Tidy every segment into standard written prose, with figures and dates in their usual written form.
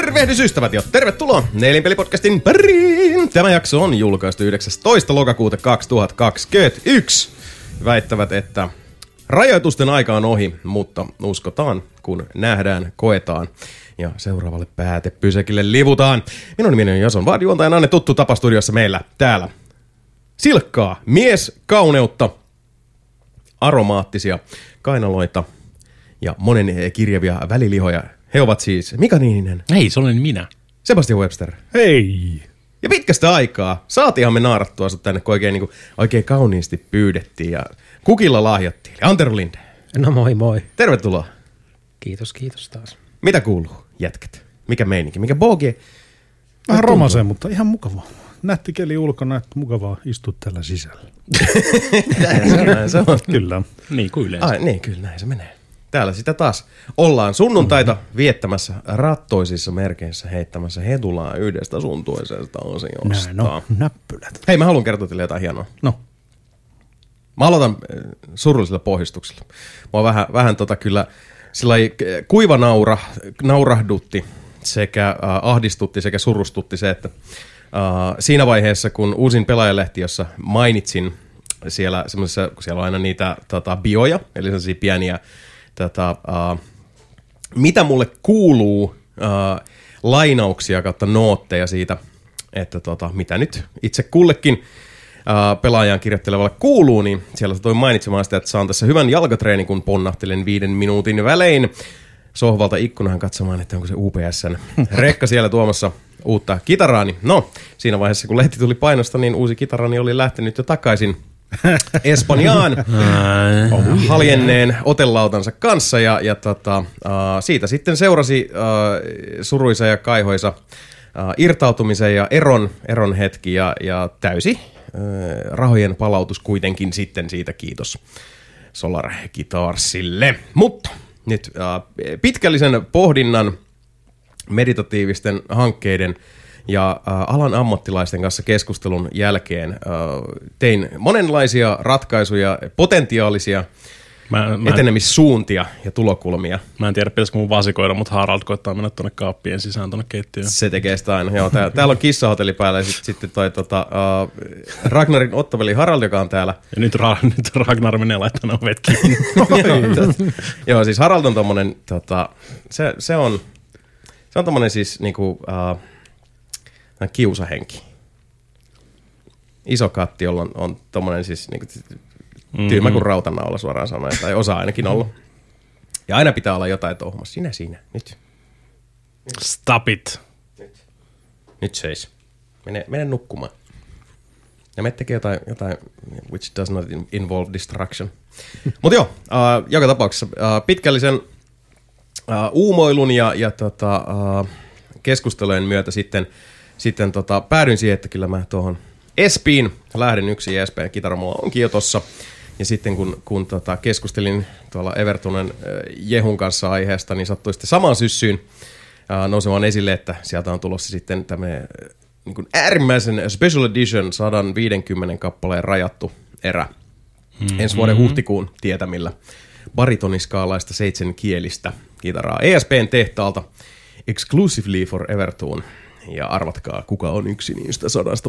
Tervehdysystävät ja tervetuloa Nelinpelipodcastin pariin. Tämä jakso on julkaistu 19. lokakuuta 2021. Väittävät, että rajoitusten aika on ohi, mutta uskotaan, kun nähdään, koetaan ja seuraavalle päätepysäkille livutaan. Minun nimeni on Jason Vaadjuonta ja Anne tuttu tapa studiossa meillä täällä. Silkkaa, mieskauneutta, aromaattisia kainaloita ja monen kirjavia välilihoja. He ovat siis Mika Niininen. Hei, se olen minä. Sebastian Webster. Hei! Ja pitkästä aikaa saatiinhan me naarattua sut tänne, kun oikein kauniisti pyydettiin ja kukilla lahjattiin. Antero Linde. No moi moi. Tervetuloa. Kiitos taas. Mitä kuuluu, jätkät? Mikä meininki? Mikä boogie? Vähän romasee, mutta ihan mukavaa. Nätti keli ulkona, että mukavaa istua tällä sisällä. Näin se on. Kyllä. Niin kuin yleensä. Niin, kyllä näin se menee. Täällä sitä taas ollaan sunnuntaita viettämässä rattoisissa merkeissä heittämässä hetulaa yhdestä suntuisesta osiosta. Näin on näppylät. Hei, mä haluan kertoa teille jotain hienoa. No. Mä aloitan surullisella pohjustuksella. Mua vähän kyllä sillai kuiva naurahdutti sekä ahdistutti sekä surustutti se, että siinä vaiheessa, kun uusin Pelaajalehti, jossa mainitsin siellä semmoisessa, kun siellä on aina niitä bioja, eli sellaisia pieniä mitä mulle kuuluu lainauksia kautta nootteja siitä, että mitä nyt itse kullekin pelaajan kirjoittelevalle kuuluu, niin siellä toi mainitsemaan sitä, että saan tässä hyvän jalkatreenin, kun ponnahtelen 5 minuutin välein sohvalta ikkunahan katsomaan, että onko se UPS:n rekka siellä tuomassa uutta kitaraani. No, siinä vaiheessa, kun lehti tuli painosta, niin uusi kitarani oli lähtenyt jo takaisin Espanjaan haljenneen otelautansa kanssa ja siitä sitten seurasi suruisa ja kaihoisa irtautumisen ja eron hetki ja täysi rahojen palautus kuitenkin sitten siitä, kiitos Solar Guitarsille. Mutta nyt pitkällisen pohdinnan, meditatiivisten hankkeiden ja alan ammattilaisten kanssa keskustelun jälkeen tein monenlaisia ratkaisuja, potentiaalisia etenemissuuntia ja tulokulmia. Mä en tiedä, pitäisikö mun vasikoida, mutta Harald koittaa mennä tuonne kaappien sisään tuonne keittiöön. Se tekee sitä aina. Joo, täällä on kissahotelli päällä ja sitten toi Ragnarin Ottoveli Harald, joka on täällä. Ja nyt Ragnar menee laittamaan ovet kiinni. Joo, siis Harald on tommonen, se on tommonen siis niinku kiusahenki. Iso katti, jolla on tommonen siis niinku tyhmä kuin rautanaula suoraan sanoen, tai osaa ainakin olla. Ja aina pitää olla jotain touhumassa. Siinä, nyt. Stop it. Nyt seis. Mene nukkumaan. Ja me tekee jotain which does not involve distraction. Mutta joo, joka tapauksessa pitkällisen uumoilun ja keskustelujen myötä sitten päädyin siihen, että kyllä mä tuohon Espiin lähdin. Yksi Espin kitara mulla onkin jo tossa. Ja sitten kun keskustelin tuolla Evertonen Jehun kanssa aiheesta, niin sattui sitten samaan syssyyn nousemaan esille, että sieltä on tulossa sitten tämmöinen niin kuin äärimmäisen special edition 150 kappaleen rajattu erä ensi vuoden huhtikuun tietämillä baritoniskaalaista 7-kielistä kitaraa ESPn tehtaalta exclusively for Everton. Ja arvatkaa, kuka on yksi niistä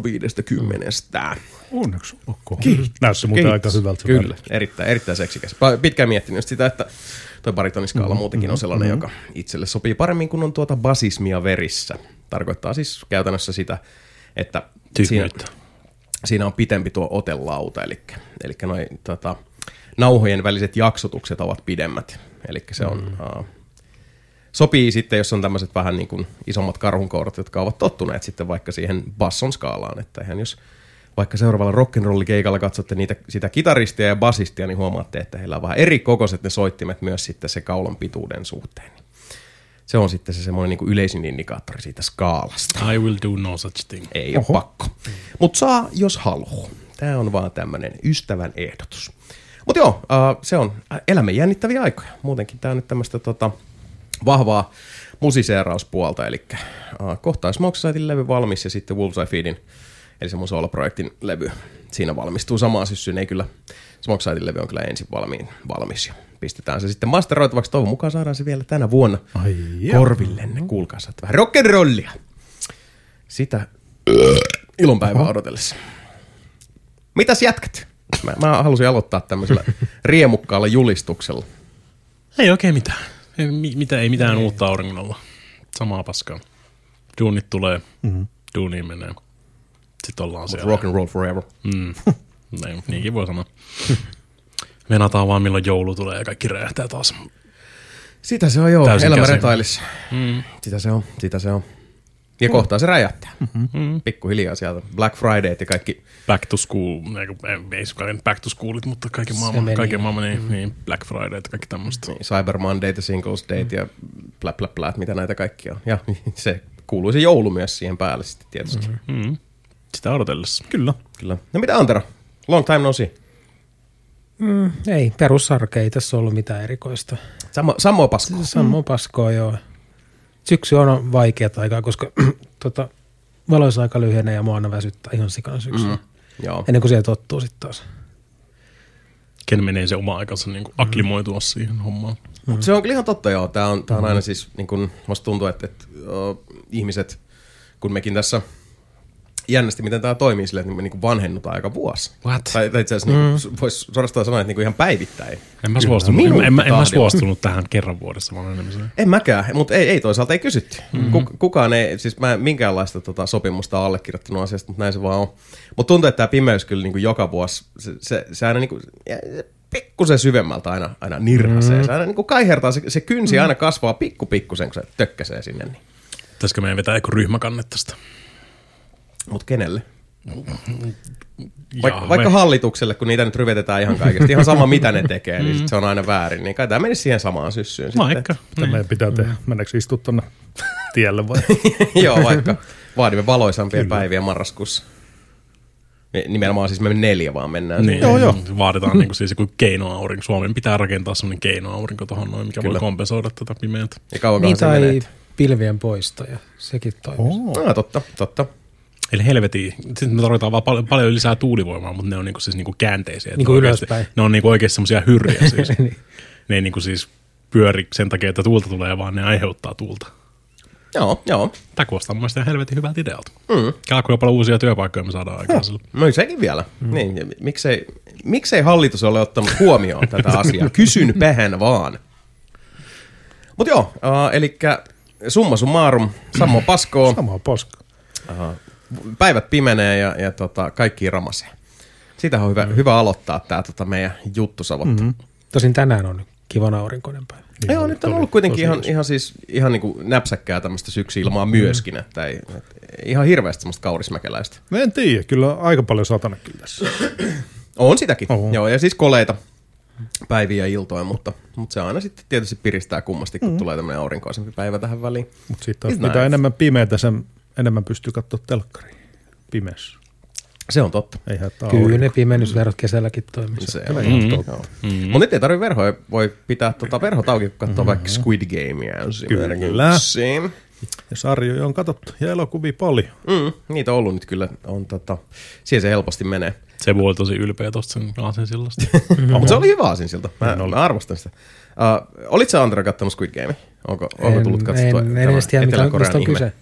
150. Onneksi olkoon. Näyttää muuten aika hyvältä. Kyllä, erittäin seksikäs. Pitkään miettinyt sitä, että toi baritoniskaala muutenkin on sellainen, joka itselle sopii paremmin, kun on basismia verissä. Tarkoittaa siis käytännössä sitä, että siinä on pitempi tuo otelauta, eli noi nauhojen väliset jaksotukset ovat pidemmät. Eli se on... Sopii sitten, jos on tämmöiset vähän niin kuin isommat karhunkourat, jotka ovat tottuneet sitten vaikka siihen basson skaalaan. Että ihan jos vaikka seuraavalla rock'n'roll-keikalla katsotte sitä kitaristia ja basistia, niin huomaatte, että heillä on vähän eri kokoiset ne soittimet myös sitten se kaulan pituuden suhteen. Se on sitten se semmoinen niin kuin yleisin indikaattori siitä skaalasta. I will do no such thing. Ei ole pakko. Mutta saa, jos haluaa. Tämä on vaan tämmöinen ystävän ehdotus. Mutta joo, se on elämän jännittäviä aikoja. Muutenkin tämä on nyt tämmöistä vahvaa musiseerauspuolta, eli kohta on Smoke Societyn levy valmis ja sitten Wolves I Feedin, eli se mun solo-projektin levy, siinä valmistuu samaan syssyyn. Ei kyllä, Smoke Societyn levy on kyllä ensin valmis ja pistetään se sitten masteroitavaksi. Toivon mukaan saadaan se vielä tänä vuonna korvillenne. Kuulkaa, saatte vähän rock'n'rollia. Sitä ilonpäivää odotellessa. Mitäs jätkät? Mä halusin aloittaa tämmöisellä riemukkaalla julistuksella. Ei oikein mitään. Ei mitään uutta auringolla. Samaa paskaa. Duunit tulee, duuniin menee. Sitten ollaan siellä. Rock and roll forever. Niinkin voi sanoa. Venataan vaan milloin joulu tulee ja kaikki räjähtää taas. Sitä se on joo, elämä retailissa. Sitä se on. Ja kohtaa se räjähtää. Pikkuhiljaa sieltä. Black Friday ja kaikki. Back to school, ei back to schoolit, mutta kaiken maailman niin Black Friday ja kaikki tämmöistä. Niin, Cyber Monday ja Singles Day ja blä, mitä näitä kaikki on. Ja se kuuluu se joulu myös siihen päälle sitten tietysti. Sitä odotellessa. Kyllä. No mitä Antero? Long time no see. Ei, perussarke ei tässä ollut mitään erikoista. Samoa paskoa. Samoa paskoa, joo. Syksy on vaikeat aikaa, koska valoisaika lyhenee ja mua aina väsyttää ihan sikana syksyllä. Joo. Ennen kuin siellä tottuu sitten taas. Ken menee se oma aikansa niin kuin akliimoitua siihen hommaan. Se on ihan totta, joo. Tää on aina siis, niin kuin, musta tuntuu, että ihmiset, kun mekin tässä jännästi, miten tämä toimii silleen, että me niin vanhennutaan aika vuosi. What? Tai itse asiassa voisi suorastaan sanoa, että niin ihan päivittäin. En mä suostunut tähän kerran vuodessa vanhenemiseen. En mäkään, mutta ei toisaalta ei kysytty. Kukaan ei, siis mä minkäänlaista sopimusta allekirjoittanut asiasta, mutta näin se vaan on. Mutta tuntuu, että tämä pimeys kyllä niin kuin joka vuosi, se aina niin kuin, pikkusen syvemmältä aina nirhasee. Se aina niin kuin kaihertaa, se kynsi aina kasvaa pikkusen, kun se tökkäsee sinne. Niin. Pitäisikö meidän vetää joku ryhmäkanne tästä? Mutta kenelle? Vaikka hallitukselle, kun niitä nyt ryvetetään ihan kaikesta. Ihan sama mitä ne tekee, niin sit se on aina väärin. Niin kai tämä menisi siihen samaan syssyyn. Vaikka. Mitä meidän pitää tehdä? Mennäänkö istua tuonne tielle vai? Joo, vaikka vaadimme valoisampia päiviä marraskuussa. Nimenomaan siis me 4 vaan mennään. Niin, joo. Vaaditaan niin kuin siis joku keinoaurinko. Suomen pitää rakentaa semmoinen keinoaurinko tuohon noin, mikä voi kompensoida tätä pimeätä. Niin tai pilvien poisto ja sekin toimii. Totta. Eli helvetin. Sitten me tarvitaan vaan paljon lisää tuulivoimaa, mutta ne on niinku siis niinku käänteisiä. Niinku ylöspäin. Ne on niinku oikeasti semmoisia hyrriä siis. Ne ei niinku siis pyöri sen takia, että tuulta tulee, vaan ne aiheuttaa tuulta. Joo. Tämä kuulostaa mun mielestä helvetin hyvältä idealta. Kela, kuinka paljon uusia työpaikkoja me saadaan aikaan sillä. No sekin vielä. Niin, miksei hallitus ole ottanut huomioon tätä asiaa? Kysyn pehän vaan. Mutta joo, elikkä summa summarum, Samoa paskoa. Samoa paskoa. Päivät pimenee ja kaikki ramasee. Siitä on hyvä aloittaa tämä meidän juttusavottu. Tosin tänään on kivan aurinkoinen päivä. Niin, joo, nyt on ollut kuitenkin ihan niin kuin näpsäkkää tämmöistä syksy-ilmaa myöskin, että ihan hirveästi semmoista kaurismäkeläistä. Mä en tiedä, kyllä aika paljon satana kyllä tässä. On sitäkin, joo, ja siis koleita päiviä ja iltoja, mutta se aina sitten tietysti piristää kummasti, kun tulee tämmöinen aurinkoisempi päivä tähän väliin. Mutta sitten mitä enemmän pimeätä, sen enemmän pystyy katsoa telkkariin pimeässä. Se on totta. Kyllä ne pimennysverot kesälläkin toimii. Se on ihan totta. Mutta nyt ei tarvitse verhoja. Voi pitää verhot auki, kun katsoo vaikka Squid Gamea. Kyllä. Ja sarjoja on katsottu ja elokuvia paljon. Niitä on ollut nyt kyllä. Siihen se helposti menee. Se voi olla tosi ylpeä tuosta sen aasinsillasta. Mutta se oli hyvä aasinsilta. Mä arvostan sitä. Olitko sä Antero kattonut Squid Gamea? Onko tullut katsottua? En edes tiedä, mistä on kyse.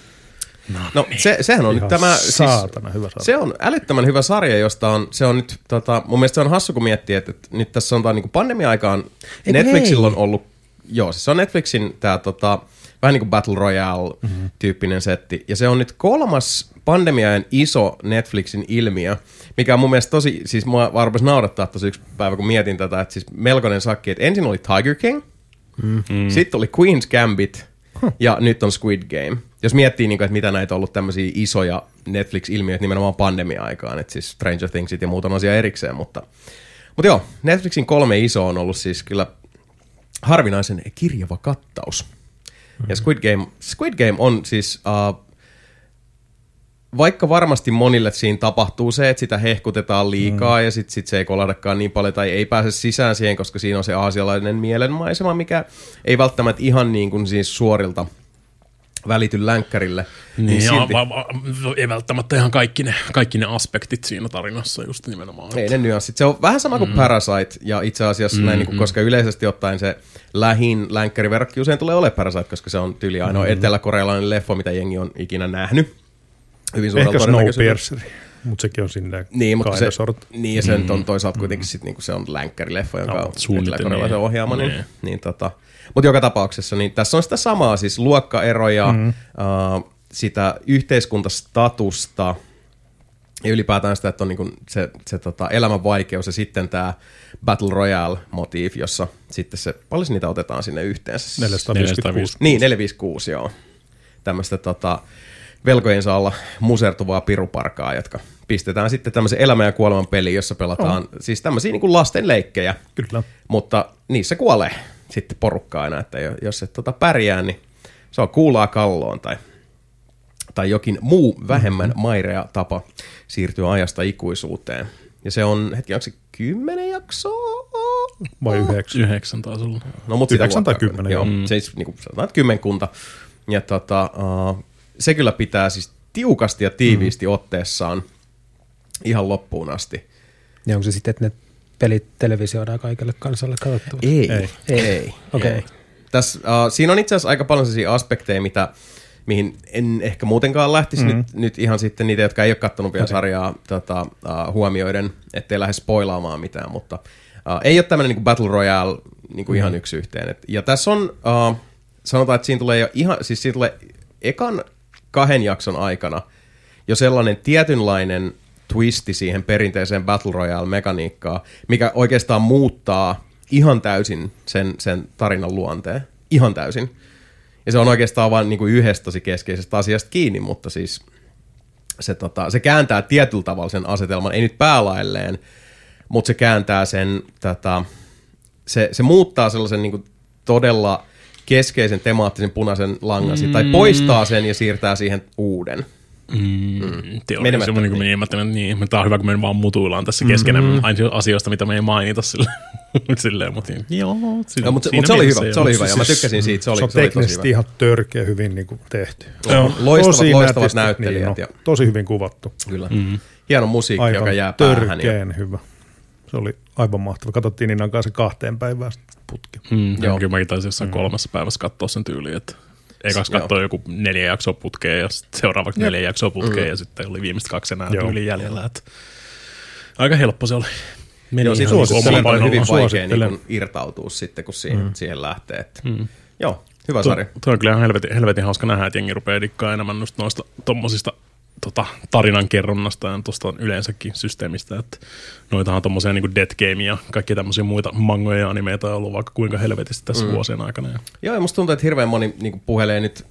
No sehän on nyt tämä, saatana hyvä sarja. Se on älyttömän hyvä sarja, josta se on nyt, mun mielestä se on hassu, kun miettii, että nyt tässä on niin kuin pandemia-aikaan Netflixillä on ollut, siis se on Netflixin tämä vähän niin kuin Battle Royale-tyyppinen setti, ja se on nyt 3. pandemiajan iso Netflixin ilmiö, mikä on mun mielestä tosi, siis mua varmasti naurattaa tosi yksi päivä, kun mietin tätä, että siis melkoinen sakki, että ensin oli Tiger King, sitten oli Queen's Gambit, ja nyt on Squid Game. Jos miettii, että mitä näitä on ollut tämmöisiä isoja Netflix-ilmiöitä nimenomaan pandemia-aikaan, että siis Stranger Thingsit ja muut on asia erikseen, mutta joo, Netflixin 3 iso on ollut siis kyllä harvinaisen kirjava kattaus. Ja Squid Game on siis, vaikka varmasti monille siinä tapahtuu se, että sitä hehkutetaan liikaa ja sit se ei kolahdakaan niin paljon tai ei pääse sisään siihen, koska siinä on se aasialainen mielenmaisema, mikä ei välttämättä ihan niin kuin siis suorilta välity länkkärille. Niin silti... ei välttämättä ihan kaikki ne aspektit siinä tarinassa just nimenomaan. Ei ne nyanssit. Se on vähän sama kuin Parasite, ja itse asiassa näin, niin kuin, koska yleisesti ottaen se lähin länkkäriverkki usein tulee ole Parasite, koska se on tyyli ainoa eteläkorealainen leffa, mitä jengi on ikinä nähnyt. Hyvin ehkä Snowpiercer, mutta sekin on sinne niin, mutta se, kaidasortti. niin, ja se on toisaalta kuitenkin sit, niin kuin se on länkkärileffa, jonka on eteläkorealaisen ohjaama. Mutta joka tapauksessa, niin tässä on sitä samaa, siis luokkaeroja, sitä yhteiskuntastatusta ja ylipäätään sitä, että on niinku se elämän vaikeus ja sitten tämä Battle Royale-motiivi, jossa sitten se, paljon niitä otetaan sinne yhteensä? 456. Niin, 456, joo. Tämmöistä velkojensa alla musertuvaa piruparkaa, jotka pistetään sitten tämmöisen elämän ja kuoleman peliin, jossa pelataan siis tämmöisiä niin kuin lasten leikkejä. Kyllä. Mutta niissä kuolee sitten porukka aina, että jos et pärjää, niin se on kuulaa kalloon tai jokin muu vähemmän mairea tapa siirtyä ajasta ikuisuuteen. Ja se on, onko se 10 jaksoa? Vai 9? 9 taas olla. No, mutta 9 tai 10, joo. Siis niin kuin sanotaan, että kymmenkunta. Ja se kyllä pitää siis tiukasti ja tiiviisti otteessaan ihan loppuun asti. Ja onko se sitten, että ne pelit televisioidaan kaikille kansalle katsottavaksi? Ei. Okei. Siinä on itse asiassa aika paljon sellaisia aspekteja, mihin en ehkä muutenkaan lähtisi nyt ihan sitten niitä, jotka ei ole katsonut vielä sarjaa huomioiden, ettei lähde spoilaamaan mitään, mutta ei ole tämmöinen niin Battle Royale niin ihan yksi yhteen. Ja tässä on, sanotaan, että siinä tulee siinä tulee ekan 2 jakson aikana jo sellainen tietynlainen twisti siihen perinteiseen Battle Royale-mekaniikkaan, mikä oikeastaan muuttaa ihan täysin sen tarinan luonteen. Ihan täysin. Ja se on oikeastaan vain niin kuin yhdestä tosi keskeisestä asiasta kiinni, mutta siis se kääntää tietyllä tavalla sen asetelman, ei nyt päälailleen, mutta se kääntää sen, se muuttaa sellaisen niin kuin todella keskeisen temaattisen punaisen langan, tai poistaa sen ja siirtää siihen uuden. Teoriassa niin, tämä on hyvä, kun me vaan mutuillaan tässä keskenään asioista, mitä me ei mainita silleen, mutta se oli hyvä, se oli hyvä, ja mä tykkäsin siitä, se oli teknisesti ihan törkeä hyvin niin kuin tehty. Loistavat näyttelijät. Niin, tosi hyvin kuvattu. Kyllä. Hieno musiikki, aivan joka jää päähän. Törkeen hyvä. Se oli aivan mahtava. Katsottiin Ninan kanssa 2 päivää putkeen. Kyllä mäkin taisin jossain 3 päivässä katsoa sen tyyliin, että ekaksi katsoi joku 4 jaksoa putkeen ja seuraavaksi 4 jaksoa putkeen ja sitten oli viimeiset 2 enää tyyliin jäljellä. Että aika helppo se oli. Joo, siis on hyvin vaikea niin irtautua sitten, kun siihen lähtee. Että. Joo, hyvä sarja. Tuo on kyllä ihan helvetin hauska nähdä, että jengi rupeaa dikkaa enemmän noista tommosista tarinan kerronnasta ja tuosta yleensäkin systeemistä, että noitahan on tommosia niinku Death Game ja kaikki tämmöisiä muita mangoja ja animeita on ollut vaikka kuinka helvetisti tässä vuosien aikana. Joo, ja musta tuntuu, että hirveän moni niinku puhelee nyt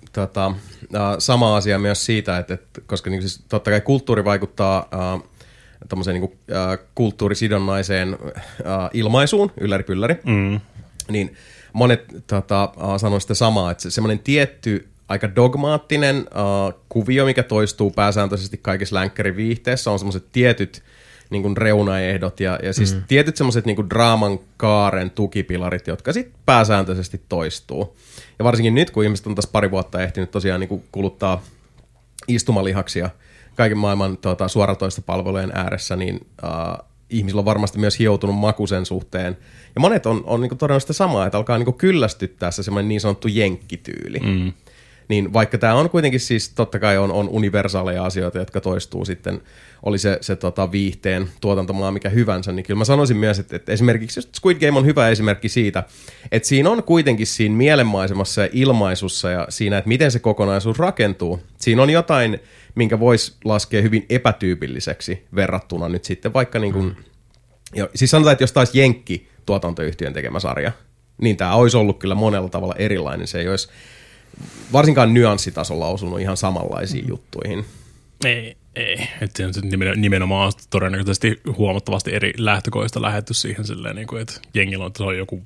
sama asia myös siitä, että koska niinku siis totta kai kulttuuri vaikuttaa tommoseen niinku kulttuurisidonnaiseen ilmaisuun, ylläri-pylläri, niin monet sanoo sitä samaa, että semmoinen tietty aika dogmaattinen kuvio, mikä toistuu pääsääntöisesti kaikissa länkkäriviihteessä, on semmoiset tietyt niin kuin reunaehdot ja siis tietyt semmoiset niin kuin draaman kaaren tukipilarit, jotka sitten pääsääntöisesti toistuu. Ja varsinkin nyt, kun ihmiset on tässä 2 vuotta ehtinyt tosiaan niin kuin kuluttaa istumalihaksia kaiken maailman suoratoistopalvelujen ääressä, niin ihmisillä on varmasti myös hioutunut maku sen suhteen. Ja monet on niin kuin todennut sitä samaa, että alkaa niin kuin kyllästyttää se semmoinen niin sanottu jenkkityyli. Niin vaikka tämä on kuitenkin siis totta kai on universaaleja asioita, jotka toistuu sitten, oli se viihteen tuotantomaa mikä hyvänsä, niin kyllä mä sanoisin myös, että esimerkiksi just Squid Game on hyvä esimerkki siitä, että siinä on kuitenkin siinä mielenmaisemassa ja ilmaisussa ja siinä, että miten se kokonaisuus rakentuu. Siinä on jotain, minkä voisi laskea hyvin epätyypilliseksi verrattuna nyt sitten vaikka niin kuin, siis sanotaan, että jos taisi Jenkki tuotantoyhtiön tekemä sarja, niin tämä olisi ollut kyllä monella tavalla erilainen, se ei olisi varsinkaan nyanssitasolla osunut ihan samanlaisiin juttuihin. Ei. Että se nimenomaan on todennäköisesti huomattavasti eri lähtökoista lähdetty siihen silleen, että jengillä on, että se on joku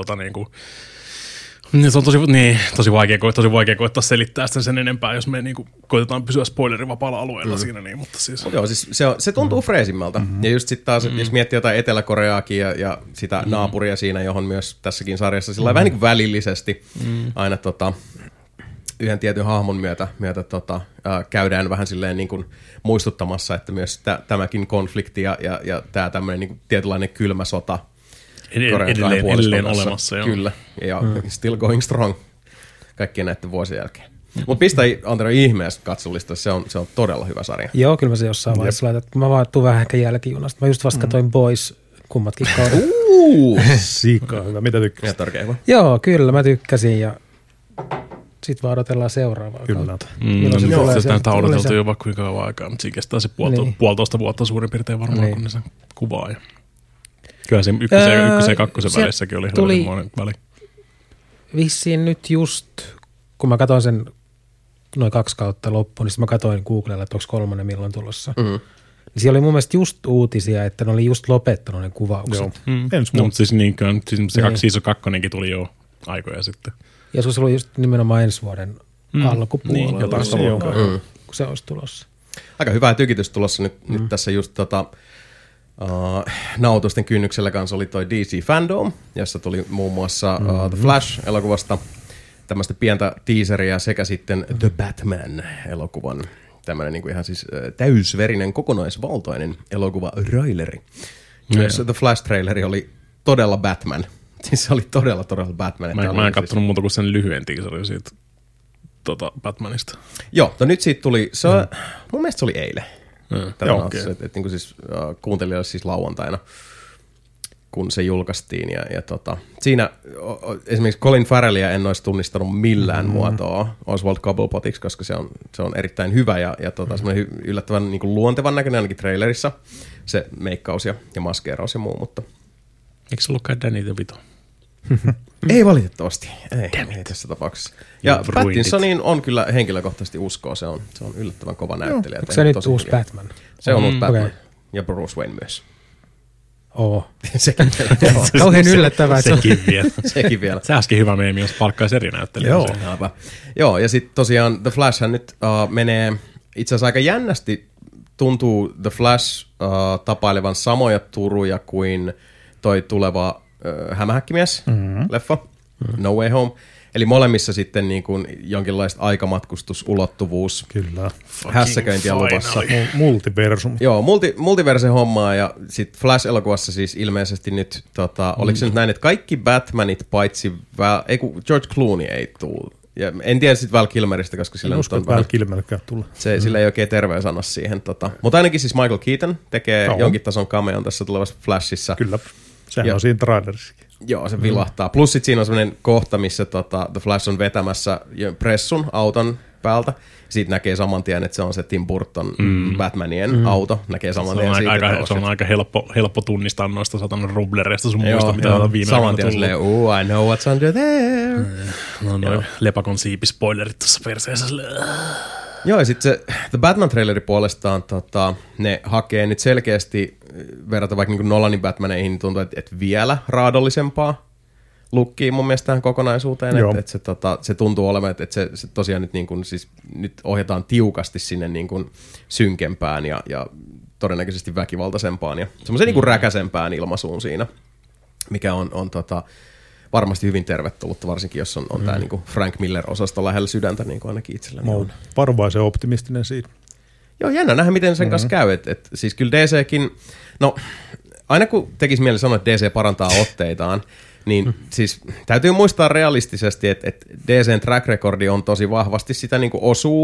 se on tosi vaikea koittaa selittää sen enempää, jos me koitetaan pysyä spoilerivapaalla alueella siinä. Niin, mutta siis. Joo, siis se tuntuu freesimmältä. Ja just sitten taas, jos miettii jotain Etelä-Koreaakin ja sitä naapuria siinä, johon myös tässäkin sarjassa sillä vähän niin kuin välillisesti aina yhden tietyn hahmon myötä käydään vähän silleen niin kuin muistuttamassa, että myös tämäkin konflikti ja tämä tämmöinen niin kuin tietynlainen kylmä sota edelleen olemassa. Kyllä, ja still going strong kaikkien näiden vuosien jälkeen. Mutta pistä Antero ihmeessä katsolista, se on todella hyvä sarja. Joo, kyllä mä se jossain vaiheessa laitan. Mä vaan tuun vähän ehkä jälkijunasta. Mä just vasta katoin Boys kummatkin kaudet. Siika hyvä. Mitä tykkäsit? Joo, kyllä mä tykkäsin ja sit vaan odotellaan seuraavaa kautta. Sitä on odoteltu jo vaikka kuinka kauan aikaa, mutta siinä kestää se puolitoista vuotta suurin piirtein varmaan, kun ne sen kuvaa. Ja kyllä se ykkösen ja kakkosen välissäkin oli hirveän väli. Vissiin nyt just, kun mä katsoin sen noin 2 kautta loppuun, niin mä katsoin Googlella, että onko 3 milloin tulossa. Niin siellä oli mun mielestä just uutisia, että ne oli just lopettanut ne kuvaukset. Mutta siis niinkään, se season 2 tuli jo aikoja sitten. Ja se oli just nimenomaan ensi vuoden alkupuolella. Niin, jotain kun se olisi tulossa. Aika hyvää tykitys tulossa nyt tässä just nautusten kynnyksellä kanssa oli toi DC Fandom, jossa tuli muun muassa The Flash-elokuvasta tämmöistä pientä teaseria sekä sitten The Batman-elokuvan tämmöinen niin kuin ihan siis täysverinen kokonaisvaltainen elokuva-raileri. Myös The Flash-traileri oli todella Batman. Siis se oli todella Batman. Mä en katsonut muuta kuin sen lyhyen teaserin siitä Batmanista. Joo, nyt siitä tuli, mun mielestä se oli eilen. Että niin siis, kuuntelijoille siis lauantaina, kun se julkaistiin. Ja siinä esimerkiksi Colin Farrellia en olisi tunnistanut millään muotoa Oswald Cobblepotiksi, koska se on erittäin hyvä ja semmoinen yllättävän niin kuin luontevan näköinen ainakin trailerissa. Se meikkaus ja maskeeraus ja muu, mutta... Eikö se ollutkaan Danny DeVito? Ei valitettavasti, ei tässä tapauksessa. Ja Pattinsonin on kyllä henkilökohtaisesti uskoa, se on yllättävän kova näyttelijä. Onko se nyt uusi Batman? Se on uusi Batman, okay. Ja Bruce Wayne myös. Sekin vielä. Kauhean yllättävää. Sekin vielä. Se olisikin hyvä meemi, jos palkkaisi eri näyttelijä. Joo, ja sitten tosiaan The Flashhän nyt menee itse asiassa aika jännästi, tuntuu The Flash tapailevan samoja turuja kuin toi tuleva Hämähäkkimies-leffa, No Way Home. Eli molemmissa sitten niin kuin jonkinlaista aikamatkustusulottuvuus. Kyllä. Hässäköintiä luvassa. Multiversum. Joo, multiverse-hommaa ja sitten Flash-elokuvassa siis ilmeisesti nyt, oliko se nyt näin, että kaikki Batmanit paitsi, George Clooney ei tule. Ja en tiedä sitten Val Kilmeristä, koska sillä nyt on Val Kilmerkään tulla. Sillä ei oikein terveys anna siihen. Mutta ainakin siis Michael Keaton tekee jonkin tason cameon tässä tulevassa Flashissa. Kyllä. Sehän on siinä trailerissakin. Joo, se vilahtaa. Plus sit siinä on semmoinen kohta, missä The Flash on vetämässä pressun auton päältä. Siitä näkee saman tien, että se on se Tim Burton Batmanien auto. Näkee saman tien siitä. Se on aika helppo tunnistaa noista satanan rublereista sun muista, mitä on viime saman tien silleen, I know what's under there. No noin lepakon siipispoilerit tuossa perseessä. Joo, ja sitten se The Batman-traileri puolestaan, ne hakee nyt selkeästi, verrata vaikka niin Nolanin Batmaneihin, niin tuntuu, että vielä raadollisempaa lukkia mun mielestä tähän kokonaisuuteen. Että se tuntuu olevan, että se tosiaan nyt, niin kuin, siis, nyt ohjataan tiukasti sinne niin kuin synkempään ja todennäköisesti väkivaltaisempaan ja semmoisen niin kuin räkäsempään ilmaisuun siinä, mikä on varmasti hyvin tervetullutta, varsinkin jos on tämä niinku Frank Miller-osasto lähellä sydäntä, niin kuin ainakin itselläni on. Varovaisen optimistinen siitä. Joo, jännä nähdä, miten sen kanssa käy. Siis kyllä DCkin, no aina kun tekisi mieli sanoa, että DC parantaa otteitaan, niin siis täytyy muistaa realistisesti, että DCn track recordi on tosi vahvasti sitä niin kuin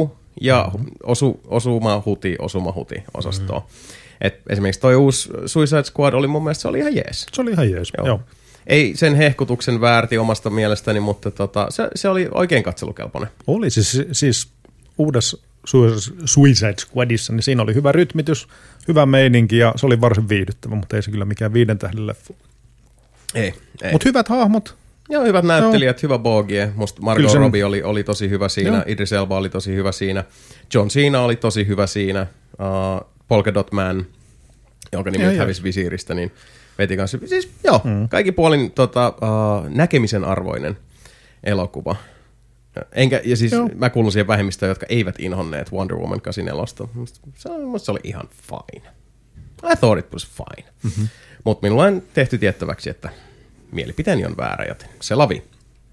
osuma-huti osastoa. Esimerkiksi toi uusi Suicide Squad oli mun mielestä, se oli ihan jees. Se oli ihan jees, joo. Ei sen hehkutuksen väärti omasta mielestäni, mutta se oli oikein katselukelpoinen. Oli siis uudessa Suicide Squadissa, niin siinä oli hyvä rytmitys, hyvä meininki ja se oli varsin viihdyttävä, mutta ei se kyllä mikään 5 tähden leffu. Ei. Mutta hyvät hahmot. Joo, hyvät näyttelijät, hyvä Bogie. Musta Margot Robbie oli tosi hyvä siinä, Idris Elba oli tosi hyvä siinä, John Cena oli tosi hyvä siinä, Polka Dot Man, jonka nimi hävisi visiiristä, niin veti kanssa. Siis kaikki puolin näkemisen arvoinen elokuva. Ja siis mä kuulun siihen vähemmistöön, jotka eivät inhonneet Wonder Woman 84. Musta se oli ihan fine. I thought it was fine. Mutta minulla on tehty tiettäväksi, että mielipiteeni on väärä, joten se lavi.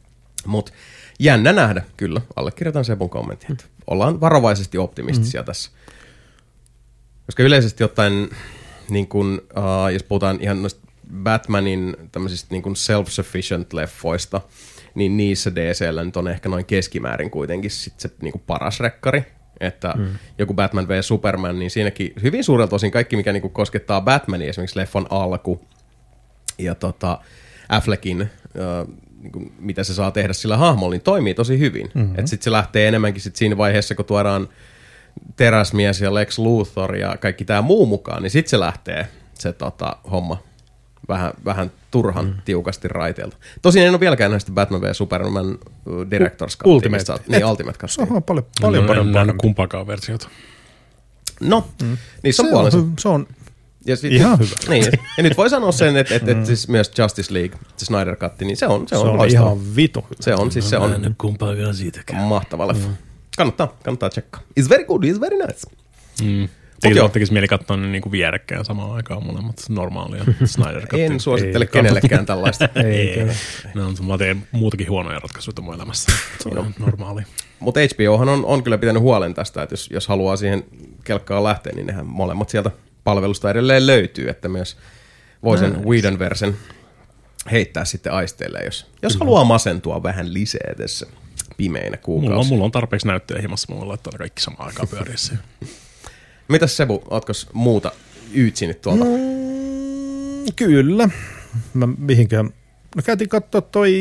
Mutta jännä nähdä, kyllä, allekirjoitan Sebun kommentin, että ollaan varovaisesti optimistisia tässä. Koska yleisesti ottaen, niin kun, jos puhutaan ihan noista Batmanin tämmöisistä niin kun self-sufficient-leffoista, niin niissä DC:llä nyt on ehkä noin keskimäärin kuitenkin sit se niin kun paras rekkari. Että joku Batman v Superman, niin siinäkin hyvin suurelta osin kaikki, mikä niin kun koskettaa Batmania, esimerkiksi leffon alku ja Affleckin, niin kun, mitä se saa tehdä sillä hahmolla, niin toimii tosi hyvin. Että sitten se lähtee enemmänkin sit siinä vaiheessa, kun tuodaan Teräsmies ja Lex Luthor ja kaikki tämä muu mukaan, niin sitten se lähtee se homma vähän turhan tiukasti raiteelta. Tosin en ole vieläkään näistä Batman v Superman Director's Cut. Ultimate. Niin, Ultimate Cut. Se on paljon parempaa. Kumpaakaan versiota. No, niissä on puolensa. Se on ihan hyvä. Niin, ja nyt voi sanoa sen, että siis myös Justice League, se Snyder Cut, niin se on loistava. Ihan vitu hyvä. Se on Mä en kumpaakaan siitäkään. Mahtava leffa. Kannattaa tsekkaa. It's very good, it's very nice. Tekisi mieli katsoa ne niinku vierekkäin samaan aikaan molemmat normaalia Snyder Cutia. En suosittele kenellekään tällaista. Ei. Mä teen muutakin huonoja ratkaisuja mun elämässä. Se on normaali. Mutta HBOhan on kyllä pitänyt huolen tästä, että jos haluaa siihen kelkkaan lähteä, niin nehän molemmat sieltä palvelusta edelleen löytyy, että myös voi sen Whedon-versen heittää sitten aisteille, jos haluaa masentua vähän lisää tässä pimeinä kuukausina. Mulla on tarpeeksi näyttöjä himassa, mulla laittaa ne kaikki samaan aikaan pyöriessä. Mitäs Sebu, ootko muuta yytsinyt tuolta? Kyllä. Mihinkään? No käytiin katsoa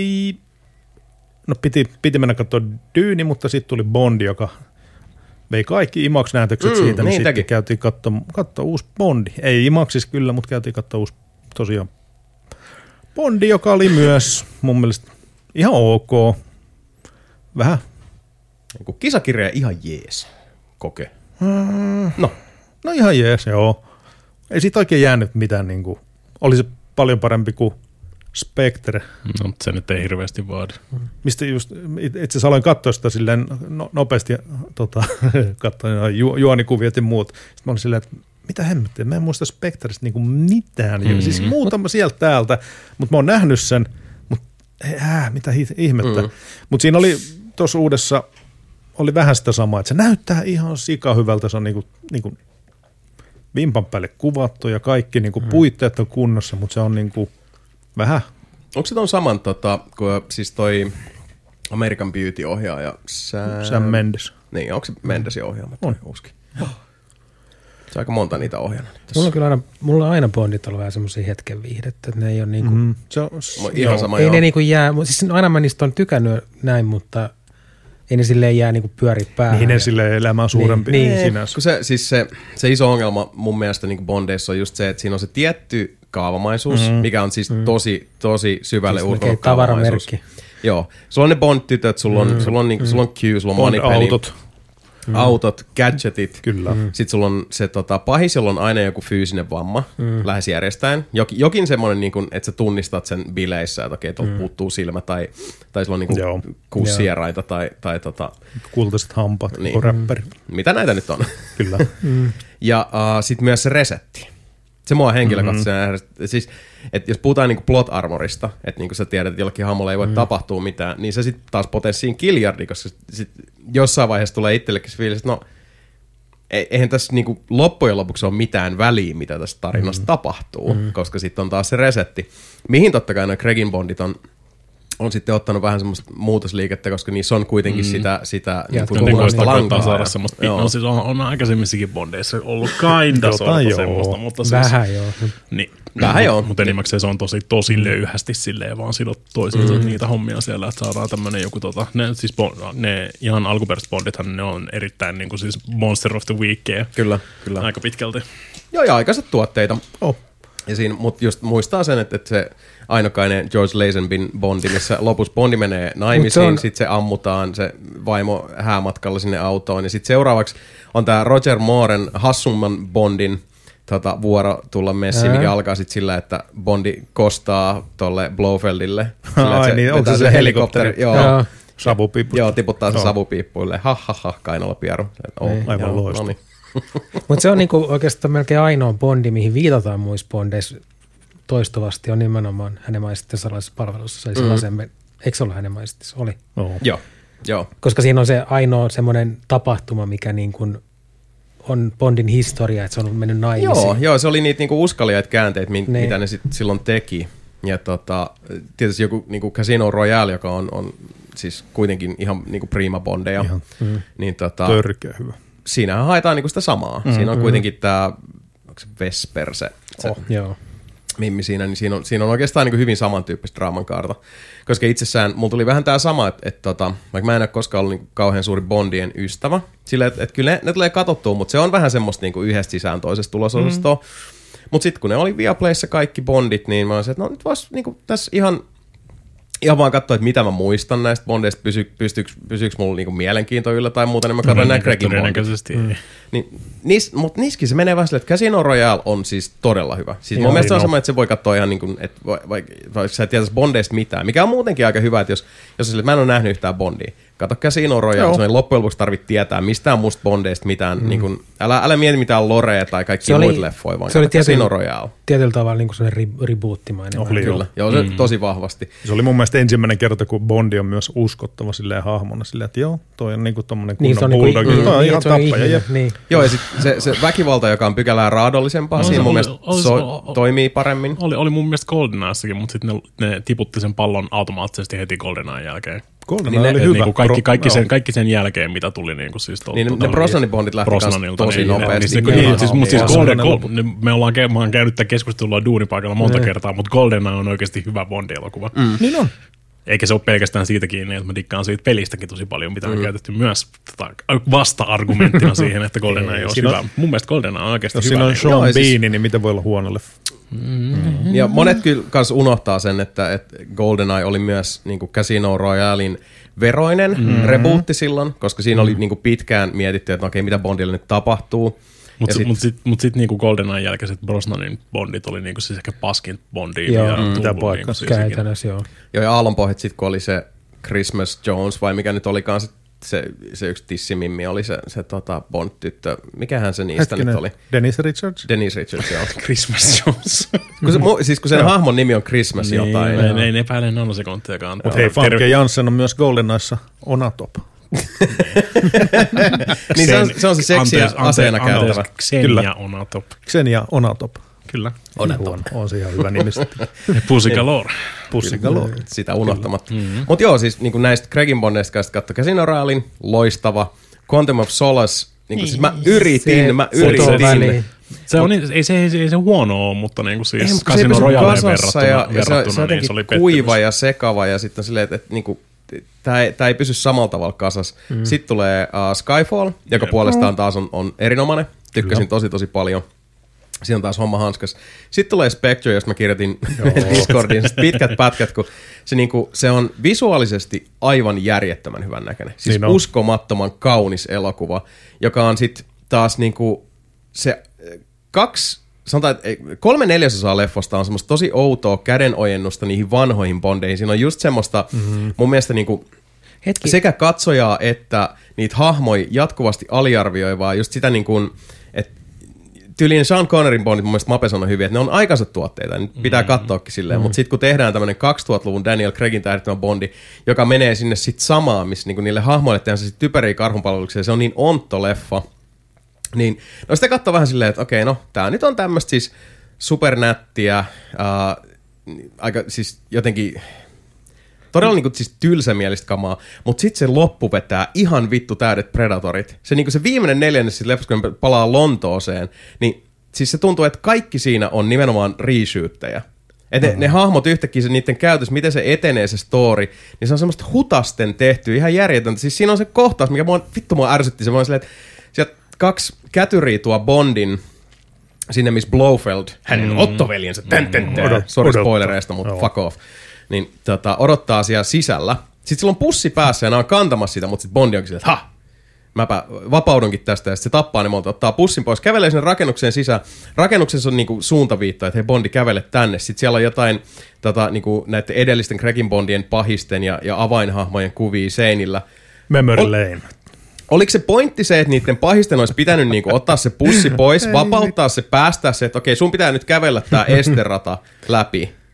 piti mennä katsoa Dyyni, mutta sitten tuli Bondi, joka vei kaikki IMAX-näytökset siitä, niin sitten käytiin katsoa uusi Bondi. Ei IMAXissa kyllä, mutta käytiin katsoa uusi tosiaan Bondi, joka oli myös mun mielestä ihan ok. Vähän. Kisakirja ihan jees. Koke. No ihan jees, joo. Ei siitä oikein jäänyt mitään, niinku, oli se paljon parempi kuin Spectre. No, mutta se nyt ei hirveästi vaadi. Mistä just, itse asiassa aloin katsoa sitä silleen nopeasti, katsoin juonikuviot ja muut. Sitten mä olin silleen, että mitä hemmettiä, mä en muista Spectresta niinku mitään. Siis muutama sieltä täältä, mutta mä oon nähnyt sen, mutta mitä ihmettä. Mutta siinä oli tuossa uudessa, oli vähän sitä samaa, että se näyttää ihan sikahyvältä, se on niinku vimpan päälle kuvattu ja kaikki niinku puitteet on kunnossa, mutta se on niinku vähän. Onko se ton saman, kun siis toi American Beauty-ohjaaja Sam Mendes. Niin, onko se Mendesin ohjaama? On. Uskin. Se on aika monta niitä ohjannut. Mulla on aina Bondit ollut vähän semmoisia hetken viihdettä, että ne ei ole niinku. Ihan sama, ei ne niinku jää, siis aina mä niistä on tykännyt näin, mutta ei ne silleen jää niinku pyöri päähän. Niin ne silleen elämä on suurempi. Niin. Sinänsä. Se iso ongelma mun mielestä niinku Bondeissa on just se, että siinä on se tietty kaavamaisuus, mikä on siis tosi syvälle siis urkunut kaavamaisuus. Joo. Sulla on ne Bond-tytöt, sulla on Q, sulla on Moneypenny. Autot, gadgetit. Kyllä. Sitten sulla on se pahis, jolla on aina joku fyysinen vamma lähes järjestäen. Jokin semmoinen, niin kuin, että sä tunnistat sen bileissä, että okei, tuolta puuttuu silmä tai sulla on niin 6 sieraita tai kultaiset hampaat, niin. Räppäri. Mitä näitä nyt on? Kyllä. Ja sitten myös se resetti. Se mua henkilökohtaisesti, siis, että jos puhutaan niinku plot armorista, että niinku sä tiedät, että jollekin hahmolla ei voi tapahtua mitään, niin se sitten taas potenssiin kiljardi, koska sit jossain vaiheessa tulee itsellekin se fiilis, että no, eihän tässä niinku loppujen lopuksi ole mitään väliä, mitä tässä tarinassa tapahtuu, koska sitten on taas se resetti. Mihin totta kai nämä Craigin Bondit on sitten ottanut vähän semmoista muutosliikettä, koska niissä on kuitenkin sitä punaista lankaa. Saada semmoista, no siis on aikaisemmissakin Bondeissa ollut kinda semmoista, mutta siis vähän joo. Niin, vähän joo. Mutta enimmäkseen se on tosi löyhästi silleen vaan sidot toisiinsa niitä hommia siellä, että saadaan tämmönen joku ne ihan alkuperäiset Bondithan ne on erittäin niinku siis Monster of the Weekia. Kyllä. Aika pitkälti. Joo, ja aikaiset tuotteita. Ja siinä, mutta just muistaa sen, että se ainokainen George Lazenbyn Bondi, missä lopussa Bondi menee naimisiin, sitten se ammutaan, se vaimo häämatkalla sinne autoon, ja sitten seuraavaksi on tämä Roger Mooren hassumman Bondin vuoro tulla messiin, mikä alkaa sitten sillä, että Bondi kostaa tolle Blofeldille. Niin, onko se helikopteri? Joo. Savupiippu. Joo, tiputtaa se savupiippuille. Kainalopieru. Aivan loistava. Mutta se on niinku oikeastaan melkein ainoa Bondi, mihin viitataan muissa Bondeissa toistuvasti, on nimenomaan hänen maisten salaisessa palvelussa. Se Eikö se ollut hänen maistissa? Oli. Joo. Koska siinä on se ainoa semmoinen tapahtuma, mikä niin kuin on Bondin historia, että se on mennyt naimisiin. Joo, se oli niitä niinku uskaliaita käänteitä, mitä ne silloin teki. Ja tietysti joku niinku Casino Royale, joka on siis kuitenkin ihan niinku prima Bondeja. Niin törkeä hyvä. Siinähän haetaan niinku sitä samaa. Siinä on kuitenkin tämä, onko se Vesper se Joo. Mimmi siinä, niin siinä on oikeastaan niin hyvin samantyyppistä draaman kaarta. Koska itsessään mulla tuli vähän tää sama, että vaikka mä en ole koskaan ollut niin kauhean suuri Bondien ystävä, sillä että kyllä ne tulee katsottua, mutta se on vähän semmoista niin yhdestä sisään toisesta tulososastoa. Mutta sitten kun ne oli Viaplayssa kaikki Bondit, niin mä olisin, että no nyt vois niin tässä ihan vaan katsoa, että mitä mä muistan näistä Bondeista, pysyykö mulla niinku mielenkiinto yllä tai muuta, niin mä katsoin nämä Craigin Bondit. Mutta niissäkin se menee vähän silleen, että Casino Royale on siis todella hyvä. Siis mun mielestä se on sama, että se voi katsoa ihan niin kuin, että vaikka sä et tietäisi Bondeista mitään, mikä on muutenkin aika hyvä, että jos sille, että mä en ole nähnyt yhtään Bondia, kato Casino Royale, se loppujen lopuksi tarvitse tietää mistään musta Bondeista mitään, niin kuin, älä mieti mitään Lorea tai kaikki muita leffoja, vaan kato Casino Royale. Tietyllä tavalla niin kuin sellainen rebootimainen. Oli kyllä, joo, se tosi vahvasti. Se oli mun mielestä ensimmäinen kerta, kun Bondi on myös uskottava silleen hahmona, silleen, että joo, toi on niinku tommonen kunnon bulldog, toi on ihan tappaja. Joo, ja sitten se väkivalta, joka on pykälää raadollisempaa, siinä mun mielestä toimii paremmin. Oli mun mielestä GoldenEyessäkin, mutta sitten ne tiputti sen pallon automaattisesti heti GoldenEyen jälkeen. GoldenEye oli hyvä. Kaikki sen jälkeen, mitä tuli niinku siis niin ne Brosnanin Bondit lähti tosi nopeasti. Me ollaan käynyt tämän keskustelua duunipaikalla monta kertaa, mutta GoldenEye on oikeasti hyvä Bond-elokuva. Niin on. Eikä se ole pelkästään siitä kiinni, että mä dikkaan siitä pelistäkin tosi paljon, mitä on käytetty myös vasta-argumenttina siihen, että GoldenEye olisi hyvä. Mun mielestä GoldenEye on oikeasti hyvä. Siinä on Sean Bean, niin miten voi olla huono leffa? Ja monet kyllä kans unohtaa sen, että GoldenEye oli myös niin kuin Casino Royalein veroinen rebootti silloin, koska siinä oli niin kuin pitkään mietitty, että okei, mitä Bondille nyt tapahtuu. Mutta sitten niinku GoldenEyen jälkeiset Brosnanin Bondit oli niinku siis ehkä paskin Bondi. Joo, mitä paikassa käytännössä, joo. Joo, ja aallonpohjat sitten, kun oli se Christmas Jones, vai mikä nyt olikaan se yksi tissimimmi, oli se Bond-tyttö. Mikähän se niistä nyt oli? Dennis Richards, joo. Christmas Jones. kun sen hahmon nimi on Christmas jotain. Ei epäile nanosekuntiakaan. Mutta hei, Famke Janssen on myös GoldenEyessa Onatop. Niin se on se seksiä aseena käytävä. Xenia Onatop. Kyllä. On se ihan hyvä nimi sitten. Pussy Galore. Sitä unohtamatta. Mutta joo, siis niin näistä Craigin Bondeista kanssa katso Casino Royalein, loistava. Quantum of Solace, siis mä yritin. Ei se huono ole, mutta niinku siis Casino Royaleen verrattuna niin se oli kuiva ja sekava ja sitten silleen, että niinku Tämä ei pysy samalla tavalla kasas. Sitten tulee Skyfall, joka puolestaan taas on erinomainen. Tykkäsin tosi paljon. Siinä on taas homma hanskas. Sitten tulee Spectre, josta mä kirjoitin Discordiin pitkät pätkät, kun se on visuaalisesti aivan järjettömän hyvän näköinen. Siis uskomattoman kaunis elokuva, joka on sitten taas niinku se 3/4 leffosta on semmoista tosi outoa kädenojennusta niihin vanhoihin Bondeihin. Siinä on just semmoista mun mielestä niinku sekä katsojaa että niitä hahmoja jatkuvasti aliarvioivaa. Just sitä niinku, että tyyliin Sean Connerin Bondit mun mielestä Mape sanoi hyvin, että ne on aikansa tuotteita. Nyt pitää katsoakin silleen. Mutta sitten kun tehdään tämmöinen 2000-luvun Daniel Craigin tähdittämä Bondi, joka menee sinne sit samaan, missä niinku niille hahmoille tehdään se sit typeriä karhunpalveluksia. Se on niin ontto leffa. Niin, no sitä katsoo vähän silleen, että okei, no tää nyt on tämmöistä siis supernättiä, aika siis jotenkin todella niinku siis tylsämielistä kamaa, mutta sitten se loppu vetää ihan vittu täydet Predatorit. Se niinku se viimeinen neljännes sit leffassa, kun palaa Lontooseen, niin siis se tuntuu, että kaikki siinä on nimenomaan reshoottejä. Että ne hahmot yhtäkkiä, se niiden käytös, miten se etenee se story, niin se on semmoista hutasten tehty, ihan järjetöntä. Siis siinä on se kohtaus, mikä mua ärsytti, se silleen, että sieltä 2 kätyriä tuo Bondin sinne, missä Blofeld, hänen Otto-veljensä, sorry spoilereista, mutta fuck off, niin odottaa siellä sisällä. Sitten sillä on pussi päässä ja nämä on kantamassa sitä, mutta sitten Bondi onkin silleen, että mäpä vapaudunkin tästä, ja sitten se tappaa ne monta, ottaa pussin pois, kävelee sinne rakennukseen sisään. Rakennuksessa on niinku suuntaviitta, että hei Bondi, kävele tänne. Sitten siellä on jotain niinku näiden edellisten Craigin Bondien pahisten ja avainhahmojen kuvia seinillä. Memory lane. Oliko se pointti se, että niiden pahisten olisi pitänyt niinku ottaa se pussi pois, vapauttaa se, päästää se, että okei, sun pitää nyt kävellä tää esterata läpi.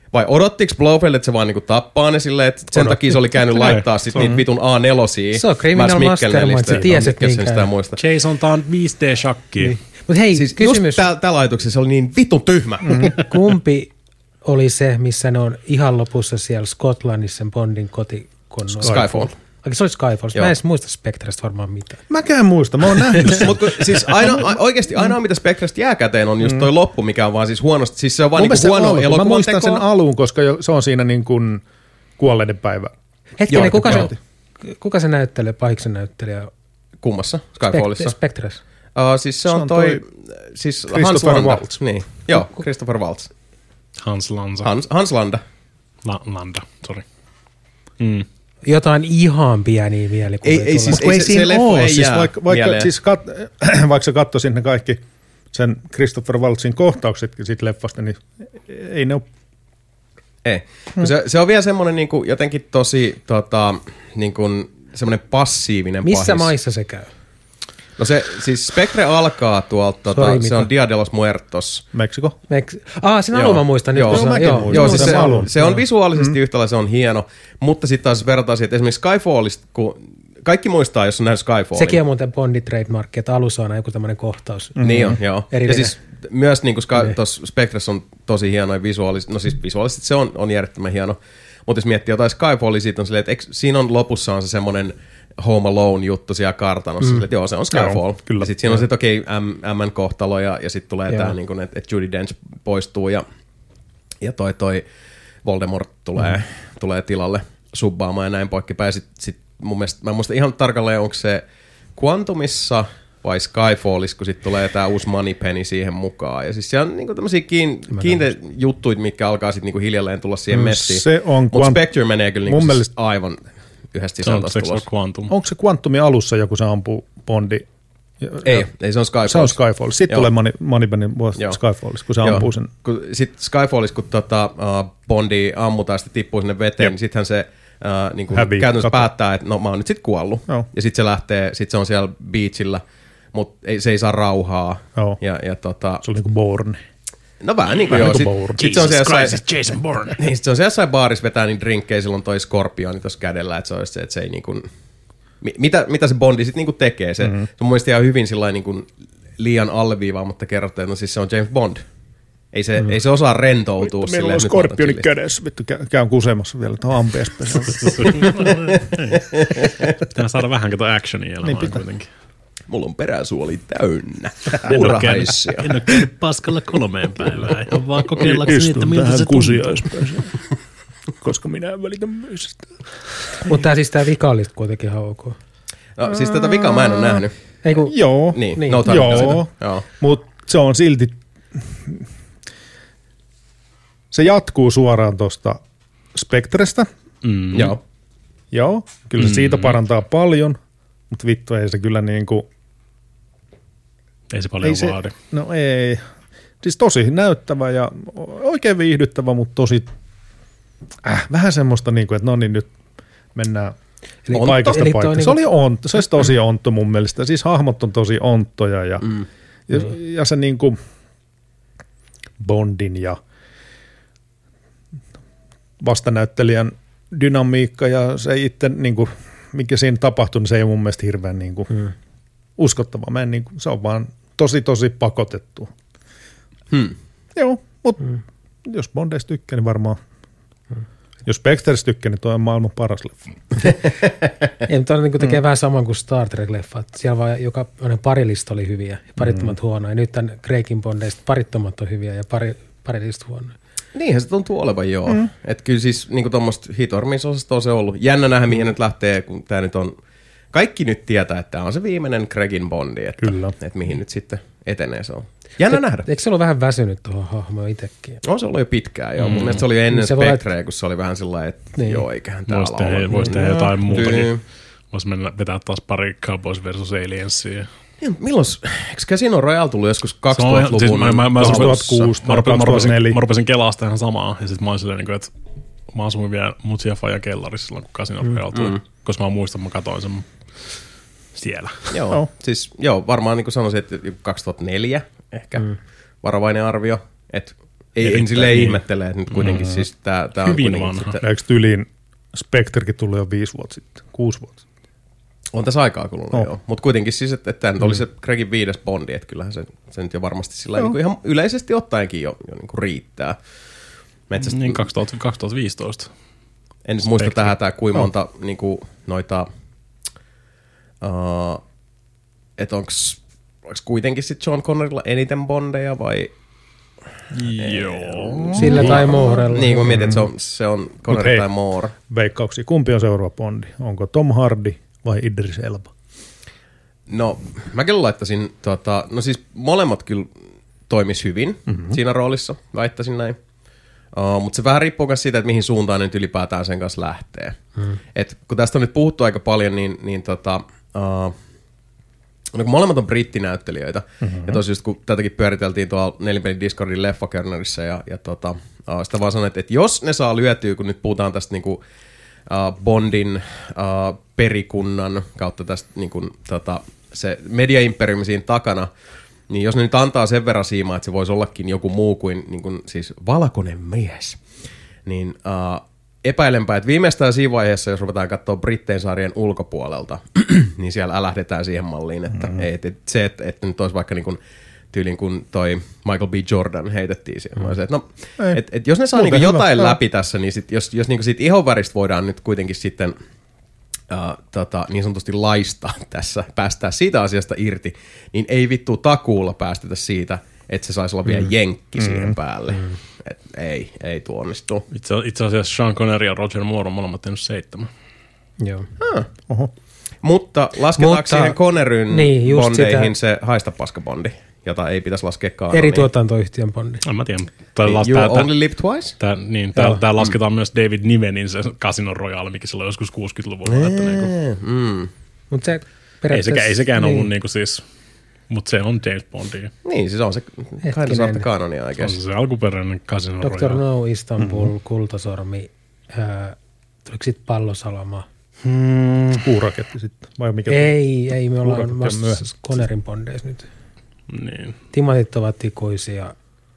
Vai odottiks Blofeld, että se vaan niinku tappaa ne silleen, että sen takia se oli käynyt laittaa sit niitä vitun A4-sia. Se on criminal mastermind, se tiesi, että niin käy. Jason, tää on 5D-shakki. Niin. Mut hei, siis kysymys. Just tää laitoksessa se oli niin vitun tyhmä. Kumpi oli se, missä ne on ihan lopussa siellä Skotlannissa sen Bondin kotikonnoilla? Skyfall. Se oli Skyfall. Mä en edes muista Spectresta varmaan mitään. Mäkään muista, mä oon nähnyt sen. Mutta siis oikeasti ainoa, mitä Spectresta jää käteen, on just toi loppu, mikä on vaan siis huonosti. Siis se on vaan niinku huono elokuvan mä muistan sen alun, koska se on siinä niin kuin kuolleiden Hetkinen, kuka se näyttelee, pahiksen näyttelijä? Kummassa? Skyfallissa? Spectres. Siis se on toi siis Hans Waltz. Niin. Joo, Christopher Waltz. Hans Lanza. Hans Landa. Landa, sori. Jotain ihan pieniä mielikuvia. Ei siis se leffu ei siis jää vaikka sä katsoisit ne kaikki sen Christopher Waltzin kohtauksetkin siitä leffasta, niin ei ne ole. Ei. Se on vielä semmoinen niinku, jotenkin tosi niinku, semmoinen passiivinen Missä pahis. maissa se käy? No se, siis Spectre alkaa tuolta, se on Dia de los Muertos. Meksiko? Sen alun mä muistan. Joo, siis se on visuaalisesti yhtä se on hieno, mutta sitten taas verrataan siihen, että esimerkiksi Skyfallista, kun kaikki muistaa, jos on nähnyt Skyfallin. Sekin on muuten Bondin trademark, että alussa on joku tämmöinen kohtaus. Niin on, joo. Erillinen. Ja siis myös niin tuossa Spectressa on tosi hienoja visuaalisesti, no siis visuaalisesti se on järjettömän hieno, mutta jos miettii jotain Skyfallia, siitä on silleen, että siinä on lopussa on se semmoinen Home Alone-juttu siellä kartanossa, että joo, se on Skyfall. Kyllä. Ja sitten siinä on se toki M:n kohtalo, ja sitten tulee tämä, niin että Judi Dench poistuu, ja toi Voldemort tulee tilalle subbaamaan ja näin poikkipäin. Ja sit mun mielestä, mä en muista ihan tarkalleen, onko se Quantumissa vai Skyfallissa, kun sitten tulee tämä uusi Moneypenny siihen mukaan. Ja siis siellä on niinku tämmöisiä kiinteitä juttuja, mitkä alkaa sitten niinku hiljalleen tulla siihen messiin. Mutta Spectre menee kyllä niinku siis aivan yhdestä sisältästä tulossa. Onko se Quantumin alussa joku, se ampuu Bondi? Ei, se on Skyfall. Se on Skyfall. Sitten tulee Moneypenny Skyfallissa, kun se ampuu sen. Sitten Skyfallissa, kun Bondi ammutaan ja sitten tippuu sinne veteen, niin sittenhän se niinku käytännössä päättää, että no mä oon nyt sitten kuollut. Joo. Ja sitten se lähtee, sitten se on siellä beachillä, mutta se ei saa rauhaa. Se on niinku Bourne. No vähän niin kuin joo. Sitten se on Jason Bourne. Niin, sit se on siellä jossain baarissa vetää niin drinkkejä, silloin toi Scorpioni tuossa kädellä, että se olisi se, että se ei niinku... Mitä se Bondi sitten niinku tekee? Se on mun mielestä ihan hyvin sillain niinku liian alleviivaa, mutta kerrotte, että no siis se on James Bond. Ei se osaa rentoutua silleen. Meillä on Scorpioni kädessä. Vittu, käyn kusemassa vielä tuohon ampiaspesään. Pitää saada vähän kato actionia elämään kuitenkin. Mulla on peräsuoli täynnä. En ole käynyt paskalla 3 päivää. Ihan vaan kokeillakseni, että miltä se tuntuu. Koska minä en välitä myysistä. Mutta siis tää vika oli kuitenkin ihan ok. No siis tätä vikaa mä en ole nähnyt. Joo. Niin. Joo. Mutta se on silti... Se jatkuu suoraan tuosta Spectrestä. Joo. Kyllä se siitä parantaa paljon, mutta vittu ei se kyllä niinku... Ei se paljon vaadi. No ei. Siis tosi näyttävä ja oikein viihdyttävä, mutta tosi... vähän semmoista niinku, että no niin nyt mennään paikasta paikkaan. Se oli se olisi tosi ontto mun mielestä. Siis hahmot on tosi onttoja ja se niinku Bondin ja vastanäyttelijän dynamiikka ja se itse, niinku, mikä siinä tapahtui, niin se ei ole mun mielestä hirveän niinku, uskottava. Niinku, se on vaan tosi pakotettu. Joo, mutta jos Bondeista tykkää, niin varmaan jos Spectres tykkää, niin tuo on maailman paras leffa. Ei, mutta on, niin tekee vähän saman kuin Star Trek-leffa. Siellä vaan joka parilista oli hyviä ja parittomat huonoja. Nyt tämän Craigin Bondeista parittomat on hyviä ja parilista huonoja. Niinhän se tuntuu olevan, joo. Että kyllä siis niin tuommoista hit-or-miss-osastoa on se ollut. Jännä nähdä, mihin nyt lähtee, kun tämä nyt on... Kaikki nyt tietää, että tämä on se viimeinen Craigin Bondi, että mihin nyt sitten etenee se on. Jännä nähdä. Eikö se ollut vähän väsynyt tuohon hahmoon itsekin? No se oli jo pitkään, joo. Mun mielestä se oli jo ennen Spectrea, kun se oli vähän sellainen, että joo, eiköhän täällä olla. Voisi tehdä jotain muutakin. Voisi mennä vetää taas pari Cowboys versus Aliensia. Milloin, eikö Casino Royale tullut joskus 2000-luvun? Siis 2006 tai 2004. Mä rupesin kelaa sitä ihan samaa, ja sitten mä olin silleen, että mä asuin vielä mut ja faija kellarissa silloin, kun Casino Royale tuli, koska mä muistan, mä katsoin sen siellä. Joo, siis varmaan niin kuin sanoisin, että 2004 ehkä varovainen arvio, että ei silleen ihmettele, että nyt kuitenkin siis tää on Hyvin kuitenkin vanha. sitten, Eikö tyliin Spectrekin tullut jo 5 vuotta sitten, 6 vuotta sitten? on tässä aikaa kulunut joo. Mutta kuitenkin siis, että tämä nyt oli se Craigin 5. Bondi, että kyllähän se nyt jo varmasti sillä niin ihan yleisesti ottaenkin jo niin kuin riittää. Niin 2015. En nyt muista tähän kuinka monta niinku noita, että onks kuitenkin sit Sean Connerilla eniten bondeja vai? Joo. Sillä tai Moorella. Niin kun mietin, että se on Conner tai Moore. Veikkauksia. Kumpi on seuraava Bondi? Onko Tom Hardy vai Idris Elba? No mä kyllä laittaisin, no siis molemmat kyllä toimis hyvin siinä roolissa, väittäisin näin. Mutta se vähän riippuu myös siitä, että mihin suuntaan nyt ylipäätään sen kanssa lähtee. Et kun tästä on nyt puhuttu aika paljon, niin kun molemmat on brittinäyttelijöitä, ja tosiaan just kun tätäkin pyöriteltiin tuolla Nelinpelin Discordin Leffakernerissä, ja sitä vaan sanoin, että jos ne saa lyötyä, kun nyt puhutaan tästä niinku, Bondin perikunnan kautta tästä niinku, se media-imperiumi siinä takana, niin jos ne nyt antaa sen verran siimaa, että se voisi ollakin joku muu kuin, siis valkoinen mies, niin epäilenpä, että viimeistään siinä vaiheessa, jos ruvetaan katsoa Brittein saarien ulkopuolelta, niin siellä älähdetään siihen malliin, että että nyt olisi vaikka niin kuin, tyyliin kun toi Michael B. Jordan heitettiin siihen. Se, että no, jos ne saa niin jotain läpi tässä, niin sit, jos niin siitä ihonväristä voidaan nyt kuitenkin sitten niin sanotusti laistaa tässä, päästää siitä asiasta irti, niin ei vittu takuulla päästetä siitä, että se saisi olla vielä jenkki siihen päälle. Et ei tuo onnistu. Itse asiassa Sean Connery ja Roger Moore on molemmat tehnyt 7. Joo. Mutta lasketaanko siihen Conneryn bondeihin sitä. se haistapaskabondi, jota ei pitäisi laskea kaanoniin? Eri tuotantoyhtiön bondi. En mä tiedä. You only live twice? Tää lasketaan myös David Nivenin se Casino Royale, mikä silloin joskus 60-luvulla. Mutta se periaatteessa... Ei sekään ollut niinku siis... Mutta se on James Bondia. Niin, siis on se kahden saarta kaanonia oikeasti. On se alkuperäinen Casino Royale. Dr. No, Istanbul, Kultasormi, tuliko sitten Pallosalama? Kuuraketti sitten, vai mikä? Ei, me ollaan vasta Connerin bondeissa nyt. Niin. Timatit ovat ikuisia.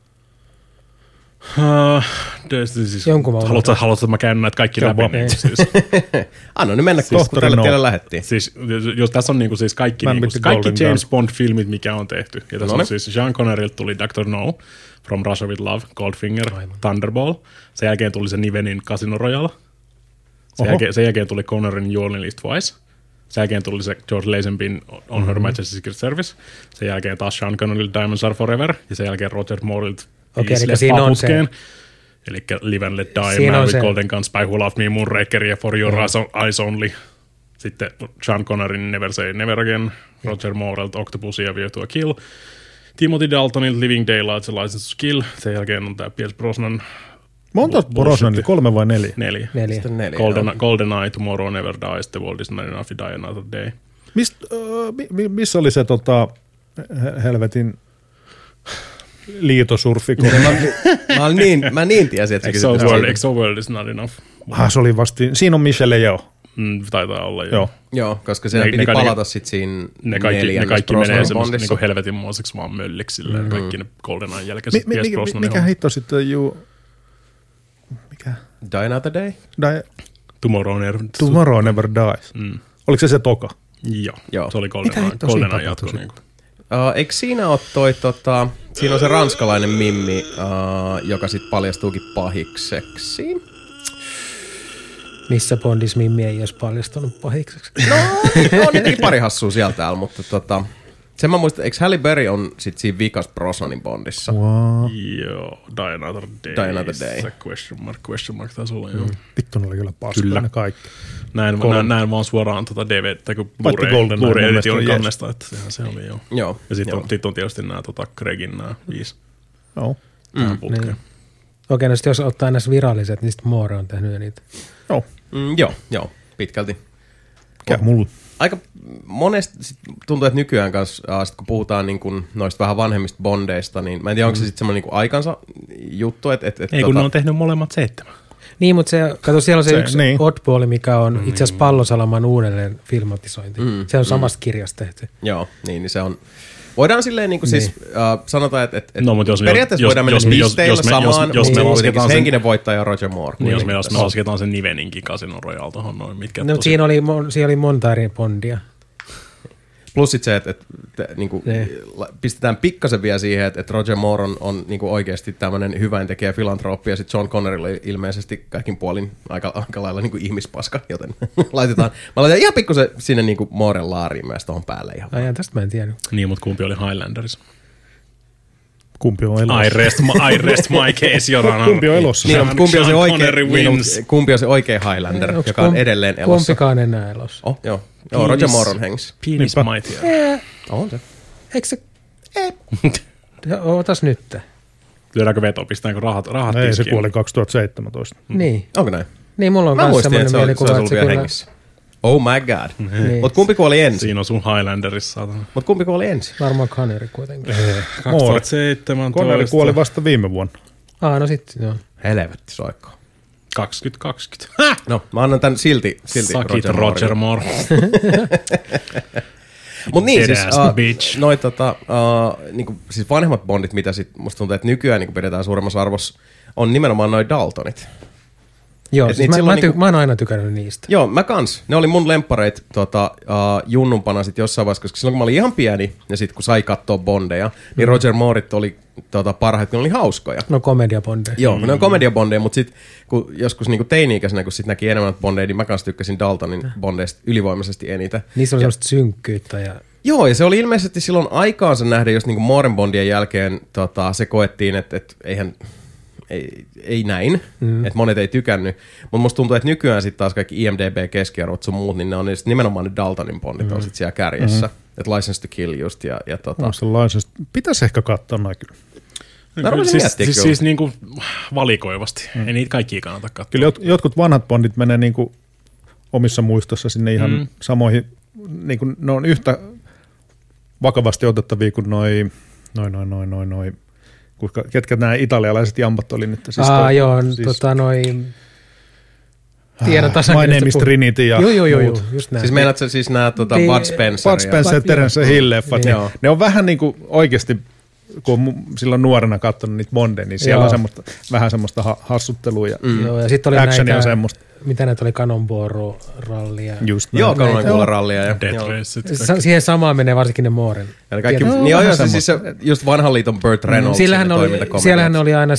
Siis, Jonkun mä haluatko, että mä käyn näitä kaikki läpi? Siis. Anna nyt mennä, kun tälle tielle lähdettiin. Siis, jos tässä on niinku siis kaikki James Bond-filmit, mikä on tehty. Ja tässä on siis Sean Connerilta tuli Dr. No, From Russia with Love, Goldfinger, Thunderball. Sen jälkeen tuli se Nivenin Casino Royale. Sen jälkeen tuli Connerin You Only Live Twice. Sen jälkeen tuli se George Lazenbyn On Her Majesty's Secret Service. Sen jälkeen taas Sean Connerilta Diamonds Are Forever. Ja sen jälkeen Roger Mooreilta eli siinä on se. Eli Live and Let Die, Man with Golden Guns, Spy Who Loved Me, Moonraker ja For Your Eyes Only. Sitten Sean Connerin Never Say Never Again, Roger Mooreilta Octopus ja View to a Kill, Timothy Daltonilta Living Daylights ja License to Kill. Sen jälkeen on tämä Pierce Brosnan. Monta Brosnan, 3 vai 4? 4. GoldenEye, Tomorrow Never Dies, The World Is Not Enough, Die Another Day. Missä oli se helvetin liitosurfi? Mä niin tiesin, että se Exo World Is Not Enough. Se oli vasti, siinä on Michelle Yeoh. Taitaa olla, Joo, koska se piti palata sitten siinä ne kaikki menee semmoista niinku helvetinmoiseksi vaan mölliksi silleen, kaikki ne GoldenEyen jälkeiset Pierce Brosnanin. Mikä hitto sitten mikä? Die Another Day? Tomorrow Never Dies. Oliko se toka? Joo. Se oli GoldenEyen jatko. Eikö siinä ole siinä on se ranskalainen mimmi, joka sitten paljastuukin pahikseksi? Missä Bondis mimmi ei olisi paljastunut pahikseksi? No, on jotenkin pari hassua sieltä täällä, mutta sen mä muistan, eikö Halle Berry on sit siinä vikas Brosnanin Bondissa? Wow. Joo, Die Another Day. Se question mark taisi olla, joo. Vittu, ne oli kyllä paskaa ne kaikki. Näin vaan suoraan DVD, tai kun Blu-ray-edition kannesta, että se oli joo. Ja sitten on tietysti nämä Craigin nämä 5. Joo. Tähän putkeen. Niin. Okei, no sitten jos ottaa näissä viralliset, niin sitten Moore on tehnyt niitä. Joo, pitkälti. Käy mulla. Aika monesti tuntuu, että nykyään kanssa, sit kun puhutaan niin kun noista vähän vanhemmista bondeista, niin mä en tiedä, onko se sitten semmoinen niin aikansa juttu, että ei, kun ne on tehnyt molemmat 7. Niin, mutta siellä on se yksi oddballi, mikä on itse asiassa Pallosalaman uudelleen filmatisointi. Se on samasta kirjasta tehty. Joo, niin se on Voidaan silleen niin kuin siis sanotaan, että No, mutta periaatteessa voidaan mennä pisteillä samaan, jos me mutta lasketaan sen, henkinen voittaja on Roger Moore. niin jos me lasketaan sen Niveninkin Casino Royale tuohon noin, mitkä No, siinä oli monta eri bondia. Plus sit se, että niinku, pistetään pikkasen vielä siihen, että Roger Moore on niinku oikeasti tämmöinen hyväntekijä filantrooppi, ja sitten Sean Connerylla oli ilmeisesti kaikin puolin aika lailla niinku ihmispaska, joten mä laitan ihan pikkusen sinne niinku Mooren laariin myös tohon päälle ihan. Ai, tästä mä en tiedä. Niin, mutta kumpi oli Highlanderissa? Kumpi on elossa? I rest my case, Your Honor. Kumpi on elossa? Niin, mutta kumpi on se Sean oikein, Connery wins. kumpi on se oikea Highlander, joka on edelleen elossa? Kumpikaan enää elossa. Joo, Roger Moore on hengissä. Penis mighty. On se. Eikö se? Ootas nyt. Lyödäänkö veto? Pistetäänkö rahat Ei, se tiskiin? kuoli 2017. Niin. Onko näin? Niin, mulla on Mä myös muistin, että semmoinen se olisi mielikuva, ollut että se vielä kyllä... hengissä. Oh my god. Niin. Mutta kumpi kuoli ensin? Siinä on sun Highlanderissa, saatana. Mutta kumpi kuoli ensin? Varmaan Connery kuitenkin. Moore. 2017. Connery kuoli vasta viime vuonna. No sitten joo. Helvetti soikko. 2020. No, mä annan tän silti Sakit Roger Moore. Mut niin, siis, Deadass bitch. noi niinku, siis vanhemmat bondit, mitä sit musta tuntuu, että nykyään niinku pidetään suuremmassa arvossa, on nimenomaan noi Daltonit. Joo, Et siis niitä silloin mä oon aina tykännyt niistä. Joo, mä kans. Ne oli mun lemppareit junnumpana sit jossain vaiheessa, koska silloin kun mä olin ihan pieni, ja sit kun sai katsoa bondeja, niin Roger Mooret oli parhaat, kun ne oli hauskoja. No komediabondeja. Joo, ne on komediabondeja, mutta sitten kun joskus niinku teini-ikäisenä, kun sit näki enemmän bondeja, niin mä kanssa tykkäsin Daltonin bondeista ylivoimaisesti eniten. Niissä oli semmoista synkkyyttä ja... Joo, ja se oli ilmeisesti silloin aikaansa nähden, jos niinku Mooren bondien jälkeen se koettiin, että eihän... Ei näin, että monet ei tykännyt, mutta musta tuntuu, että nykyään sitten taas kaikki IMDb-keskiarvot sun muut, niin ne on nimenomaan ne Daltonin bondit on sitten siellä kärjessä. Että License to Kill just ja On sellaisesta. Pitäisi ehkä katsoa näin kyllä. Siis niinku valikoivasti. Ei niitä kaikkia kannata katsoa. Kyllä jotkut vanhat bondit menee niinku omissa muistossa sinne ihan samoihin, niinku, ne on yhtä vakavasti otettavia kuin noi ketkä nämä italialaiset jampat oli nyt? Siis tiedän tasan. My Name is Trinity ja Joo, just näin. Siis meinaat sä siis nämä Bud Spencer? Bud Spencer, Terence Hill-leffat, niin ne on vähän niin kuin oikeasti, kun on silloin nuorena katsonut niitä bondeja, niin siellä on semmoista, vähän semmoista hassuttelua ja sit oli actionia on semmoista. Mitä näitä oli, Cannonball-rallia. Just joo, Cannonball-rallia. Ja Death Race. Siihen samaan menee varsinkin ne Mooren. Niin on se siis just vanhan liiton Burt Reynolds. Siellähän oli aina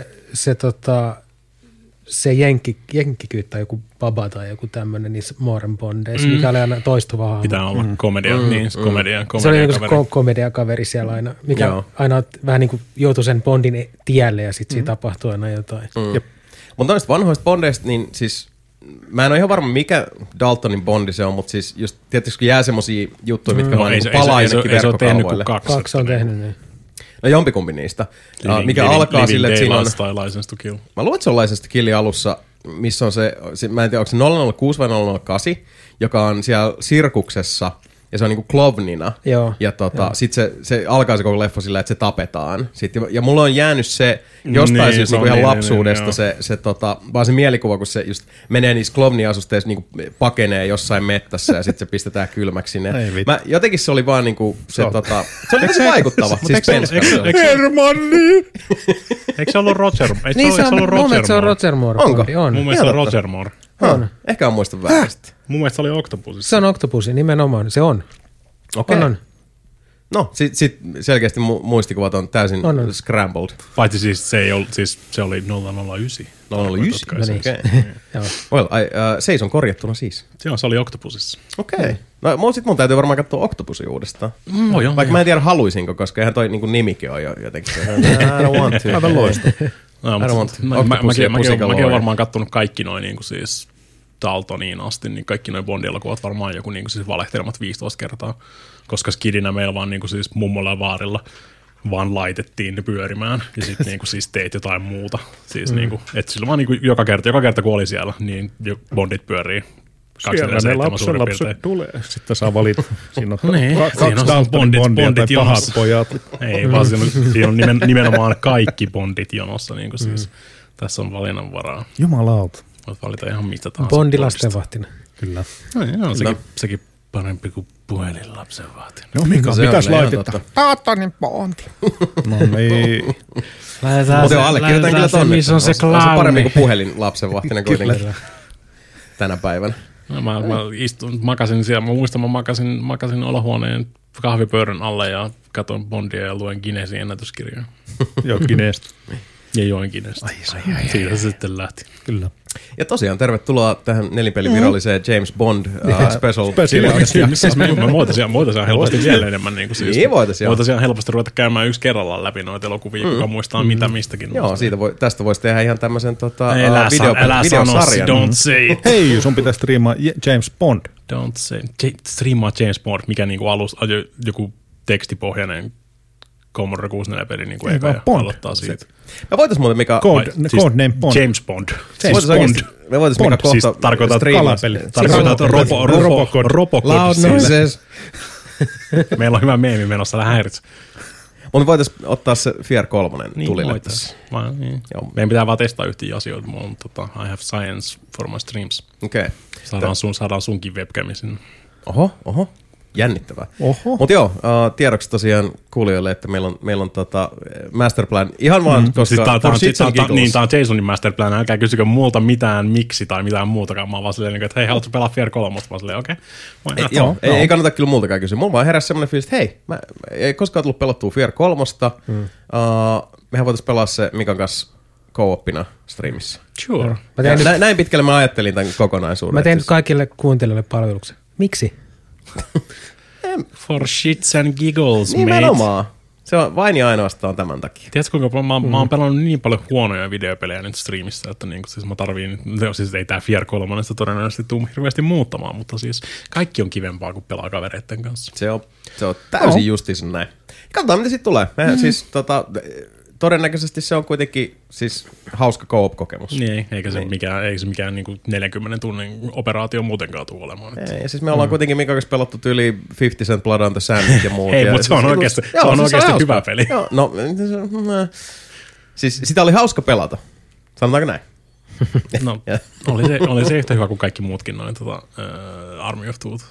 se jenkkikyyt tai joku baba tai joku tämmöinen niissä Mooren bondeissa, mikä oli aina toistuva hahmo. Pitää olla komedia, niin se oli niinku komediakaveri siellä aina, mikä aina vähän niin kuin joutui sen bondin tielle ja sitten siinä tapahtui aina jotain. Mutta noista vanhoista bondeista, niin siis mä en ole ihan varma, mikä Daltonin bondi se on, mutta siis just tietysti kun jää semmosia juttuja, mitkä vaan palaa jonnekin verkkokalvoille. Kaksi on tehnyt niin. No jompikumpi niistä. Mikä alkaa sille, että siinä on... Tai License to Kill. Mä luulen, että se on License to Kill alussa, missä on se, mä en tiedä, onko se 006 vai 008, joka on siellä sirkuksessa, ja se on niinku klovnina. Joo. Ja sit se alkaa se koko leffa sillä, että se tapetaan. Ja mulla on jäänyt se jostain siis niinku ihan lapsuudesta se vaan se mielikuva, kun se just menee niissä klovniasusteissa niinku pakenee jossain mettässä ja sit se pistetään kylmäksi sinne. Jotenkin se oli vaan niinku se se oli tosi vaikuttava. Siis Hermanni! Eikö se ollut Roger? Niin se on Roger Moore. Onko? Mun mielestä se on Roger Moore. On. Ehkä on muistan väärin. Mun mielestä se oli Octopusissa. Se on Octopusi, nimenomaan. Se on. Okei. On. No, sit selkeästi muistikuvat on täysin scrambled. Paitsi siis se oli 009. 009? Okei. Well, seison korjattuna siis. Se oli Octopusissa. Okei. No mun täytyy varmaan katsoa Octopusia uudestaan. Vaikka mä en tiedä haluisinko, koska eihän toi niinku nimikin on jo jotenkin. I don't want to. Aivan loista. Mäkin olen varmaan kattonut kaikki noin niinku siis Daltoniin asti, niin kaikki noin Bond-elokuvat varmaan joku niinku siis valehtelemat 15 kertaa. Koska skidinä meillä vaan niinku siis mummolla ja vaarilla vaan laitettiin ne pyörimään ja sitten niinku siis teit jotain muuta. Siis niinku, et sillä vaan niinku joka kerta kun oli siellä, niin Bondit pyörii. Siellä ne lapset tulee. Sitten saa valita. Siinä on niin, kaksi Daltonin bondia tai pahat pojat. Ei, vaan siinä on nimenomaan kaikki Bondit jonossa. Niin siis. Tässä on valinnanvaraa. Jumalauta. Voit valita ihan mistä tahansa. Bondi lastenvahtina. Kyllä. No, sekin Parempi kuin puhelin lapsen vaatina. No Mika, Se on mitäs ihan laitetta? totta. Taatanin poonti. No niin. Mutta allekirjoitan kyllä tonne. Missä on se On se klauni? parempi kuin puhelin lapsenvahtina kuitenkin tänä päivänä. No, mä makasin siellä, mä muistan, mä makasin olohuoneen kahvipöydän alle ja katon Bondia ja luen Guinnessin ennätyskirjaa. Jotkin eestä. Ja join Guinnessistä. Siitä se sitten lähti. Kyllä. Ja tosiaan tervetuloa tähän nelipelin viralliseen James Bond special. Siis me voitaisiin helposti vielä enemmän. Niin voitaisiin. Voitaisiin helposti ruveta käymään yksi kerrallaan läpi noita elokuvia, kuka muistaa mitä mistäkin. Joo, tästä voisi tehdä ihan tämmöisen älä videosarjan. Don't say it. Hei, sun pitää striimaa James Bond. Don't say it. Striimaa James Bond, mikä niinku joku tekstipohjainen Commodore 64-peli niinku Ei eka vaan ja Bond. aloittaa siitä. Me voitaisiin muuten Mika... Codename Bond. James Bond. Me voitaisiin Mika Siis kohta tarkoitat kalapeli. Tarkoitat Robocod. Loud noises. Meillä on hyvä meemi menossa, älä häiritse. Mutta voitaisiin ottaa se Fear 3 tulille voitais. tässä. Niin. Joo. Meidän pitää vaan testaa yhtiä asioita. Mulla on I have science for my streams. Okei. Saadaan sunkin webcami sinne. Oho. Jännittävää. Oho. Mutta joo, tiedoksi tosiaan kuulijoille, että meillä on masterplan ihan vaan, koska Siis for shits and giggles. Niin, tää on Jasonin masterplan. Älkää kysykö multa mitään miksi tai mitään muutakaan. Mä oon vaan silleen, että hei, haluatko pelaa Fear 3? Mä oon silleen, okei. Ei kannata kyllä multakaan kysyä. Mulla vaan heräsi semmoinen fiilis, että hei, ei koskaan tullut pelattua Fear 3. Mehän voitaisiin pelaa se Mikan kanssa co-oppina streamissä. Sure. Näin pitkälle mä ajattelin tämän kokonaisuuden. Mä tein nyt kaikille kuuntelijoille palveluksen. Miksi? For shits and giggles, mate. Nimenomaan. Se on vain ja ainoastaan tämän takia. Tiedätkö, kuinka mä oon pelannut niin paljon huonoja videopelejä nyt streamissä, että niinku, siis mä tarviin, siis ei tää Fear 3 todennäköisesti tule hirveästi muuttamaan, mutta siis kaikki on kivempaa kuin pelaa kavereiden kanssa. Se on täysin justiinsa näin. Katsotaan, mitä siitä tulee. Siis todennäköisesti se on kuitenkin siis hauska co-op-kokemus. Niin, eikä se mikään niinku 40 tunnin operaatio muutenkaan tule olemaan. Ei, ja siis me ollaan kuitenkin Mikan kanssa pelattu yli 50 Cent Blood on the Sand ja muut. Hei, mutta se on oikeasti hyvä peli. Joo, no, siis sitä oli hauska pelata. Sanotaanko näin? No, oli se yhtä hyvä kuin kaikki muutkin noin Army of Tooth.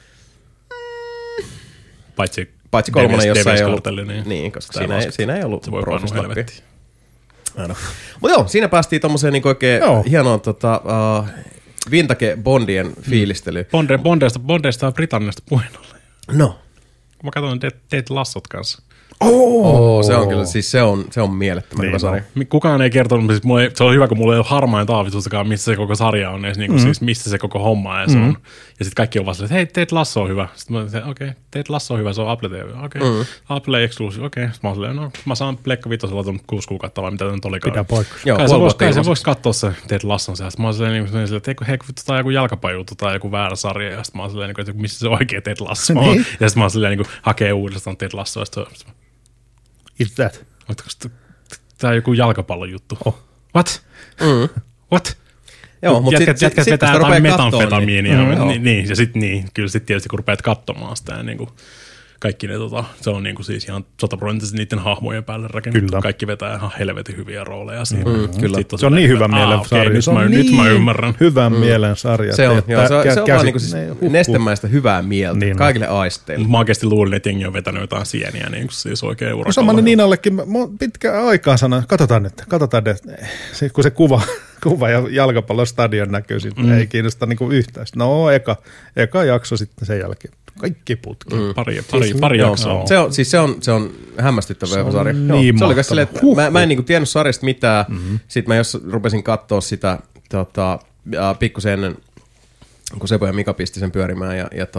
Paitsi kolmonen, jossa ei ollut. Niin, koska siinä ei ollut profistappia. Mutta joo, siinä päästiin tommoseen niinku oikein hienoon vintage Bondien fiilistelyyn. Bondeista on Britanniasta puheen ollen. No. Mä katsoin Dead Lassot kanssa. Se on kyllä, siis se on mielettömän hyvä sarja. Kukaan ei kertonut, siis se on hyvä, kun mulla ei ole harmain taavitustakaan, missä se koko sarja on, siis mistä se koko homma on. Ja sitten kaikki on vasta, että hei, Dead Lasso on hyvä. Sitten mä sanoin, okei, Dead Lasso on hyvä, se on Apple TV. Okei, Apple Exclusive, okei. Sitten mä oon silleen, no mä saan Pleikka Vitosella tuon 6 kuukautta vai mitä nyt olikaan. Pitää paikkaa. Kai se voisi katsoa se Dead Lasson. Sitten mä oon silleen, että hei, tämä on joku jalkapajuttu tai joku väärä sarja. Ja sitten mä oon silleen, että missä se oikea Dead Lasso on. Ja sitten mä oon silleen, hakee uudestaan Dead Lassoa. Is that? Tää on joku jalkapallon juttu. What? What? Joo, mutta jätkä vetää jotain metanfetamiinia. Niin, ja sit kyllä sit tietysti kun rupeat katsomaan sitä ja niinku kaikki ne se on niinku siis ihan 100% niiden hahmojen päälle rakennettu. Kyllä. Kaikki vetää ihan helvetin hyviä rooleja siinä. Kyllä. Se on niin hyvä mielen sarja. Nyt mä ymmärrän. Hyvän mielen sarja. Se on vaan niinku siis nestemäistä hyvää mieltä kaikille aisteille. Mä oikeasti luulin, että jengi on vetänyt jotain sieniä niin kuin siis oikein urakalla. Samalla Niinallekin pitkään aikaa sanoin, katsotaan nyt. Kun se kuva ja jalkapallostadion näkyy, sitten ei kiinnosta niinku yhtään. No eka jakso sitten sen jälkeen. Kaikki putki. Pari jaksoa. Se on hämmästyttävä sarja. Niin se oli myös silleen, että mä en niinku tiennyt sarjasta mitään. Sitten mä rupesin katsoa sitä pikkusen ennen, kun Sepo ja Mika pisti sen pyörimään.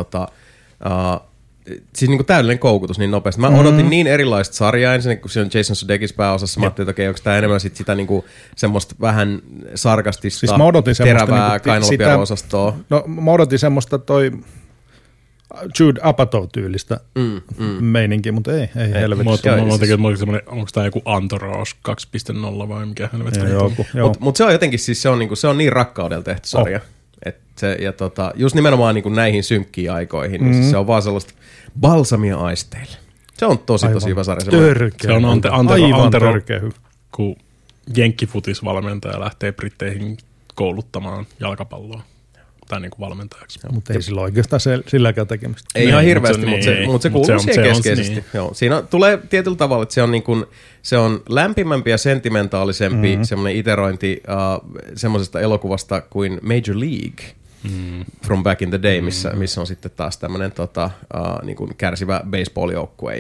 Siis niinku täydellinen koukutus niin nopeasti. Mä odotin niin erilaista sarjaa ensin, kun siinä on Jason Sudeikis pääosassa. Mä ajattelin, että okei, onko tämä enemmän sitä niinku semmoista vähän sarkastista, siis terävää niinku kainalopiero-osastoa. No mä odotin semmoista Jude Apatow-tyylistä meininkiä, mutta ei helvetissä. Onko tämä joku Entourage 2.0 vai mikä helvetti? Mutta se on jotenkin, siis se on niin rakkaudella tehty sarja. Just nimenomaan niin kuin näihin synkkiin aikoihin, niin siis se on vaan sellaista balsamia aisteille. Se on tosi hyvä sarja. Se on aivan törkeä hyvä. Kun jenkkifutisvalmentaja lähtee Britteihin kouluttamaan jalkapalloa. näyttää niin kuin valmentajaksi. Mutta ei sillä oikeastaan silläkään tekemistä. Ei ihan hirveästi, mutta se kuuluu siihen keskeisesti. Niin. Joo, siinä tulee tietyllä tavalla, että se on lämpimämpi ja sentimentaalisempi semmoinen iterointi semmoisesta elokuvasta kuin Major League from back in the day, missä on sitten taas tämmöinen niin kuin kärsivä baseball-joukkue.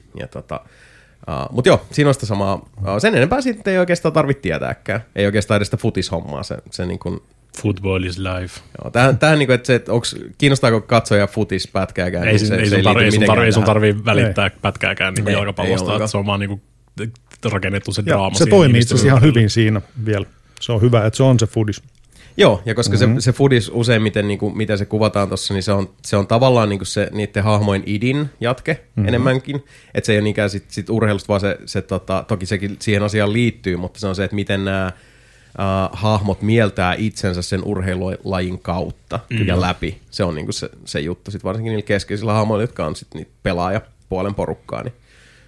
Mutta joo, siinä on sitä samaa. Sen enempää sitten ei oikeastaan tarvitse tietääkään. Ei oikeastaan edes sitä futishommaa. Se niin kuin football is life. Joo, tähän niin kuin, että kiinnostaako katsoja futispätkääkään. Ei sun tarvii välittää pätkääkään niin jalkapallosta, että se on vaan niin kuin rakennettu se draama. Se toimii itse asiassa ihan hyvin siinä vielä. Se on hyvä, että se on se fudis. Joo, ja koska se fudis useimmiten, niin kuin, miten se kuvataan tuossa, niin se on tavallaan niin kuin se niiden hahmojen idin jatke enemmänkin. Että se ei ole niinkään sit urheilusta, vaan se toki sekin siihen asiaan liittyy, mutta se on se, että miten nämä hahmot mieltää itsensä sen urheilulajin kautta ja läpi. Se on niin kuin se juttu, sit varsinkin niillä keskeisillä hahmoilla, jotka on sitten niitä pelaajapuolen porukkaa. Niin.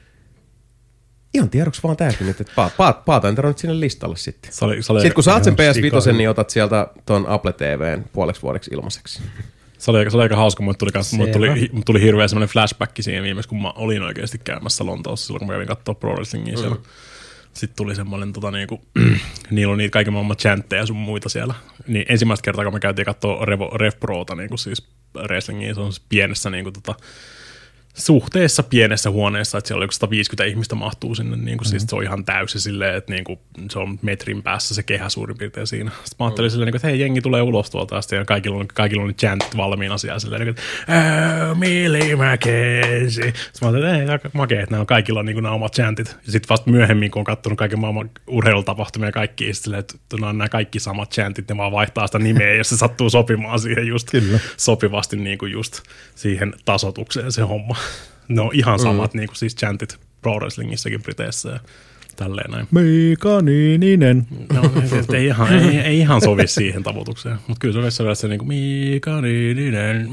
Ihan tiedoksi vaan tämäkin nyt, että paataan nyt sinne listalle sitten. Sitten kun saat sen PS5, niin otat sieltä ton Apple TVn puoleksi vuodeksi ilmaiseksi. Se oli aika hauska, mutta tuli hirveä semmoinen flashback siihen viimeksi, kun mä olin oikeasti käymässä Lontoossa silloin, kun mä kävin katsoa Pro Wrestlingia siellä. Sitten tuli semmoinen, niinku, niillä on niitä kaiken maailman chantteja ja sun muita siellä. Niin ensimmäistä kertaa, kun me käytiin katsoa Rev Prota, niinku siis wrestlingia, se on siis pienessä niinku suhteessa pienessä huoneessa, että siellä oli 150 ihmistä mahtuu sinne, niin kuin, siis se on ihan täysi silleen, että niin kuin, se on metrin päässä se kehä suurin piirtein siinä. Sitten mä ajattelin silleen, että hei, jengi tulee ulos tuolta, ja sitten kaikilla on chantit valmiina siellä silleen, että Millie McKenzie. Sitten mä ajattelin, että makea, että kaikilla on niin kuin, nämä omat chantit. Ja sitten vasta myöhemmin, kun on katsonut kaiken maailman urheilutapahtumia ja kaikki, silleen, että nämä kaikki samat chantit, ne vaan vaihtaa sitä nimeä, jos se sattuu sopimaan siihen just sopivasti niin kuin just siihen tasotukseen se homma. Ne on ihan samat niin kuin siis chantit Pro Wrestlingissäkin Briteissä ja tälleen näin. Mika Niininen. No, ei ihan sovi siihen tavoitukseen, mutta kyllä se on se niin kuin Mika Niininen.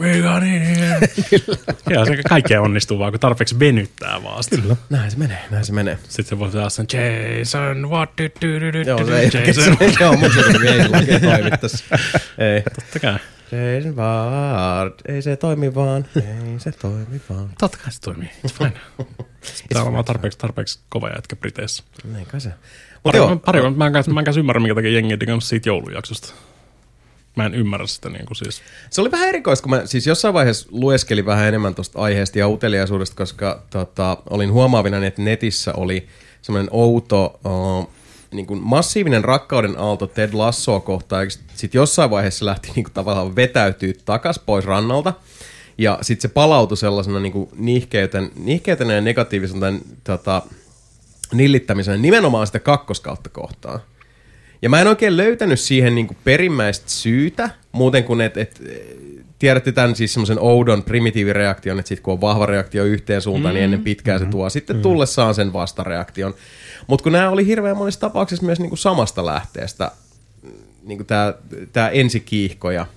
Ja se kaikkea onnistuu vaan, kun tarpeeksi venyttää vaan. Kyllä, näin se menee. Sitten se voi tehdä sen Jason, what do. Joo, se on mun se ei sillä oikein toimittaisi. Ei. Totta kai. Jason Ward, ei se toimi vaan. Totta kai se toimii, it's fine. Pitää olla tarpeeksi kova jätkä Briteissä. Näin kai se. Mä en kanssa ymmärrä, minkä takia jengi ei digannut siitä joulujaksosta. Mä en ymmärrä sitä niin kuin siis. Se oli vähän erikoista, kun mä siis jossain vaiheessa lueskelin vähän enemmän tuosta aiheesta ja uteliaisuudesta, koska olin huomaavina, että netissä oli semmoinen outo niin kuin massiivinen rakkauden aalto Ted Lassoa kohtaan, ja sitten jossain vaiheessa se lähti niin kuin tavallaan vetäytyä takas pois rannalta, ja sitten se palautui sellaisena niin kuin nihkeytenä ja negatiivisena nillittämisenä nimenomaan sitä kakkoskautta kohtaan. Ja mä en oikein löytänyt siihen niin kuin perimmäistä syytä, muuten kuin että tiedätte tämän siis semmoisen oudon primitiivireaktion, että sitten kun on vahva reaktio yhteen suuntaan, niin ennen pitkään se tuo sitten tullessaan sen vastareaktion. Mutta kun nämä oli hirveän monissa tapauksissa myös niinku samasta lähteestä, niinku tämä ensikiihko ja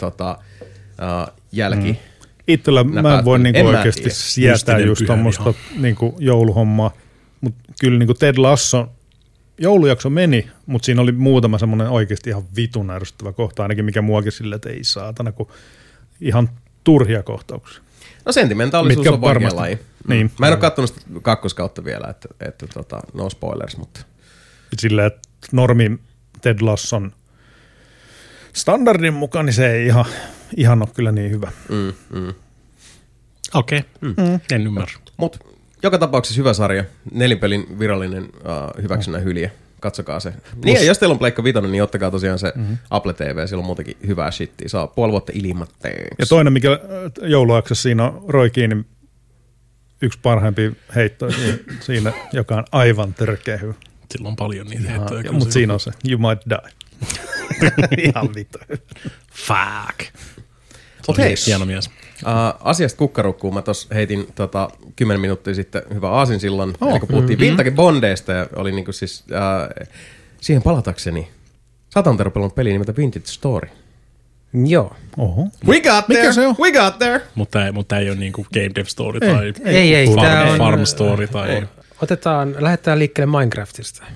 jälki. Itsellä mä en voi niinku oikeasti sietää just tommoista niinku jouluhommaa, mutta kyllä niinku Ted Lasso joulujakso meni, mutta siinä oli muutama semmoinen oikeasti ihan vitun ärsyttävä kohta, ainakin mikä muakin sille, että ei saatana, kun ihan turhia kohtauksia. No sentimentaalisuus on vaikea laji. Niin. Mä en ole katsonut sitä kakkoskautta vielä, että no spoilers, mutta. Sillä, että normi Ted Lasson standardin mukaan, niin se ei ihan ole kyllä niin hyvä. Okei, en ymmärrä. Mutta joka tapauksessa hyvä sarja, 4-pelin virallinen hyväksynnän hylje. Katsokaa se. Niin, ja jos teillä on Pleikka Vitoinen, niin ottakaa tosiaan se Apple TV, siellä on muutenkin hyvää shittiä. Saa puoli vuotta ilmatteeksi. Ja toinen, mikä joulujaksossa siinä on Roy Keanen yksi parhaimpia heittoja siinä, joka on aivan törkeä hyvä. Sillä on paljon niitä heittoja. Mutta siinä on se, you might die. Ihan vittu. Fuck. Mutta hei, hieno mies. Asiasta kukkarukkuun mä tuossa heitin 10 minuuttia sitten hyvä aasinsillan, eli kun puhuttiin Vintage Bondeista ja oli niinku siis siihen palatakseni satanteropelun peli nimeltä Vintage Story. Joo. Oho. We got there! We got there! Mutta ei ole niinku Game Dev Story tai ei, Farm Story tai. Lähdetään liikkeelle Minecraftista.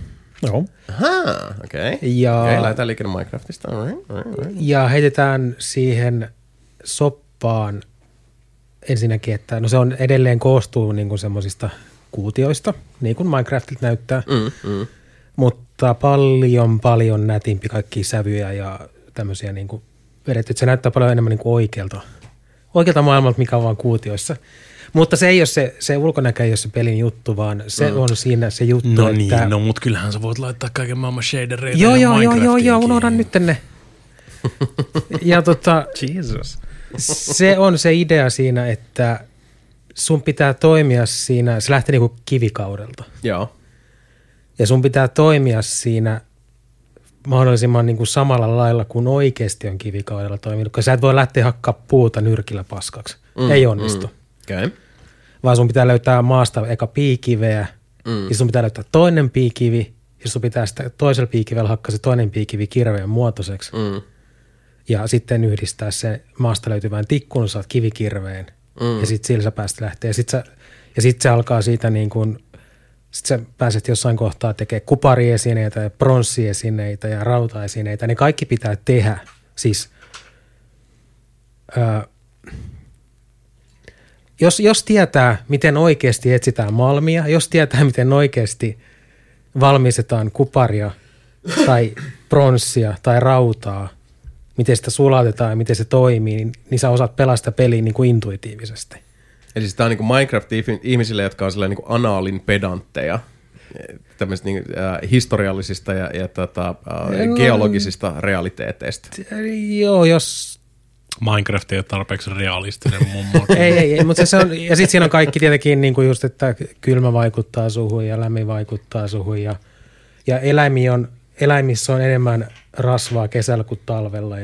Joo. Ahaa, okei. Ja, Lähdetään liikenne Minecraftista. Alright. ja heitetään siihen soppaan ensinnäkin, että no se on edelleen koostuu niin kuin semmoisista kuutioista, niin kuin Minecraftilta näyttää, mutta paljon nätimpi kaikkia sävyjä ja tämmöisiä niin kuin vedetty. Se näyttää paljon enemmän niin kuin oikealta maailmalta, mikä on vaan kuutioissa. Mutta se ei ole se ulkonäkö ei ole se pelin juttu, vaan se on siinä se juttu, No että... niin, no mut kyllähän sä voit laittaa kaiken maailman shadereita Joo, unohdan nyt ne. Ja Jesus. se on se idea siinä, että sun pitää toimia siinä, se lähtee niinku kivikaudelta. Joo. Ja sun pitää toimia siinä mahdollisimman niinku samalla lailla kuin oikeasti on kivikaudella toiminut, koska sä et voi lähteä hakkaa puuta nyrkillä paskaksi. Ei onnistu. Okei. Vaan sun pitää löytää maasta eka piikiveä, ja sun pitää löytää toinen piikivi, ja sun pitää sitä toisella piikivellä hakkaa se toinen piikivi kirveen muotoiseksi. Ja sitten yhdistää se maasta löytyvään tikkuun, saat kivikirveen, ja sitten sillä sä päästä lähteä. Ja sit se alkaa siitä niin kuin, sit sä pääset jossain kohtaa tekemään kupariesineitä ja pronssiesineitä ja rautaesineitä. Ne kaikki pitää tehdä. Siis, jos tietää, miten oikeasti etsitään malmia, jos tietää, miten oikeasti valmistetaan kuparia tai pronssia tai rautaa, miten sitä sulatetaan ja miten se toimii, niin sä osaat pelaa sitä peliä niin kuin intuitiivisesti. Eli siis tää on niinku Minecraft-ihmisille, jotka on sellainen niinku anaalin pedantteja, tämmöisistä niinku, historiallisista ja geologisista realiteeteista. Joo, jos... Minecraft ei ole tarpeeksi realistinen mummo. ei, mutta se on, ja sitten siinä on kaikki tietenkin niin kuin just, että kylmä vaikuttaa suhun ja lämmin vaikuttaa suhun ja eläimissä on enemmän rasvaa kesällä kuin talvella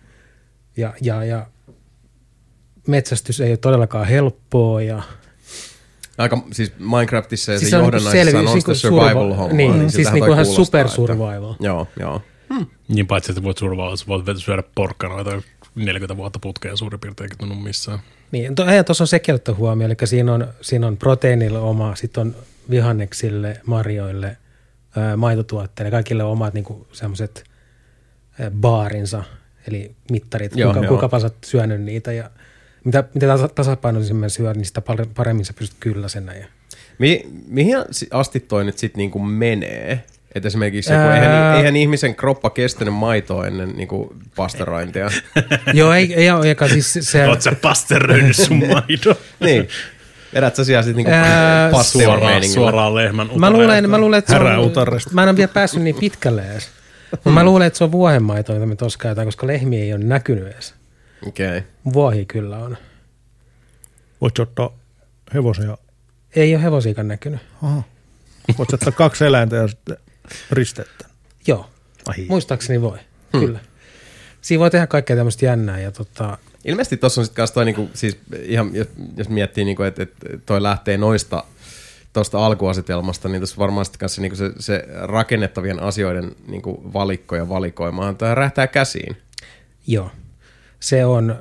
ja metsästys ei ole todellakaan helppoa ja Aika, siis Minecraftissa ja siis se johdannaisessa on sitä survival-hommaa. Niin siis niin kuin ihan super survival. Joo. Niin paitsi, että voit survival, sä voit syödä porkkanoita 40 vuotta putkeen suurin piirtein tunnu missään. Niin, tuossa on sekin ottaa huomioon, eli siinä on proteiinille oma, sitten on vihanneksille, marjoille, maitotuotteille, kaikille omat niinku semmoiset baarinsa, eli mittarit, kuinka sä oot syönyt niitä ja mitä tasapainoisemmin syöt, niin sitä paremmin sä pystyt kylläsenä. Mihin asti toi nyt sitten niinku menee? Että esimerkiksi eihän ihmisen kroppa kestänyt maitoa ennen niinku pasterointia. Joo, eikä siis se... Oot sä pasteroinut sun maidon? Niin. Vedät sä siellä sitten niinku pasteurmeiningillä. Suoraan lehmän Mä luulen, että mä en ole vielä päässyt niin pitkälle edes. Mä luulen, että se on vuohenmaito, jota me tuossa käytetään, koska lehmiä ei ole näkynyt edes. Okei. Vuohi kyllä on. Voitko ottaa hevosia? Ei ole hevosiakaan näkynyt. Aha. Voitko ottaa 2 eläintä ja sitten risteettä? Joo. Muistaakseni voi. Kyllä. Siinä voi tehdä kaikkea tämmöistä jännää. Ja Ilmeisesti tuossa on sitten kanssa toi, niinku, siis ihan, jos miettii, niinku, että toi lähtee tuosta alkuasetelmasta, niin tuossa varmaan sitten kanssa niinku se rakennettavien asioiden niinku valikko ja valikoimaan tämä rähtää käsiin. Joo. Se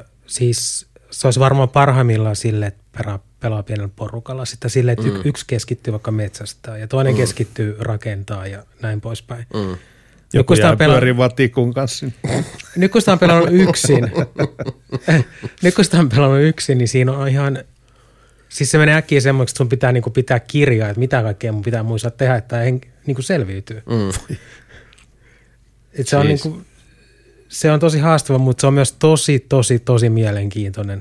olisi varmaan parhaimmillaan sille, että pelaa pienellä porukalla. Sitten sille, että yksi keskittyy vaikka metsästää ja toinen keskittyy rakentaa ja näin poispäin. Joku jää pyöriin vaan tikun kanssa. Nyt kun sitä on pelannut yksin, niin siinä on ihan... Siis se menee äkkiä semmoiksi, että sun pitää niinku pitää kirjaa, että mitä kaikkea mun pitää muistaa tehdä, että niinku selviytyy. Et se on niinku... Se on tosi haastava, mutta se on myös tosi mielenkiintoinen.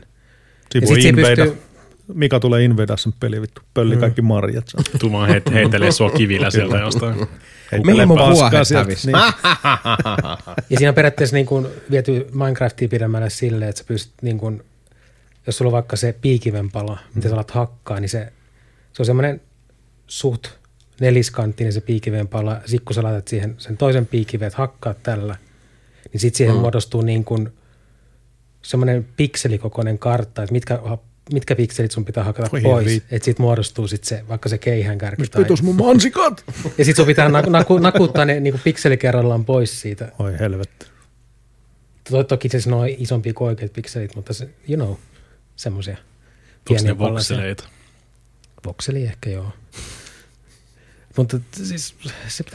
Mika tulee invedaa sen peli, vittu. Pölli kaikki marjat. Tuu vaan heittelee sua kivillä sieltä jostain. Mihin mun vuohet hävisi? Niin. Ja siinä on periaatteessa niin kuin viety Minecraftia pidemmälle silleen, että sä pystyt, niin kuin, jos sulla on vaikka se piikiven pala, mitä sä alat hakkaa, niin se on semmoinen suht neliskanttinen se piikiven pala. Sitten kun sä laitat siihen sen toisen piikiven, että hakkaa tällä, niin sitten siihen muodostuu niin kuin semmoinen pikselikokoinen kartta, että mitkä pikselit sun pitää hakata pois, että siitä muodostuu sit se, vaikka se keihäänkärki. Mistä pitus mun mansikat? Ja sit sun pitää nakuttaa ne niinku pikseli kerrallaan pois siitä. Oi helvetti. Toki se on isompia kuin oikeat pikselit, mutta se, semmoisia pieniä vokseleita. Vokseli ehkä, joo. Mutta siis se pitäisi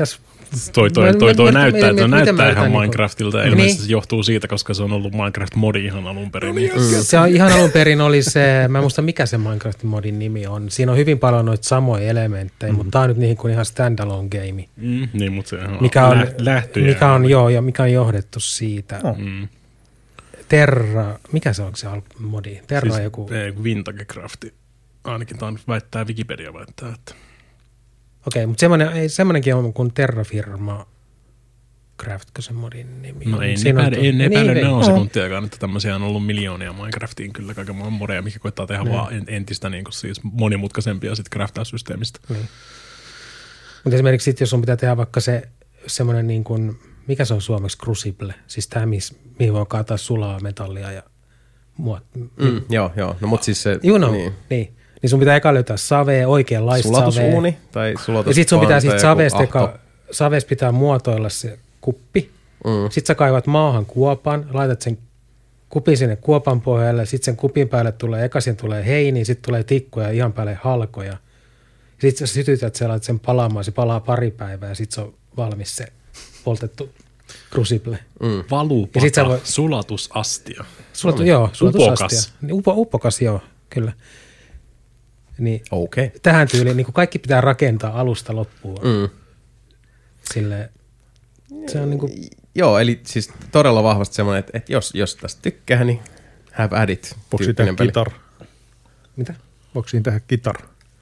Toi näyttää ihan niinku- Minecraftilta ja ilmeisesti se johtuu siitä, koska se on ollut Minecraft-modi ihan alun perin. Se on ihan alun perin oli se, mä en muista mikä se Minecraft-modin nimi on. Siinä on hyvin paljon noita samoja elementtejä, mutta tää on nyt niin kuin ihan standalone game. Niin, mutta se mikä on lähtöjä. mikä on johdettu siitä. Terra, mikä se on se modi? Terra siis, joku. Vintage Crafti. Ainakin tämä väittää, Wikipedia väittää, että... Okei, mutta semmoinenkin on kuin Terrafirma Craftko se modin nimi. No ei ne epäile nanosekuntiakaan, että tämmöisiä on ollut miljoonia Minecraftiin kyllä kaiken maailman modeja, mikä koittaa tehdä vaan entistä niin kuin siis monimutkaisempia sit craftaa-systeemistä. Mutta esimerkiksi sit, jos sun pitää tehdä vaikka semmoinen niin kuin, mikä se on suomeksi crucible, siis tämä, mihin voi kaataa sulaa metallia ja Joo, no mutta siis se... Niin sun pitää eka löytää savea, oikeanlaista savea. Sulatusuuni tai sulatuspanta. Ja sit sun pitää siitä savesta pitää muotoilla se kuppi. Sit sä kaivat maahan kuopan, laitat sen kupin sinne kuopan pohjalle, sit sen kupin päälle tulee heiniä, sit tulee tikkuja ja ihan päälle halkoja. Sit sä sytytät sen, laitat sen palaamaan, se palaa pari päivää ja sit se on valmis se poltettu crucible. Valupata, sulatusastia. Sulatusastia. Upokas, joo, kyllä. Niin tähän tyyliin niin kaikki pitää rakentaa alusta loppuun. Silleen, se on niin kuin... Joo, eli siis todella vahvasti semmoinen, että jos tästä tykkää, niin have at it. Voiko siinä tehdä kitar? Mitä? Voiko siinä tehdä kitar?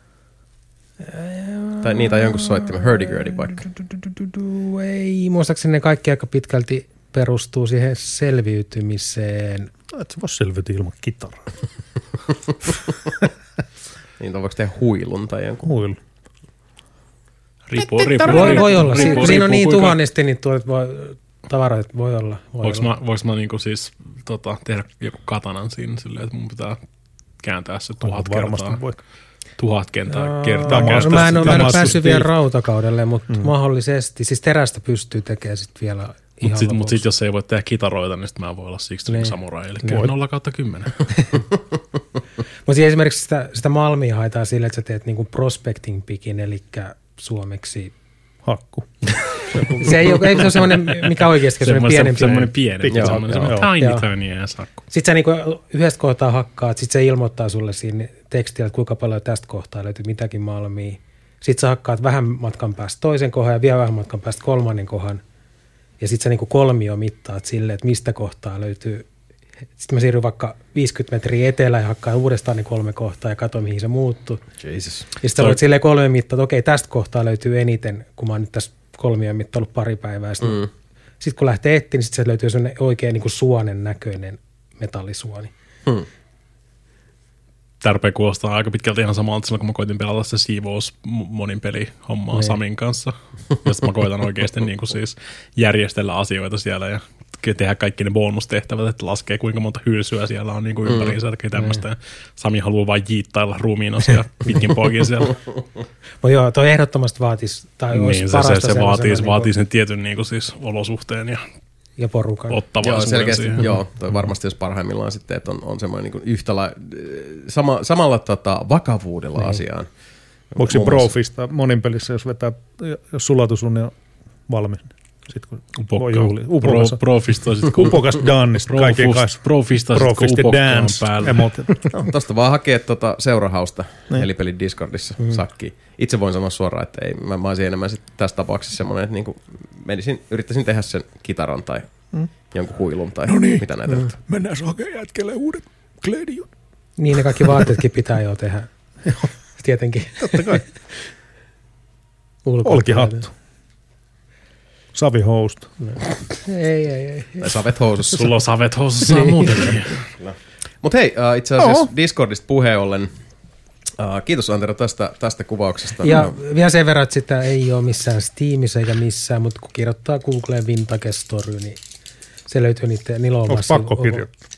Tai jonkun soittimen, hurdy-gurdy vaikka. Ei, muistaakseni ne kaikki aika pitkälti perustuu siihen selviytymiseen. Et sä voi selviytyä ilman kitaraa. Niin, voiko tehdä huilun tai jonkun? Huilu. Voi olla. Siinä on niin tuhannesti, niin tavaroita voi olla. Voinko mä niinku siis tehdä joku katanan siinä silleen, että mun pitää kääntää se 1000 kertaa? 1000 kertaa. Mä en ole päässyt vielä rautakaudelle, mutta mahdollisesti. Siis terästä pystyy tekemään sitten vielä ihan lopuksi. Mutta sitten jos ei voi tehdä kitaroita, niin sitten mä voi olla siksi samurai. Eli 0/10. Mutta esimerkiksi sitä malmia haetaan sille, että sä teet niinku prospecting pickin, eli suomeksi hakku. Se ei ole semmoinen, mikä oikeasti semmoinen pienempi. Semmoinen pienempi, semmoinen tiny ass hakku. Sitten sä niinku yhdestä kohtaa hakkaat, sitten se ilmoittaa sulle siinä tekstillä, että kuinka paljon tästä kohtaa löytyy mitäkin malmia. Sitten sä hakkaat vähän matkan päästä toisen kohdan ja vielä vähän matkan päästä kolmannen kohdan. Ja sitten sä niinku kolmio mittaat silleen, että mistä kohtaa löytyy. Sitten mä siirryn vaikka 50 metriä etelään ja hakkaan uudestaan ne 3 kohtaa ja katson, mihin se muuttuu. Jesus. Ja sitten olet silleen 3 mittaa, että okei, tästä kohtaa löytyy eniten, kun mä oon nyt tässä 3 mittaillut pari päivää. Sitten kun lähtee etsiä, niin sitten se löytyy sellainen oikein niin kuin suonen näköinen metallisuoni. Tämä rupeaa kuulostaa aika pitkälti ihan samalta silloin, kun mä koitin pelata se siivous monin pelihommaa Samin kanssa. Ja sitten mä koitan oikeasti niin kuin siis järjestellä asioita siellä ja tehdä kaikki ne bonustehtävät, että laskee kuinka monta hylsyä siellä on niin kuin ympäriinsä ja tämmöistä. Sami haluaa vain jiittailla ruumiinosia pitkin poikin siellä. No joo, toi ehdottomasti vaatisi, tai olisi niin, parasta se vaatii sen tietyn niin kuin siis olosuhteen ja porukan. Joo, selkeästi. Joo, toi varmasti jos parhaimmillaan sitten, että on semmoinen niin kuin samalla vakavuudella asiaan. Onko se Profista monin pelissä, jos vetää, jos sulatusuni on valmis? Sitten kun voi juhlia. Profista sitten upokas Danista. Profista sitten kun upokkaan päällä. Tuosta vaan hakee seurahausta Helipelin Discordissa sakkiin. Itse voin sanoa suoraan, että ei, mä olisin enemmän tässä tapauksessa semmoinen, että niinku yrittäisin tehdä sen kitaran tai jonkun huilun tai mitä näitä. Mennään hakemaan jätkelle uudet Gladion. Niin ne kaikki vaatteetkin pitää jo tehdä. Tietenkin. Totta kai. Olkihattu. Savihousta. Ei. Tai savet housussa. Sulla on savet housussa muutenkin. Mutta hei, itse asiassa Discordista puheen ollen, kiitos Antero tästä kuvauksesta. Ja vielä sen verran, että sitä ei ole missään Steamissa eikä missään, mutta kun kirjoittaa Googleen Vintage Story, niin se löytyy niillä omassa. Onko pakko kirjoittaa?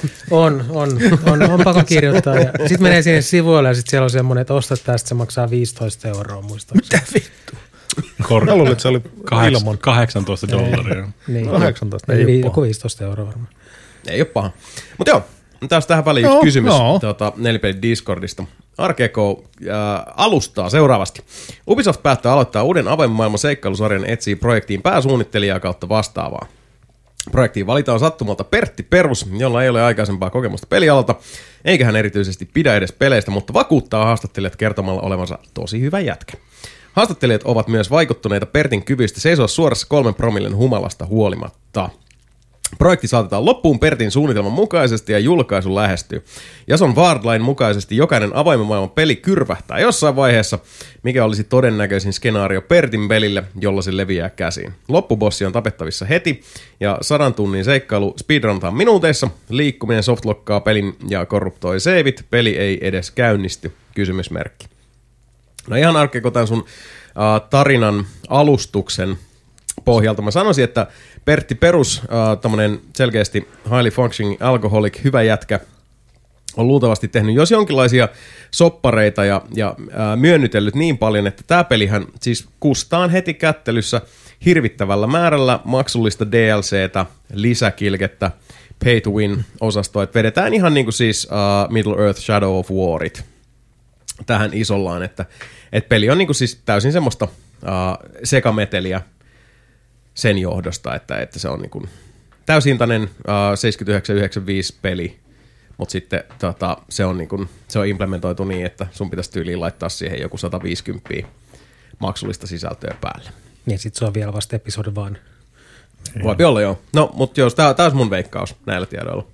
On pakko kirjoittaa. Sitten menee sinne sivuille ja sitten siellä on semmoinen, että ostat tästä, se maksaa 15 € muistaakseni. Mitä vittu? Mä luulen, että se oli ilman. $18. Niin. 18, ei ole paha. Joku 15 € varmaan. Ei ole paha. Mutta joo, Taas tähän väliin yksi kysymys Nelipelin Discordista. RGK alustaa seuraavasti. Ubisoft päättää aloittaa uuden avoimen maailman seikkailusarjan etsii projektiin pääsuunnittelijaa kautta vastaavaa. Projektiin valitaan sattumalta Pertti Perus, jolla ei ole aikaisempaa kokemusta pelialalta, eikä hän erityisesti pidä edes peleistä, mutta vakuuttaa haastattelijat kertomalla olevansa tosi hyvä jätkä. Haastattelijat ovat myös vaikuttuneita Pertin kyvystä seisoa suorassa 3 promillen humalasta huolimatta. Projekti saatetaan loppuun Pertin suunnitelman mukaisesti ja julkaisu lähestyy. Jason Wardlain mukaisesti jokainen avoimen maailman peli kyrvähtää jossain vaiheessa, mikä olisi todennäköisin skenaario Pertin pelille, jolla se leviää käsiin. Loppubossi on tapettavissa heti ja 100 tunnin seikkailu speedruntaan minuuteissa, liikkuminen softlockkaa pelin ja korruptoi seivit, peli ei edes käynnisty, kysymysmerkki. No ihan arkeko tämän sun tarinan alustuksen pohjalta. Mä sanoisin, että Pertti Perus, tommonen selkeästi highly functioning alcoholic, hyvä jätkä, on luultavasti tehnyt jos jonkinlaisia soppareita ja myönnytellyt niin paljon, että tää pelihän siis kustaan heti kättelyssä hirvittävällä määrällä maksullista DLCtä, lisäkilkettä, pay to win -osastoa, että vedetään ihan niinku siis Middle Earth Shadow of Warit tähän isollaan, että peli on niinku siis täysin semmoista sekameteliä sen johdosta, että se on niinku täysintainen 79-95 peli, mutta sitten se on implementoitu niin, että sun pitäisi tyyliin laittaa siihen joku 150 maksullista sisältöä päälle. Niin, sit se on vielä vasta episodi vaan. Voipi olla, joo. No, mutta jos tää olisi mun veikkaus näillä tiedoilla.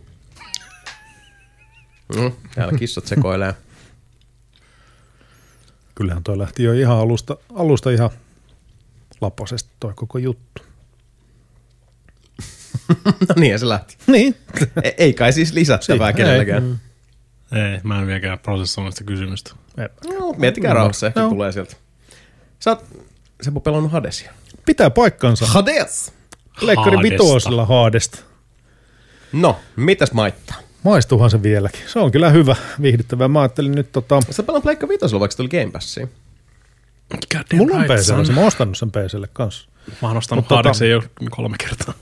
Täällä kissat sekoilee. Kyllähän toi lähti jo ihan alusta ihan laposesti toi koko juttu. No niin, se lähti. Niin. Ei kai siis lisättävää kenelläkään. Ei, mä en vieläkään prosessoinut sitä kysymystä. No, miettikää rauhassa, ehkä tulee sieltä. Sä oot Seppo pelannut Hadesia. Pitää paikkansa. Hades! Pleikkari vitosella Hadesta. No, mitäs maittaa? Maistuuhan se vieläkin. Se on kyllä hyvä, viihdyttävää. Mä ajattelin nyt Sä pelannut Pleikkari vitosella, vaikka se tuli Game Passiin. Mulla on PC:llä, mä oon ostanut sen PC:lle kanssa. Mä oon ostanut Hadeksen jo 3 kertaa.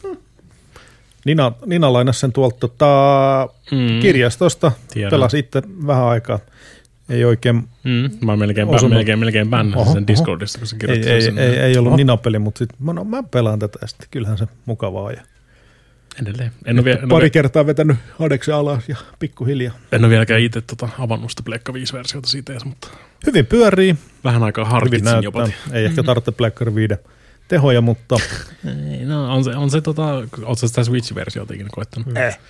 Nina lainasi sen tuolta kirjastosta. Tiedän. Pelasi itse vähän aikaa. Ei oikein Mä oon melkein bännä sen Discordista, kun se kirjoitti sen. Ei ollut Nina-peli, mutta sit, mä pelaan tätä ja sitten kyllähän se mukavaa. Ja edelleen. Pari kertaa vetänyt Hadeksen alas ja pikkuhiljaa. En ole vieläkään itse avannut sitä Pleikka 5-versiota siitä edes, mutta hyvin pyörii. vähän aikaa harkitsin jopa. Ei ehkä tarvitse Pleikkari 5 tehoja, mutta Ei, no on se ootko sitä Switch-versiota ikinä koettanut?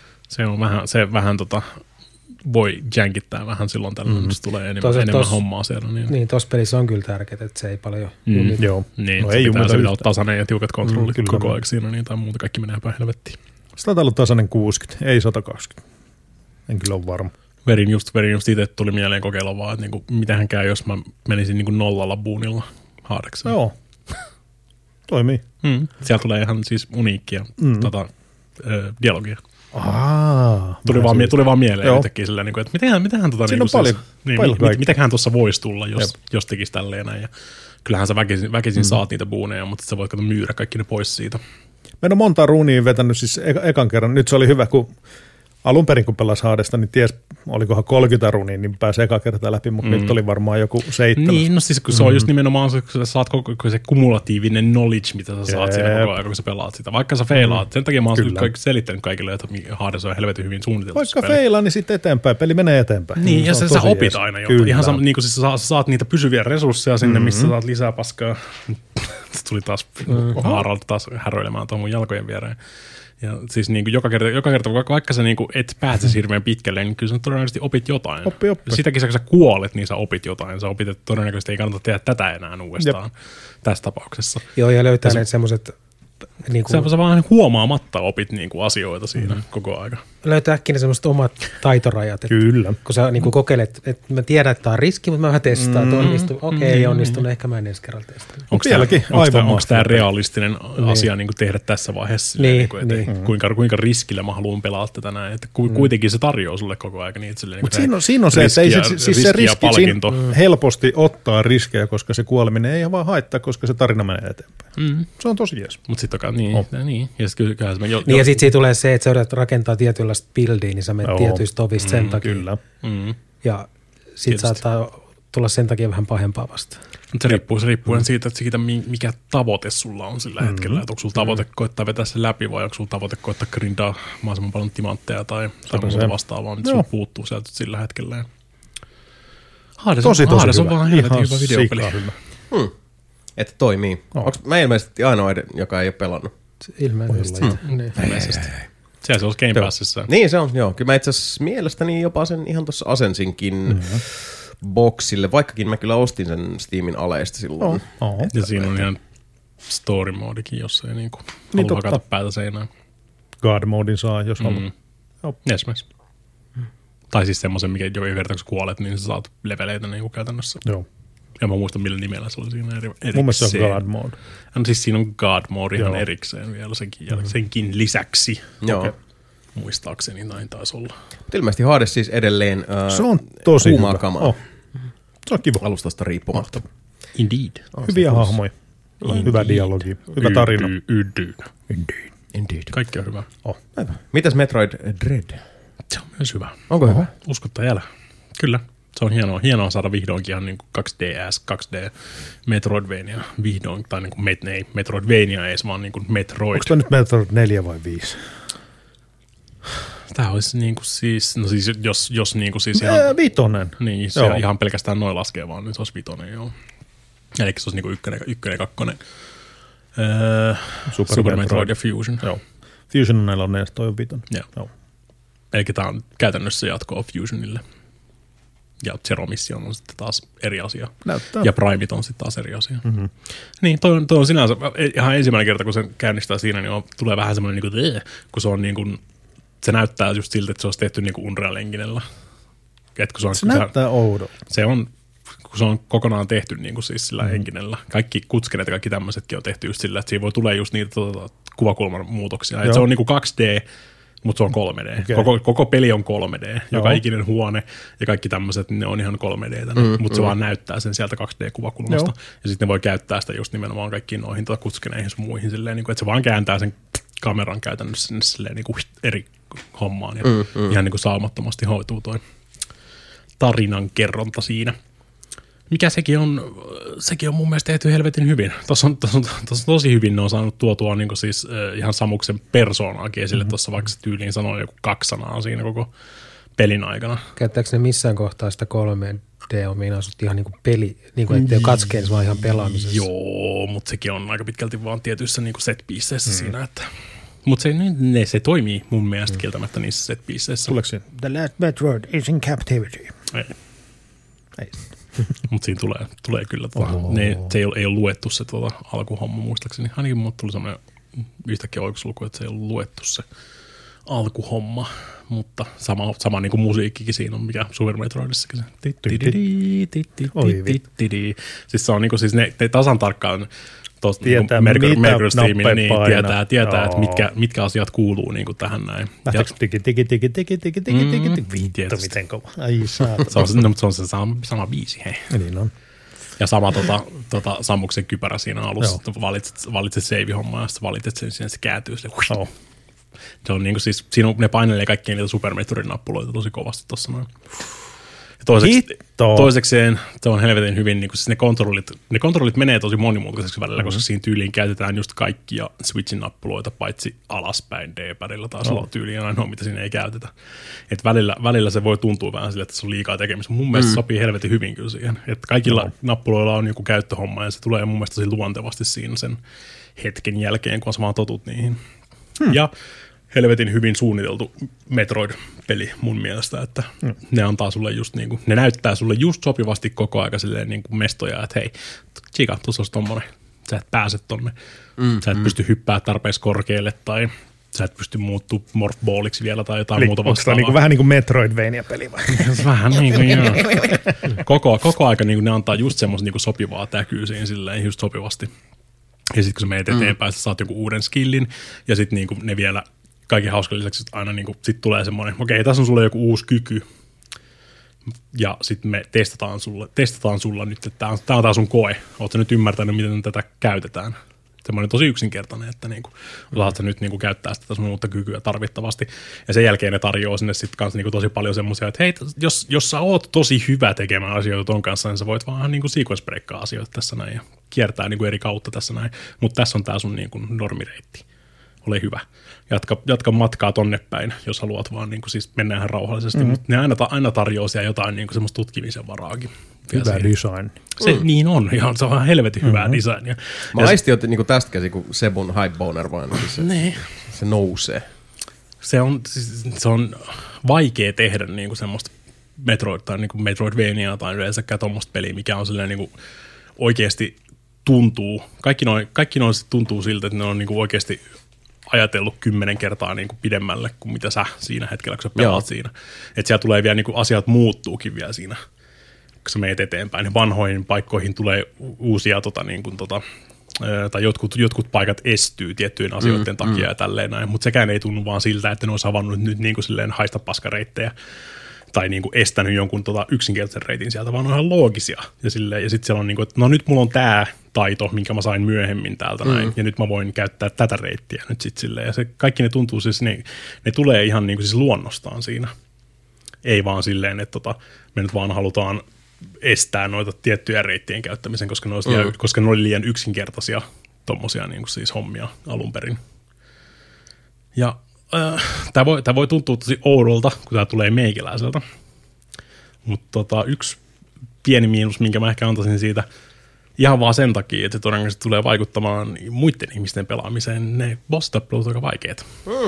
Se vähän voi jänkittää vähän silloin tällöin, jos tulee enemmän hommaa siellä. Niin, tossa pelissä on kyllä tärkeää, että se ei paljon joo. Niin, no se pitää olla tasainen ja tiukat kontrollit kyllä koko ajan siinä, niin tai muuta kaikki menee päin helvettiin. sitä on ollut tasainen 60, ei 120. En kyllä ole varma. Verin just itse tuli mieleen kokeilla vaan, että niinku, mitähän käy, jos mä menisin niinku 0 buunilla Hadekseen. Joo, toimii. Sieltä tulee ihan siis uniikkia dialogia. Tuli vaan mieleen jotenkin sillä, että mitähän mitähän tuossa voisi tulla, jos tekisi tälleen näin. Ja kyllähän sä väkisin saat niitä buuneja, mutta sä voit myydä kaikki ne pois siitä. Mä en ole montaa ruunia vetänyt siis ekan kerran. Nyt se oli hyvä, kun alun perin kun pelasi Hadesta, niin ties, olikohan 30 ruunia, niin pääsee eka kertaa läpi, mutta nyt oli varmaan joku 7. Niin, no siis kun se on just nimenomaan se, kun sä saat koko se kumulatiivinen knowledge, mitä sä saat siinä koko ajan, kun sä pelaat sitä. Vaikka sä feilaat, sen takia mä oon selittänyt kaikille, että Hades on helvetin hyvin suunniteltu. Vaikka feilaa, niin sitten eteenpäin, peli menee eteenpäin. Niin, ja sä opit aina jotain. Ihan niin kuin siis sä saat niitä pysyviä resursseja sinne, missä saat lisää paskaa. Se tuli taas Haaralta taas häröilemään tuohon mun jalkojen viereen. Ja siis niin kuin joka kerta, vaikka sä niin kuin et pääse hirveän pitkälle, niin kyllä sä todennäköisesti opit jotain. Oppi. Sitäkin kun sä kuolet, niin sä opit jotain. Sä opit, että todennäköisesti ei kannata tehdä tätä enää uudestaan tässä tapauksessa. Joo, ja löytää ne semmoiset niin kuin sä vaan huomaamatta opit niin kuin asioita siinä koko aika. Löytää äkkiä semmoiset omat taitorajat. Kyllä. Kun sä niin kuin kokeilet, että mä tiedän, että tämä on riski, mutta mä vähän testaan, että onnistuu. Okei, onnistunut, ehkä mä en ensi kerralla testaa. Onko tämä realistinen asia niin kuin tehdä tässä vaiheessa? Niin. Kuinka riskillä mä haluan pelaa tätä näin? Että kuitenkin se tarjoaa sulle koko aika. Niin, mutta siinä on se, että ei se riski helposti ottaa riskejä, koska se kuoleminen ei vaan haittaa, koska se tarina menee eteenpäin. Se on tosi jees. Mutta sitten Niin. Ja sitten kyllähän se... Niin ja sitten siitä tulee se, että sä yrität rakentaa tietynlaista buildia, niin sä menet tietyistä ovista sen takia. Kyllä. Ja sitten saattaa tulla sen takia vähän pahempaa vastaan. Mutta se riippuu siitä, mikä tavoite sulla on sillä hetkellä. Että onko sulla tavoite koittaa vetää se läpi vai onko sulla tavoite koittaa grindaa mahdollisimman paljon timantteja tai muuta vastaavaa, mitä sulla puuttuu sieltä sillä hetkellä. Tosi Hades on hyvä. vaan helvetin hyvä videopeli. Että toimii. Onko mä ilmeisesti ainoa, joka ei ole pelannut? Ilmeisesti. Se olisi Game Passissa. Niin se on, joo. Kyllä mä itse asiassa mielestäni jopa sen ihan tuossa asensinkin boxille, vaikkakin mä kyllä ostin sen Steamin aleista silloin. Ja siinä on ihan story moodikin, jos ei niinku halua hakata päätä seinään. God modin saa, jos haluaa. Esimerkiksi. Tai siis semmoisen, mikä jo kertaa kun kuolet, niin sä saat leveleitä niinku käytännössä. Joo. Ja mä muistan, millä nimellä se oli siinä erikseen. Mun mielestä se on God mode. No siis siinä on God mode ihan erikseen vielä senkin lisäksi. Joo. Okay. Muistaakseni näin taisi olla. Mutta ilmeisesti Hades siis edelleen se on tosi kuumaa hyvä. kamaa. Se on kiva. Alustasta riippumatta. Indeed. Hyviä hahmoja. Hyvä dialogi. Hyvä tarina. Indeed. Kaikki on hyvä. Mitäs Metroid Dread? Se on myös hyvä. Onko hyvä? Usko tai älä. Kyllä. Se on hienoa saada vihdoinkin ihan niin kuin 2D Metroidvania vihdoin, tai niin kuin Metroidvania ees, vaan niin kuin Metroid. Onko tämä nyt Metroid 4 vai 5? Tämä olisi niin kuin siis, no siis jos niin kuin siis ihan... Vitonen. Niin, se ihan pelkästään noin laskee vaan, niin se olisi vitonen, joo. Eli se olisi niin kuin ykkönen, kakkonen. Super Metroid ja Fusion. Joo. Fusion on 4, toi on vitonen. Joo. Eli tämä on käytännössä jatkoa Fusionille. Ja Zero Mission on sitten taas eri asia. Näyttää. Ja Primeit on sitten taas eri asia. Niin, toi on sinänsä ihan ensimmäinen kerta, kun sen käynnistää siinä, niin tulee vähän semmoinen, niin kuin, kun se on niin kuin, se näyttää just siltä, että se olisi tehty niin kuin Unreal Enginellä. Se näyttää oudolta. Se on, kun se on kokonaan tehty niin kuin siis sillä Enginellä. Kaikki kutskenet ja kaikki tämmöisetkin on tehty just sillä, että siinä voi tulee just niitä kuvakulman muutoksia. Että se on niin kuin 2D, mutta se on 3D. Okay. Koko peli on 3D. Joka ikinen huone ja kaikki tämmöiset, ne on ihan 3D. Mutta se vaan näyttää sen sieltä 2D-kuvakulmasta. Ja sitten ne voi käyttää sitä just nimenomaan kaikkiin noihin kutskeneihin sun muihin. Silleen, että se vaan kääntää sen kameran käytännössä sinne silleen, niin kuin eri hommaan. Ja ihan niin kuin saumattomasti hoituu toi tarinan kerronta siinä. Mikä sekin on mun mielestä tehty helvetin hyvin. Tuossa on tosi hyvin ne on saanut tuotua niin siis, ihan Samuksen persoonaakin esille tuossa, vaikka se tyyliin sanoi joku 2 sanaa siinä koko pelin aikana. Käyttääkö ne missään kohtaa sitä 3D-ominaisuutta ihan niin kuin peli, niin kuin ettei ole katskeessa, vaan ihan pelaamisessa? Joo, mutta sekin on aika pitkälti vaan tietyissä niin set-pieceissä siinä, että... Mutta se toimii mun mielestä kieltämättä niissä set-pieceissä. Tuleeko siinä? The last Metroid is in captivity. Ei. Mutta siinä tulee kyllä. Se ei ole luettu se alkuhomma muistaakseni. Ainakin mulle tuli semmoinen yhtäkkiä oikosulku, että se ei ole luettu se alkuhomma. Mutta sama niin kuin musiikkikin siinä on, mikä Super Metroidissakin se. Siis se on niin kuin, siis ne tasan tarkkaan tietää, Mercury Steamin, niin tietää että mitkä asiat kuuluu niin kuin tähän näin. Lähteekö vittu miten kova. Ai se on se sama biisi, hei. Niin on. Ja sama Sammuksen kypärä siinä alussa, että valitset save-hommaa ja sitten valitset sen, se kääntyy sille. Se on niin kuin siis, siinä ne painelee kaikkia niitä Super Metroid-nappuloita tosi kovasti tuossa noin. Toisekseen se on helvetin hyvin, niin siis ne kontrollit menee tosi monimutkaiseksi välillä, koska siinä tyyliin käytetään just kaikkia Switchin nappuloita, paitsi alaspäin D-padilla taas olla tyyliin ainoa, mitä siinä ei käytetä. Et välillä se voi tuntua vähän sille, että se on liikaa tekemistä. Mun mielestä sopii helvetin hyvin kyllä siihen. Että kaikilla nappuloilla on joku käyttöhomma ja se tulee mun mielestä tosi luontevasti siinä sen hetken jälkeen, kun sä vaan totut niihin. Ja helvetin hyvin suunniteltu Metroid-peli mun mielestä, että ne antaa sulle just niinku, ne näyttää sulle just sopivasti koko aika silleen niinku mestoja, että hei, Chica, tuossa olisi tommonen, sä et pääse tonne, sä et pysty hyppää tarpeeksi korkealle tai sä et pysty muuttua morphballiksi vielä tai jotain muuta vastaavaa. Niinku vähän niin kuin Metroidvania-peli vai? Vähän niin kuin, joo. Koko aika niinku ne antaa just semmoista niinku sopivaa täkyä siinä silleen just sopivasti. Ja sitten kun sä menet eteenpäin, sä saat joku uuden skillin ja sitten niinku ne vielä kaiken hauskan lisäksi aina niin sit tulee semmoinen, okei, tässä on sulle joku uusi kyky, ja sitten me testataan sulla nyt, että tämä on tää sun koe, ootko nyt ymmärtänyt, miten tätä käytetään, semmoinen tosi yksinkertainen, että niinku, osaat sä nyt niinku käyttää sitä sun uutta kykyä tarvittavasti. Ja sen jälkeen ne tarjoaa sinne sitten kanssa niinku tosi paljon semmoisia, että hei, jos sä oot tosi hyvä tekemään asioita ton kanssa, niin sä voit vaan niinku sequence breakkaa asioita tässä näin ja kiertää niinku eri kautta tässä näin. Mutta tässä on tää sun niinku normireitti. Ole hyvä. Jatka matkaa tonne päin, jos haluat vaan niinku siis mennä ihan rauhallisesti. Mutta ne aina tarjoaa siellä jotain niinku semmoista tutkimisen varaakin. Hyvä design. Se niin on. Ihan, se on ihan helvetin hyvää designia. Mä aistin niinku tästä käsin, kun Sebun Hypeboner vaan, niin se nousee. Se on vaikea tehdä niinku semmoista Metroid tai niinku Metroidvaniaa tai yleensäkään tommoista peliä, mikä on silleen niinku oikeasti tuntuu. Kaikki noin tuntuu siltä, että ne on niinku oikeasti ajatellut 10 kertaa niinku pidemmälle kuin mitä sä siinä hetkellä, kun sä pelaat siinä. Että siellä tulee vielä niinku asiat muuttuukin vielä siinä, kun sä meet eteenpäin. Niin vanhoihin paikkoihin tulee uusia tai jotkut paikat estyy tiettyjen asioiden takia ja tälleen näin, mutta sekään ei tunnu vaan siltä, että ne olisi avannut nyt niinku silleen haista paskareittejä tai niinku estänyt jonkun yksinkertaisen reitin sieltä, vaan on ihan loogisia. Ja sitten siellä on niinku, että no nyt mulla on tää taito, minkä mä sain myöhemmin täältä näin, ja nyt mä voin käyttää tätä reittiä nyt sitten silleen. Ja kaikki ne tuntuu siis, ne tulee ihan niinku siis luonnostaan siinä. Ei vaan silleen, että me nyt vaan halutaan estää noita tiettyjä reittien käyttämisen, koska ne oli liian yksinkertaisia tommosia niinku siis hommia alun perin. Ja tämä voi tuntua tosi oudolta, kun tämä tulee meikäläiseltä. Mutta yksi pieni miinus, minkä mä ehkä antaisin siitä ihan vaan sen takia, että se todennäköisesti tulee vaikuttamaan muiden ihmisten pelaamiseen. Ne boss-tappelut on aika vaikeita.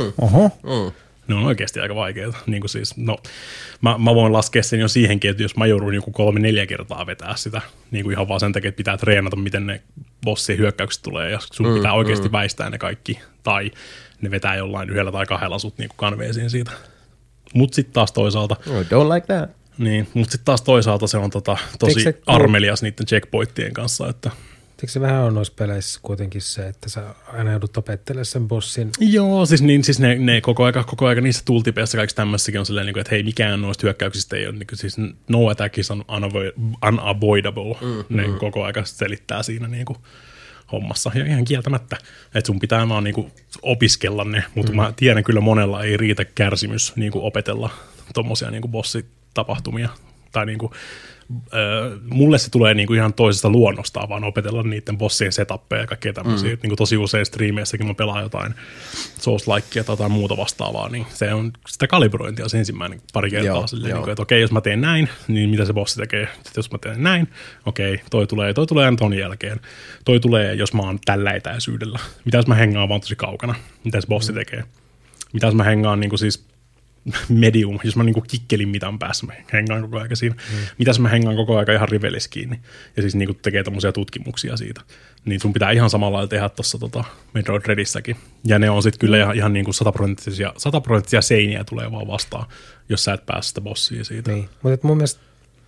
Ne on oikeasti aika vaikeita. Niin siis, mä voin laskea sen jo siihenkin, että jos mä joudun joku 3-4 kertaa vetää sitä, niin kuin ihan vaan sen takia, että pitää treenata, miten ne bossien hyökkäykset tulee, ja sun pitää oikeasti väistää ne kaikki, tai ne vetää jollain 1 tai 2 sut niin kanveesiin siitä. Mut sitten taas toisaalta... don't like that. Niin, mutta sitten taas toisaalta se on tosi armelias niiden checkpointtien kanssa, että... Eikö se vähän on noissa peleissä kuitenkin se, että sä aina joudut opettelemaan sen bossin? Joo, siis ne koko aika niissä tooltipeissa kaikissa tämmöissäkin on silleen, että hei, mikään noista hyökkäyksistä ei ole, niin siis no attack is unavoidable. Ne koko aika selittää siinä niin kuin hommassa. Ja ihan kieltämättä, että sun pitää vaan niin kuin opiskella ne, mutta mä tiedän kyllä monella ei riitä kärsimys niin kuin opetella tommosia niin kuin bossitapahtumia tai niin kuin mulle se tulee niinku ihan toisesta luonnostaan, vaan opetella niiden bossien setappeja ja kaikkea tämmöisiä. Niinku tosi usein striimeissäkin mä pelaan jotain Souls-likea tai jotain muuta vastaavaa, niin se on sitä kalibrointia se ensimmäinen pari kertaa. Silleen, niinku, että okei, jos mä teen näin, niin mitä se bossi tekee? Sitten jos mä teen näin, okei, toi tulee aina ton jälkeen. Toi tulee, jos mä oon tällä etäisyydellä. Mitä jos mä hengaan vaan tosi kaukana? Mitä se bossi tekee? Mitä jos mä hengaan niinku siis medium, jos mä niinku kikkelin mitan päässä, mä hengaan koko ajan siinä. Mitäs mä hengaan koko ajan ihan rivelissä kiinni. Ja siis niinku tekee tämmöisiä tutkimuksia siitä. Niin sun pitää ihan samalla lailla tehdä tuossa Metroid Redissäkin. Ja ne on sitten kyllä ihan niinku 100% seiniä tulee vaan vastaan, jos sä et pääse sitä bossia siitä. Niin, mutta mun mielestä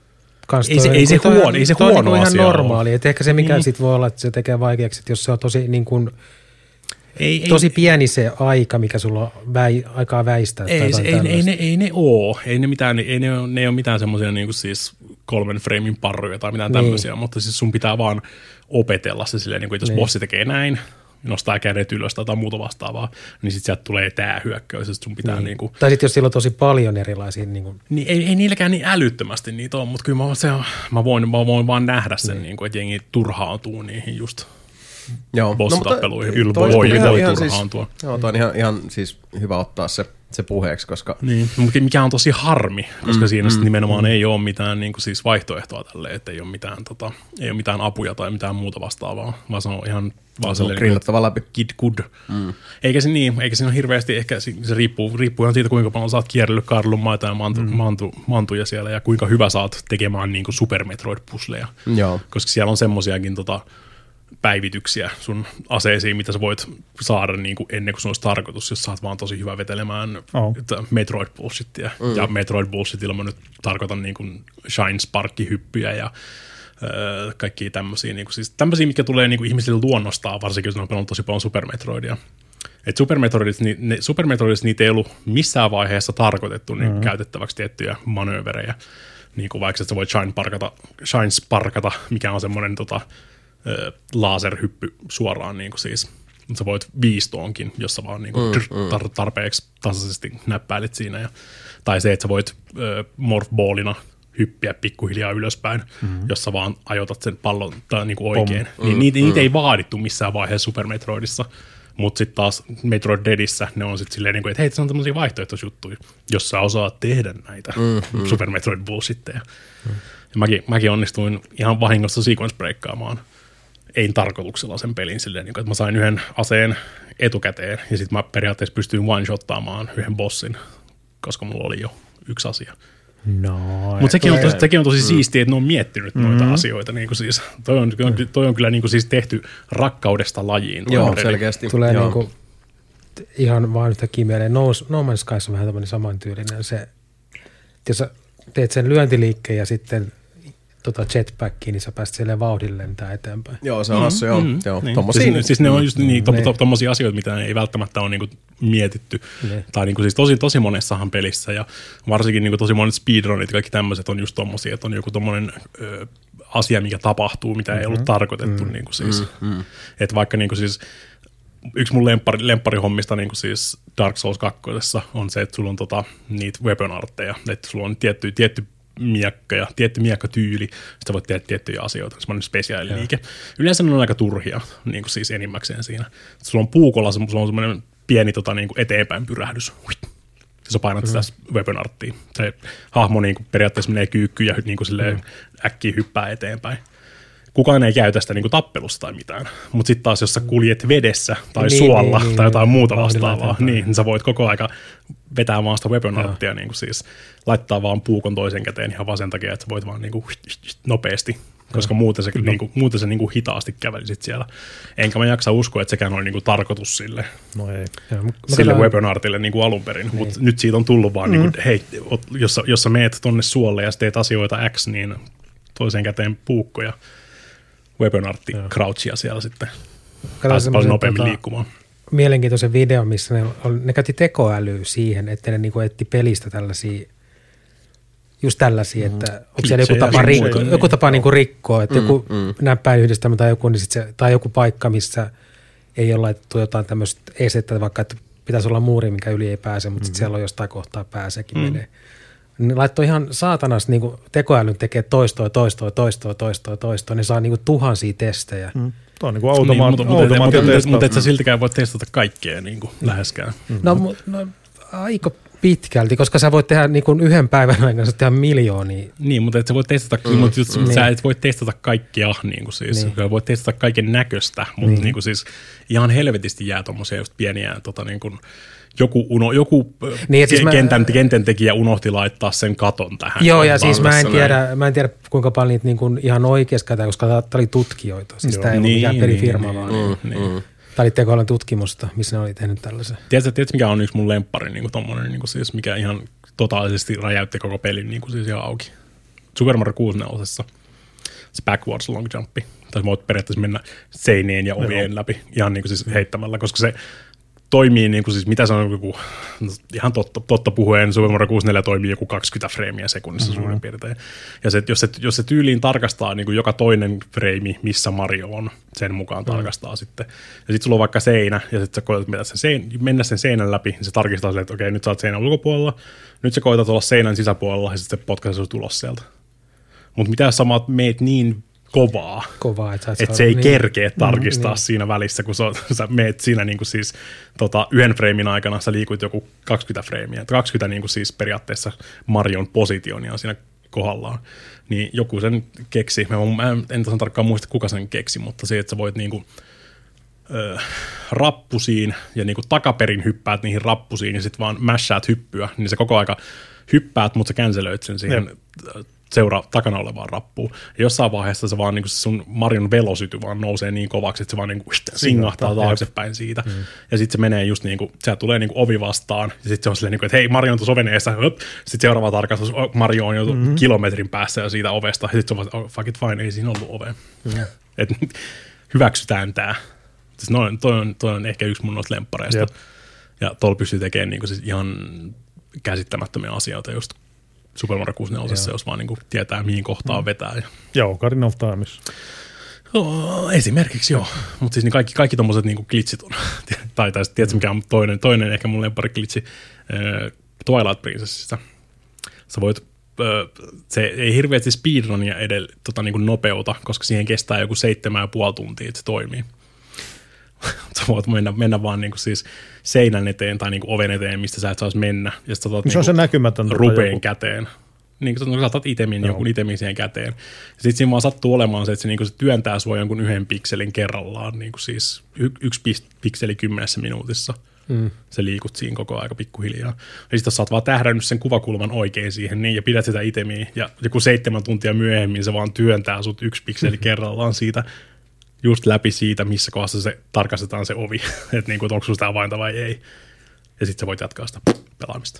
ei se huono asia ihan normaali. Et ehkä se mikä sit voi olla, että se tekee vaikeaksi, että jos se on tosi niin kuin tosi pieni se aika, mikä sulla on aikaa väistää. Ei ne ole. Ne ei ole mitään semmoisia niin kuin siis 3 framein parruja tai mitään tämmöisiä, mutta siis sun pitää vaan opetella se silleen, että jos bossi tekee näin, nostaa kädet ylös tai muuta vastaavaa, niin sitten sieltä tulee tää hyökkäys, että sun pitää niinku... Tai sitten jos sillä on tosi paljon erilaisia... Niinku... Niin ei niilläkään niin älyttömästi niitä ole, mutta kyllä mä voin vaan nähdä sen, niinku, että jengi turhaantuu niihin just... Joo, bossitappeluihin voi turhaantua. Siis, joo, toi on ihan siis hyvä ottaa se puheeksi, koska... Niin, mikä on tosi harmi, koska siinä nimenomaan ei ole mitään niin kuin siis vaihtoehtoa tälle, että ei ole mitään apuja tai mitään muuta vastaavaa, vaan se on ihan vaan sellainen grindattava läpi. Kid good. Eikä siinä ole hirveästi, ehkä se riippuu ihan siitä, kuinka paljon sä oot kierrellyt kaarlunmaita ja mantuja siellä ja kuinka hyvä sä oot tekemään niin kuin Super Metroid-pusleja. Joo. Koska siellä on semmosiakin päivityksiä sun aseisiin, mitä sä voit saada niin kuin ennen kuin sun olisi tarkoitus, jos sä oot vaan tosi hyvä vetelemään Metroid bullshittia. Ja Metroid bullshitilla mä nyt tarkoitan niin kuin Shine Spark-hyppyjä ja kaikkia tämmöisiä, niin kuin, siis tämmöisiä, mitkä tulee niin kuin ihmisille luonnostaan, varsinkin jos ne on pelannut tosi paljon Super Metroidia. Et Super Metroidissa niitä ei ollut missään vaiheessa tarkoitettu niin käytettäväksi tiettyjä manööverejä. Niin kuin vaikka sä voit Shine Sparkata, mikä on semmoinen laserhyppy suoraan niin kuin siis. Sä voit viistoonkin, jos sä vaan niin kuin tarpeeksi tasaisesti näppäilit siinä. Tai se, että sä voit morphballina hyppiä pikkuhiljaa ylöspäin, jos sä vaan ajoitat sen pallon niin kuin oikein. Niin niitä ei vaadittu missään vaiheessa Super Metroidissa. Mutta sitten taas Metroid Dreadissä ne on sitten silleen, että hei, se on tämmöisiä vaihtoehtoisjuttuja, jos sä osaat tehdä näitä Super Metroid bullshitteja. Mäkin onnistuin ihan vahingossa sequence breikkaamaan. Ei tarkoituksella sen pelin silleen, että mä sain yhden aseen etukäteen ja sitten mä periaatteessa pystyin one-shottaamaan yhden bossin, koska mulla oli jo yksi asia. No, mutta sekin on tosi siistiä, että ne on miettinyt noita asioita. Niin kuin siis, toi on kyllä niin kuin siis tehty rakkaudesta lajiin. Joo, selkeästi. Tulee niin kuin, ihan vaan yhtäkkiä mieleen. No Man's Sky on vähän tämmöinen samantyylinen. Se, jos sä teet sen lyöntiliikkeen ja sitten jetpackiin, niin sä pääst silleen vauhdille lentää eteenpäin. Joo, se on hassu, joo. Niin. Siis ne on just tommosia asioita, mitä ei välttämättä ole niinku mietitty. Tai niinku siis tosi monessahan pelissä, ja varsinkin niinku tosi monet speedrunit ja kaikki tämmöiset on just tommosia, että on joku tommonen asia, mikä tapahtuu, mitä ei ollut tarkoitettu. Niinku siis. Että vaikka niinku siis yksi mun lempparihommista niinku siis Dark Souls 2 on se, että sulla on niitä weapon artteja, että sulla on tietty miekka ja tietty miekkatyyli, sitten voit tehdä tiettyjä asioita, semmoinen spesiaaliliike. Yleensä ne on aika turhia, niin kuin siis enimmäkseen siinä. Sulla on puukolla, sulla on semmoinen pieni niin kuin eteenpäin pyrähdys. Sä painat sitä weapon arttia. Se hahmo niin kuin periaatteessa menee kyykkyyn ja niin kuin silleen äkkiä hyppää eteenpäin. Kukaan ei käytä sitä niin kuin tappelusta tai mitään. Mutta sitten taas, jos sä kuljet vedessä tai suolla tai jotain muuta vastaavaa, niin sä voit koko aika vetää vaan sitä weapon arttia, niin kuin siis laittaa vaan puukon toisen käteen ihan vaan sen takia, että sä voit vaan niin kuin nopeasti, koska muuten se niin kuin hitaasti kävelisit siellä. Enkä mä jaksa uskoa, että sekään oli niin kuin tarkoitus sille, sille weapon artille niin kuin alun perin. Mutta nyt siitä on tullut vaan, niin kuin, hei, jos sä meet tonne suolle ja teet asioita X, niin toiseen käteen puukko ja weapon artti crouchia siellä sitten. Pääsit paljon nopeammin liikkumaan. Mielenkiintoisen video, missä ne käytti tekoälyä siihen, että ne niinku etti pelistä tällaisia, että onko siellä joku tapa niinku rikkoa, että joku näppäilyhdistelmä tai joku, niin tai joku paikka, missä ei ole laitettu jotain tämmöistä estettä, vaikka että pitäisi olla muuri, minkä yli ei pääse, mutta sitten siellä on jostain kohtaa pääseekin menee. Ne laittoi ihan saatanasti niinku tekoälyn tekee toistoa, niin saa niinku tuhansia testejä. Tuo on niinku automaatio. Mutta et sä siltikään voi testata kaikkea niinku läheskään. No aika pitkälti, koska sä voit tehdä niinku yhden päivän aikana tehdä miljoonia. Niin, mutta et sä voi testata, sä et voi testata kaikkea, niinku siis. Sä voit testata kaiken näköistä, mutta niinku siis ihan helvetisti jää tommosia just pieniä niinku joku niin, siis kentän tekijä unohti laittaa sen katon tähän. Joo, ja siis mä en tiedä kuinka paljon niitä niin kuin ihan oikeasti käytetään, koska tämä oli tutkijoita. Siis tämä ei ollut mikään pelifirma, vaan tämä oli tekoälyn tutkimusta, missä ne oli tehnyt tällaisen. Tiedätkö mikä on yksi mun lemppari, niin kuin tommonen, niin kuin siis, mikä ihan totaalisesti räjäytti koko pelin niin kuin siis ihan auki. Super Mario 64, se backwards long jumpi. Tai voit periaatteessa mennä seinien ja ovien läpi ihan niin kuin siis heittämällä, koska se toimii niin kuin siis, mitä se on joku, ihan totta puhuen, Super Mario 64 toimii joku 20 freimiä sekunnissa suurin piirtein. Ja se, jos se tyyliin tarkastaa niin kuin joka toinen freimi, missä Mario on, sen mukaan tarkastaa sitten. Ja sitten sulla on vaikka seinä, ja sitten sä koetat mennä sen seinän läpi, niin se tarkistaa silleen, että okei, nyt sä oot seinän ulkopuolella, nyt sä koetat olla seinän sisäpuolella, ja sitten se potkaisee sun tulos sieltä. Mutta mitä jos sä meet niin kovaa että se ei kerkeä tarkistaa siinä välissä, kun sä meet siinä niin kuin siis, yhden freimin aikana, sä liikuit joku 20 freimiä, 20 niin kuin siis periaatteessa Marion positionia siinä kohdallaan, niin joku sen keksi, mä en tasan tarkkaan muista kuka sen keksi, mutta se, että sä voit niin kuin, rappusiin ja niin kuin takaperin hyppäät niihin rappusiin ja sitten vaan mashaat hyppyä, niin se koko aika hyppäät, mutta sä cancelöit sen siihen takana olevaan rappuun. Ja jossain vaiheessa se vaan niin kuin sun Marion velocity vaan nousee niin kovaksi, että se vaan niin kuin singahtaa taaksepäin siitä. Ja sitten se menee just niin kuin, se tulee niin kuin ovi vastaan, ja sitten se on silleen, niin kuin, että hei, Mario on tuossa oven edessä, sitten seuraava tarkastus, Mario on jo kilometrin päässä ja siitä ovesta, ja sitten se on vaan, fuck it fine, ei siinä ollut ovea. Että hyväksytään tää. Siis toi on ehkä yksi mun noista lemppareista. Yep. Ja tuolla pystyy tekemään niin kuin siis ihan käsittämättömiä asioita just Super Mario 64, jos vaan niin kuin tietää, mihin kohtaan vetää. Joo, Ocarina of Time. Esimerkiksi joo, mutta siis niin kaikki tommoset niinku glitchit on, tai tiedätkö mikä on toinen ehkä mun lempari glitchi, Twilight Princessista. Sä voit, se ei hirveästi speedrunia niinku nopeuta, koska siihen kestää joku 7,5 tuntia, että se toimii. Sä voit mennä vaan niinku siis seinän eteen tai niinku oven eteen, mistä sä et saisi mennä. Ja sit se on se näkymätön rupeen käteen. Niin kuin sä otat jonkun itemin siihen käteen. Sitten siinä vaan sattuu olemaan se, että se työntää sua jonkun 1 pikselin kerrallaan, niin kuin siis 1 pikseli 10 minuutissa. Se liikut siinä koko aika pikkuhiljaa. Ja sitten sä oot vaan tähdännyt sen kuvakulman oikein siihen niin, ja pidät sitä itemiä, ja joku 7 tuntia myöhemmin se vaan työntää sut 1 pikseli kerrallaan siitä, just läpi siitä, missä kohdassa se tarkastetaan se ovi, että niin onko sulla sitä avainta vai ei. Ja sitten sä voit jatkaa sitä pelaamista.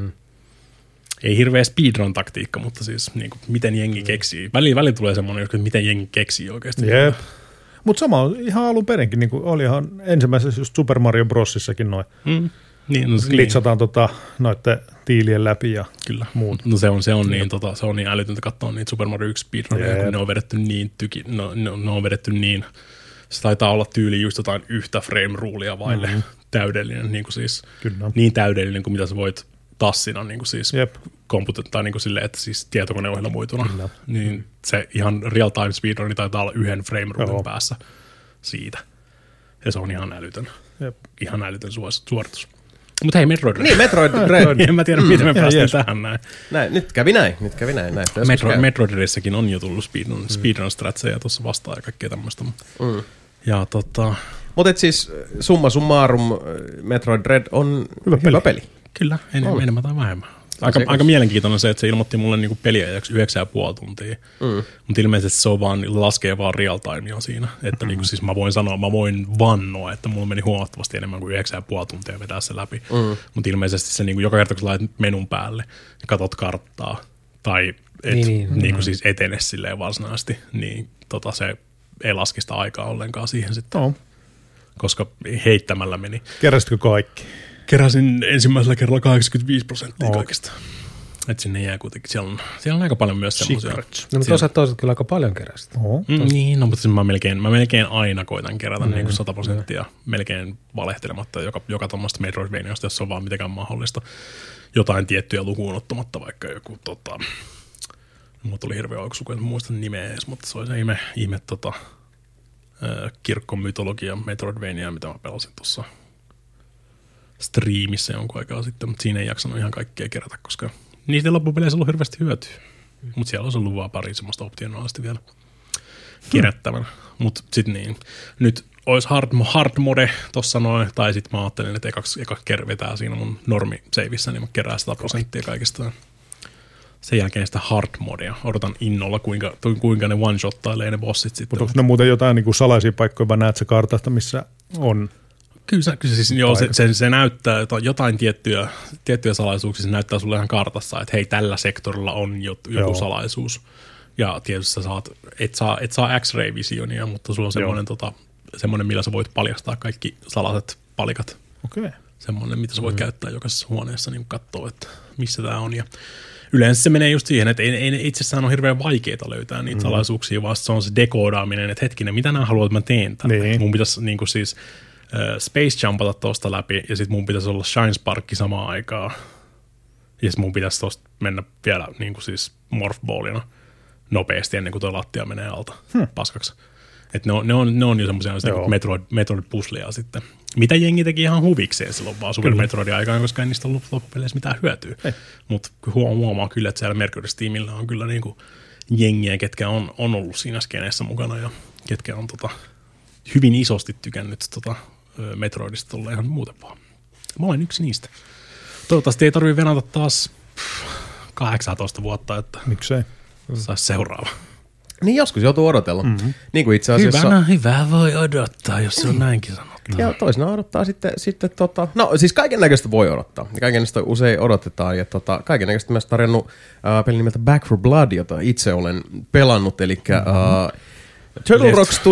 Ei hirveä speedrun-taktiikka, mutta siis niin kuin, miten jengi keksii. Välillä tulee semmoinen, että miten jengi keksii oikeasti. Jep. Mutta sama ihan alun perinkin, niin olihan ensimmäisessä just Super Mario Brosissakin noin. Niin, glitsataan noiden tiilien läpi ja kyllä. muut. No se on niin älytöntä katsoa niitä Super Mario 1 speedrunia, kun ne on vedetty niin ne on vedetty niin, se taitaa olla tyyli just jotain yhtä frame-ruulia vaille täydellinen, niin kuin siis niin täydellinen kuin mitä sä voit tassina niin kuin siis komputettaa niin kuin silleen, että siis tietokoneohjelmoituna, niin se ihan real-time speedrun taitaa olla 1 frame-ruudun päässä siitä. Ja se on ihan älytön. Ihan älytön suoritus. Mutta hei, Metroid Dread. Niin, Metroid Dread. En mä tiedä, miten me päästiin tähän näin. Nyt kävi näin. Metroid Dreadissäkin on jo tullut speedrun-stratseja tuossa vastaan ja kaikkea tämmöistä. Ja mutta siis summa summarum Metroid Dread on hyvä peli. Kyllä, enemmän tai vähemmän. Aika mielenkiintoinen se, että se ilmoitti mulle niinku peliajaksi 9,5 tuntia. Mutta ilmeisesti se on laskee vaan real timea siinä. Että niinku siis mä voin vannoa, että mulla meni huomattavasti enemmän kuin 9,5 tuntia vetää se läpi. Mutta ilmeisesti se niinku joka kerta, kun sä laitat menun päälle ja katot karttaa tai niinku siis etene silleen varsinaisesti, niin se ei laski sitä aikaa ollenkaan siihen sitten. Koska heittämällä meni. Keräsitkö kaikki? Keräsin ensimmäisellä kerralla 85% kaikista. Että sinne jää kuitenkin. Siellä on aika paljon myös semmoisia. No, mutta toisaalta kyllä aika paljon keräsit. Niin, no, mutta siis mä melkein aina koitan kerätä niin kuin 100%, melkein valehtelematta joka tuommoista Metroidvaniasta, jos se on vaan mitenkään mahdollista. Jotain tiettyjä lukuun ottamatta, vaikka joku mulla tuli hirveä oiksuku, en muista nimeä edes, mutta se oli se ihme kirkkomytologia Metroidvania, mitä mä pelasin tuossa striimissä jonkun aikaa sitten, mutta siinä ei jaksanut ihan kaikkea kerätä, koska niistä loppupeleissä on ollut hirveästi hyötyä. Mutta siellä olisi ollut vaan pari semmoista optionaalisesti vielä kerättävänä. Mutta sitten niin, nyt olisi hard mode tossa noin, tai sitten mä ajattelin, että eka vetää siinä mun normiseivissä, niin mä kerään 100% kaikista. Sen jälkeen sitä hard modea. Odotan innolla, kuinka ne one-shottailee ne bossit sitten. Mutta onko ne muuten jotain niin kuin salaisia paikkoja, vai näet sä kartasta, missä on? Kyllä siis, joo, se näyttää jotain tiettyjä salaisuuksia, se näyttää sulle ihan kartassa, että hei, tällä sektorilla on joku salaisuus. Ja tietysti sä et saa X-ray-visionia, mutta sulla on semmoinen, millä sä voit paljastaa kaikki salaiset palikat. Okei. Semmoinen, mitä sä voit käyttää jokaisessa huoneessa, niin katsoa, että missä tää on. Ja yleensä se menee just siihen, että ei itsessään ole hirveän vaikeaa löytää niitä salaisuuksia, vaan se on se dekoodaaminen, että hetkinen, mitä nämä haluat, että mä teen tämän. Niin. Mun pitäisi niin kuin siis space jumpata tosta läpi, ja sitten mun pitäisi olla shine sparkki samaan aikaan. Ja sitten mun pitäisi tosta mennä vielä niin kuin siis morphballina nopeasti ennen kuin tuo lattia menee alta paskaksi. Että ne on jo semmoisia Metroid-pusleja sitten. Mitä jengi teki ihan huvikseen silloin vaan Super Metroidin aikaan, koska ei niistä ollut loppupeleissä mitään hyötyä. Mutta huomaa kyllä, että siellä Mercury-tiimillä on kyllä niinku jengiä, ketkä on ollut siinä skeneessä mukana ja ketkä on hyvin isosti tykännyt Metroidista tulla ihan muuten vaan. Mä olen yksi niistä. Toivottavasti ei tarvitse venata taas 18 vuotta, että miksei saisi seuraava. Niin joskus joutuu odotella. Niin kuin itse asiassa. Hyvä voi odottaa, jos se on näinkin sanottu. Ja toisena odottaa sitten no siis kaiken näköistä voi odottaa. Ja kaiken näköistä usein odotetaan. Ja kaiken näköistä myös tarjonnut pelin nimeltä Back 4 Blood, jota itse olen pelannut. Eli Turtle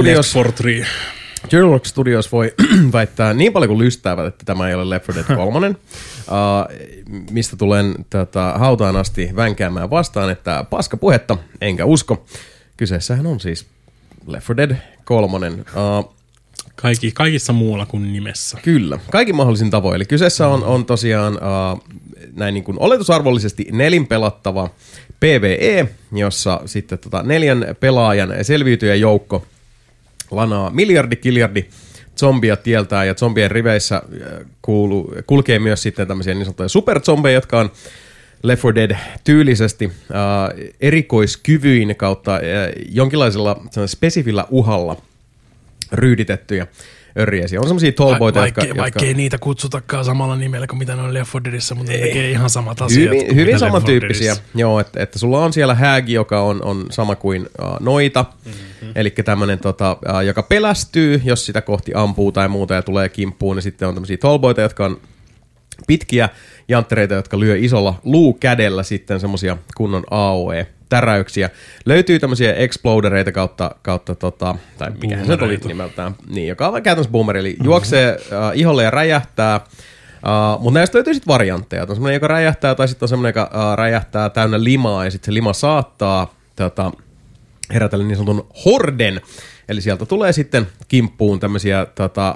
Rock Studios voi väittää niin paljon kuin lystäävät, että tämä ei ole Left 4 Dead 3. Mistä tulen hautaan asti vänkäämään vastaan, että paska puhetta, enkä usko. Kyseessähän on siis Left 4 Dead 3. Kaikissa muulla kuin nimessä. Kyllä, kaikin mahdollisin tavoin. Eli kyseessä on tosiaan näin niin kuin oletusarvollisesti nelinpelattava PvE, jossa sitten 4 pelaajan selviytyjäjoukko lanaa miljardi zombia tieltään, ja zombien riveissä kulkee myös sitten tämmöisiä niin sanottuja superzombeja, jotka on Left 4 Dead tyylisesti erikoiskyvyin kautta jonkinlaisella spesifillä uhalla ryyditettyjä örjäisiä. On semmosia tallboita, Vaikkei niitä kutsutakaan samalla nimellä kuin mitä ne on Left 4 Deadissä, mutta ne tekee ihan samat asiat. Hyvin samantyyppisiä. Joo, että sulla on siellä häägi, joka on sama kuin noita, eli tämmönen, joka pelästyy, jos sitä kohti ampuu tai muuta ja tulee kimppuun, niin sitten on tämmöisiä tallboita, jotka on pitkiä janttereita, jotka lyö isolla luukädellä sitten semmosia kunnon AOE-täräyksiä. Löytyy tämmöisiä explodereita kautta tai mikähän se oli nimeltään, niin, joka on käytännössä boomeri, eli juoksee iholle ja räjähtää, mutta näistä löytyy sitten variantteja. On semmoinen, joka räjähtää, tai sitten on semmoinen, joka räjähtää täynnä limaa, ja sitten se lima saattaa herätellä niin sanotun horden, eli sieltä tulee sitten kimppuun tämmöisiä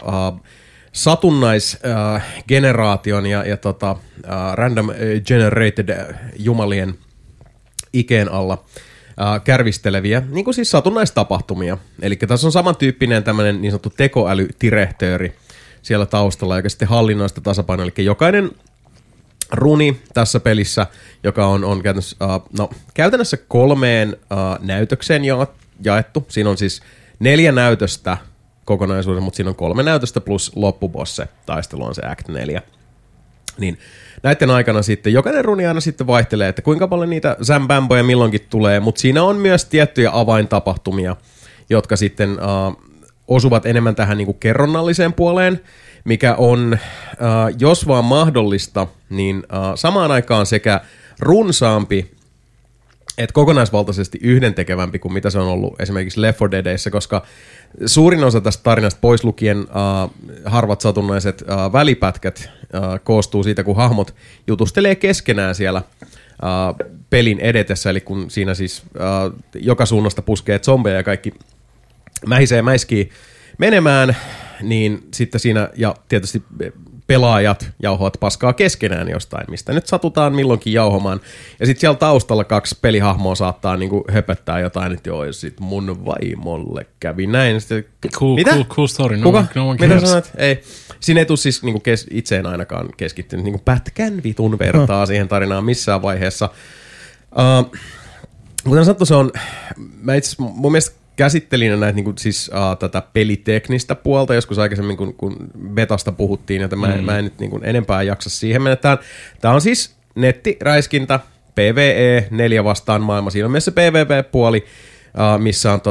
satunnaisgeneraation ja random generated jumalien ikeen alla kärvisteleviä, niin kuin siis satunnaistapahtumia. Eli tässä on samantyyppinen tämmöinen niin sanottu tekoälytirehtööri siellä taustalla, joka sitten hallinnoi sitä tasapainoa. Eli jokainen runi tässä pelissä, joka on käytännössä 3 näytökseen jaettu. Siinä on siis 4 näytöstä kokonaisuuden, mutta siinä on 3 näytöstä plus loppubosse. Taistelu on se Act 4. Niin näiden aikana sitten jokainen runi aina sitten vaihtelee, että kuinka paljon niitä zambamboja milloinkin tulee, mutta siinä on myös tiettyjä avaintapahtumia, jotka sitten osuvat enemmän tähän niinku kerronnalliseen puoleen, mikä on, jos vaan mahdollista, niin samaan aikaan sekä runsaampi että kokonaisvaltaisesti yhdentekevämpi kuin mitä se on ollut esimerkiksi Left 4 Deadissä, koska suurin osa tästä tarinasta pois lukien harvat satunnaiset välipätkät koostuu siitä, kun hahmot jutustelee keskenään siellä pelin edetessä, eli kun siinä siis joka suunnasta puskee zombeja ja kaikki mäiskii menemään, niin sitten siinä, ja tietysti pelaajat jauhoat paskaa keskenään jostain, mistä nyt satutaan milloinkin jauhomaan. Ja sitten siellä taustalla 2 pelihahmoa saattaa niinku höpöttää jotain, että joo, sit mun vaimolle kävi näin. Sitten, cool story. Kuka? Mitä sanoit? Ei. Siinä ei tule siis niinku itseen ainakaan keskittynyt niinku pätkän vitun vertaa siihen tarinaan missään vaiheessa. Kuten sanottu, se on, mun mielestä käsittelin näitä niinku, siis, tätä peliteknistä puolta joskus aikaisemmin, kun betasta puhuttiin, joten mä en nyt niinku, enempää jaksa siihen mennä. Tää on siis nettiräiskintä, PvE 4 vastaan maailma. Siinä on myös se PvP-puoli, missä on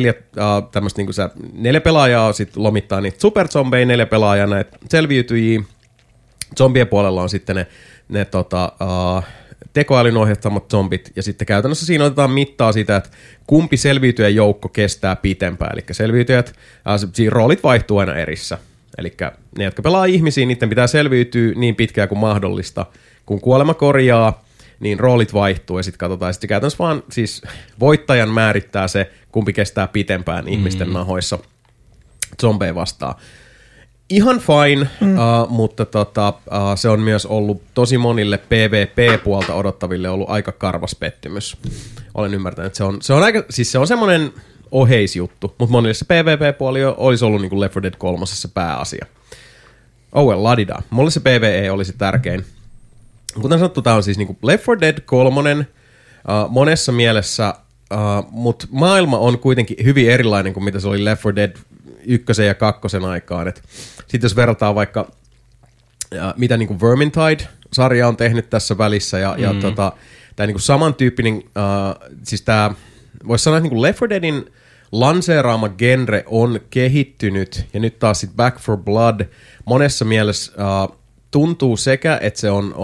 4 pelaajaa, sit lomittaa niitä superzombeja, 4 pelaajaa näitä selviytyjiä. Zombien puolella on sitten ne tekoälyn ohjattamat zombit, ja sitten käytännössä siinä otetaan mittaa siitä, että kumpi selviytyjän joukko kestää pitempään. Eli selviytyjät, siinä roolit vaihtuu aina erissä. Eli ne, jotka pelaa ihmisiä, niiden pitää selviytyä niin pitkään kuin mahdollista. Kun kuolema korjaa, niin roolit vaihtuu, ja sitten katsotaan, sitten käytännössä vaan siis voittajan määrittää se, kumpi kestää pitempään ihmisten nahoissa zombeja vastaan. Ihan fine, mutta se on myös ollut tosi monille PvP-puolta odottaville ollut aika karvas pettymys. Olen ymmärtänyt, että se on aika, siis se on semmoinen oheisjuttu, mutta monille se PvP-puoli olisi ollut niin kuin Left 4 Dead 3 se pääasia. Oh well, ladida. Mulle se PvE oli se tärkein. Kuten sanottu, tämä on siis niin kuin Left 4 Dead 3 monessa mielessä, mutta maailma on kuitenkin hyvin erilainen kuin mitä se oli Left 4 Dead 1 ja 2 aikaan. Sitten jos verrataan vaikka mitä niin kuin Vermintide-sarja on tehnyt tässä välissä ja tämä niin kuin samantyyppinen, siis tämä voisi sanoa, että niin kuin Left 4 Deadin lanseeraama genre on kehittynyt ja nyt taas sitten Back 4 Blood monessa mielessä tuntuu sekä, että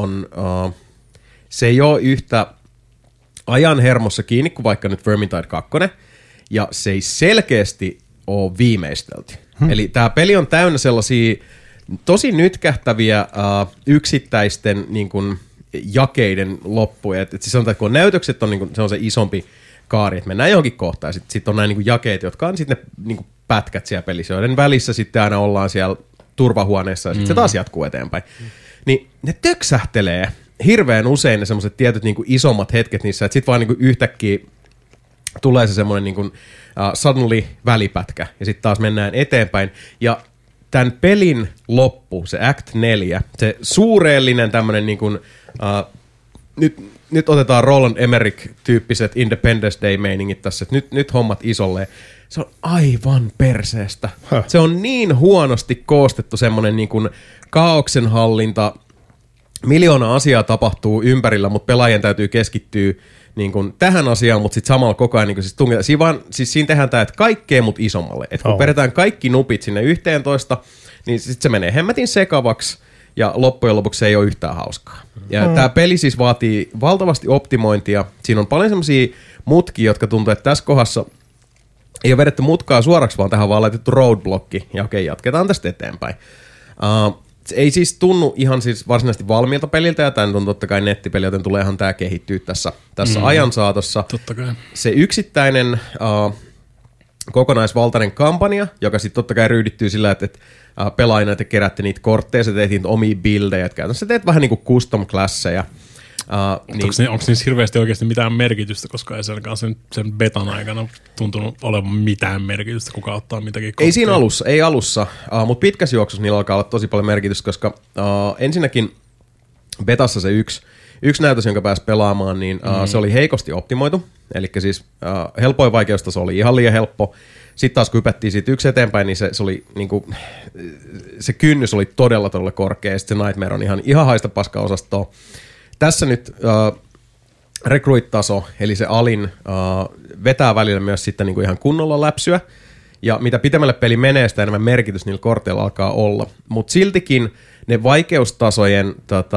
se ei ole yhtä ajan hermossa kiinni kuin vaikka nyt Vermintide 2 ja se ei selkeästi ole viimeistelty. Eli tämä peli on täynnä sellaisia tosi nytkähtäviä yksittäisten niin kun, jakeiden loppuja. Siis sanotaan, että kun näytökset on, niin kun, se on se isompi kaari, että mennään johonkin kohtaan. Sitten on nämä niinku jakeet, jotka on sitten ne niinku pätkät siellä pelissä, joiden välissä sitten aina ollaan siellä turvahuoneessa ja sitten se taas jatkuu eteenpäin. Niin ne töksähtelee hirveän usein ne semmoiset tietyt niinku isommat hetket niissä, että sitten vaan niinku yhtäkkiä tulee se semmoinen niinku, suddenly välipätkä ja sitten taas mennään eteenpäin. Ja tämän pelin loppu, se Act 4, se suureellinen tämmöinen niinku, nyt otetaan Roland Emmerich-tyyppiset Independence Day-meiningit tässä, että nyt hommat isolleen. Se on aivan perseestä. Se on niin huonosti koostettu semmoinen niin kuin kaaoksen hallinta. Miljoona asiaa tapahtuu ympärillä, mutta pelaajien täytyy keskittyä niin kuin tähän asiaan, mutta sitten samalla koko ajan niin siinä tehdään tämä, että kaikkea mut isommalle. Että kun peretään kaikki nupit sinne 11, niin sitten se menee hemmetin sekavaksi. Ja loppujen lopuksi se ei ole yhtään hauskaa. Ja tämä peli siis vaatii valtavasti optimointia. Siinä on paljon semmoisia mutkia, jotka tuntuu, että tässä kohdassa ei ole vedetty mutkaa suoraksi, vaan tähän on vaan laitettu roadblocki. Ja okei, jatketaan tästä eteenpäin. Se ei siis tunnu ihan siis varsinaisesti valmiilta peliltä, ja tämä on totta kai nettipeli, joten tuleehan tämä kehittyä tässä ajan saatossa. Totta kai. Se yksittäinen kokonaisvaltainen kampanja, joka sitten totta kai ryhdyttyy sillä, että pelaajina te kerätte niitä kortteja, sä teet niitä omia buildejä, että käytännössä teet vähän niin kuin custom klasseja. Onko niissä hirveästi oikeasti mitään merkitystä, koska ei sen betan aikana tuntunut olevan mitään merkitystä, kuka ottaa mitäkin kortteja? Ei siinä alussa, mutta pitkässä juoksussa niillä alkaa olla tosi paljon merkitystä, koska ensinnäkin betassa se yksi näytös, jonka pääsi pelaamaan, niin se oli heikosti optimoitu, eli siis helpoin vaikeustaso oli ihan liian helppo. Sitten taas kun hypättiin siitä yksi eteenpäin, niin se oli niinku, se kynnys oli todella korkea, ja sitten se Nightmare on ihan haista paska osastoa. Tässä nyt recruit-taso, eli se alin, vetää välillä myös sitten niinku ihan kunnolla läpsyä, ja mitä pitemmälle peli menee, sitä enemmän merkitys niillä korteilla alkaa olla. Mutta siltikin ne vaikeustasojen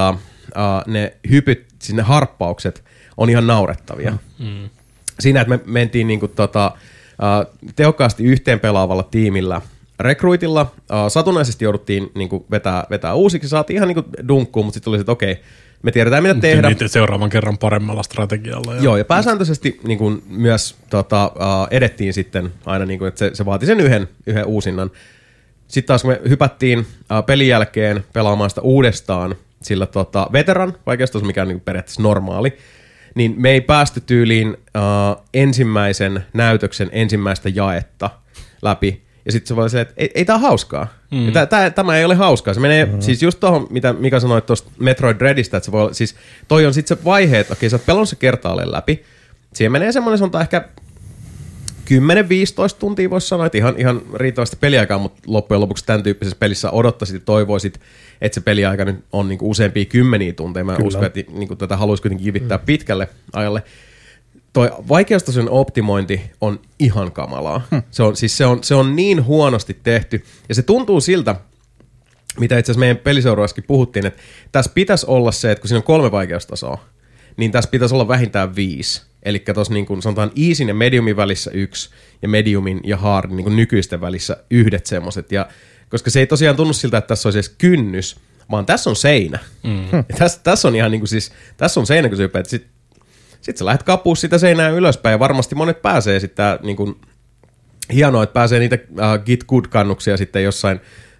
ne hypyt, sinne harppaukset on ihan naurettavia. Siinä, että me mentiin niinku tehokkaasti yhteen pelaavalla tiimillä recruitilla. Satunnaisesti jouduttiin niinku vetää uusiksi, saatiin ihan niinku dunkkuun, mutta sitten oli se, että okei, me tiedetään mitä tehdä. Niitä seuraavan kerran paremmalla strategialla. Joo, ja pääsääntöisesti niinku myös edettiin sitten aina, niinku, että se vaati sen yhden uusinnan. Sitten taas kun me hypättiin pelin jälkeen pelaamaan sitä uudestaan sillä veteran vaikeustaso, mikä on niinku periaatteessa normaali, niin me ei päästy tyyliin ensimmäisen näytöksen ensimmäistä jaetta läpi. Ja sitten se voi se, että ei tää ole hauskaa. Tämä ei ole hauskaa. Se menee siis just tuohon, mitä Mika sanoi tuosta Metroid Dreadistä, että se voi, siis toi on sitten se vaihe, että okei, sä oot pelannut se kertaalleen läpi. Siihen menee semmoinen, sanotaan ehkä 10-15 tuntia voisi sanoa, että ihan riittävästi peliaikaa, mutta loppujen lopuksi tämän tyyppisessä pelissä odottaisit ja toivoisit, että se peliaika nyt on niinku useampia kymmeniä tunteja. Mä uskon, että niinku tätä haluaisi kuitenkin kivittää pitkälle ajalle. Toi vaikeustason optimointi on ihan kamalaa. Se on niin huonosti tehty, ja se tuntuu siltä, mitä itse asiassa meidän peliseuraavassakin puhuttiin, että tässä pitäisi olla se, että kun siinä on 3 vaikeustasoa, niin tässä pitäisi olla vähintään 5. Eli tuossa niin sanotaan easyn ja mediumin välissä 1, ja mediumin ja hardin niin nykyisten välissä 1 semmoiset. Ja koska se ei tosiaan tunnu siltä, että tässä olisi edes kynnys, vaan tässä on seinä. Tässä on ihan niin kuin siis, tässä on seinä, kun sä hypäät. Sitten sä lähdet kapuus sitä seinää ylöspäin, ja varmasti monet pääsee sitten niin kuin, hienoa, että pääsee niitä Git Good-kannuksia sitten jossain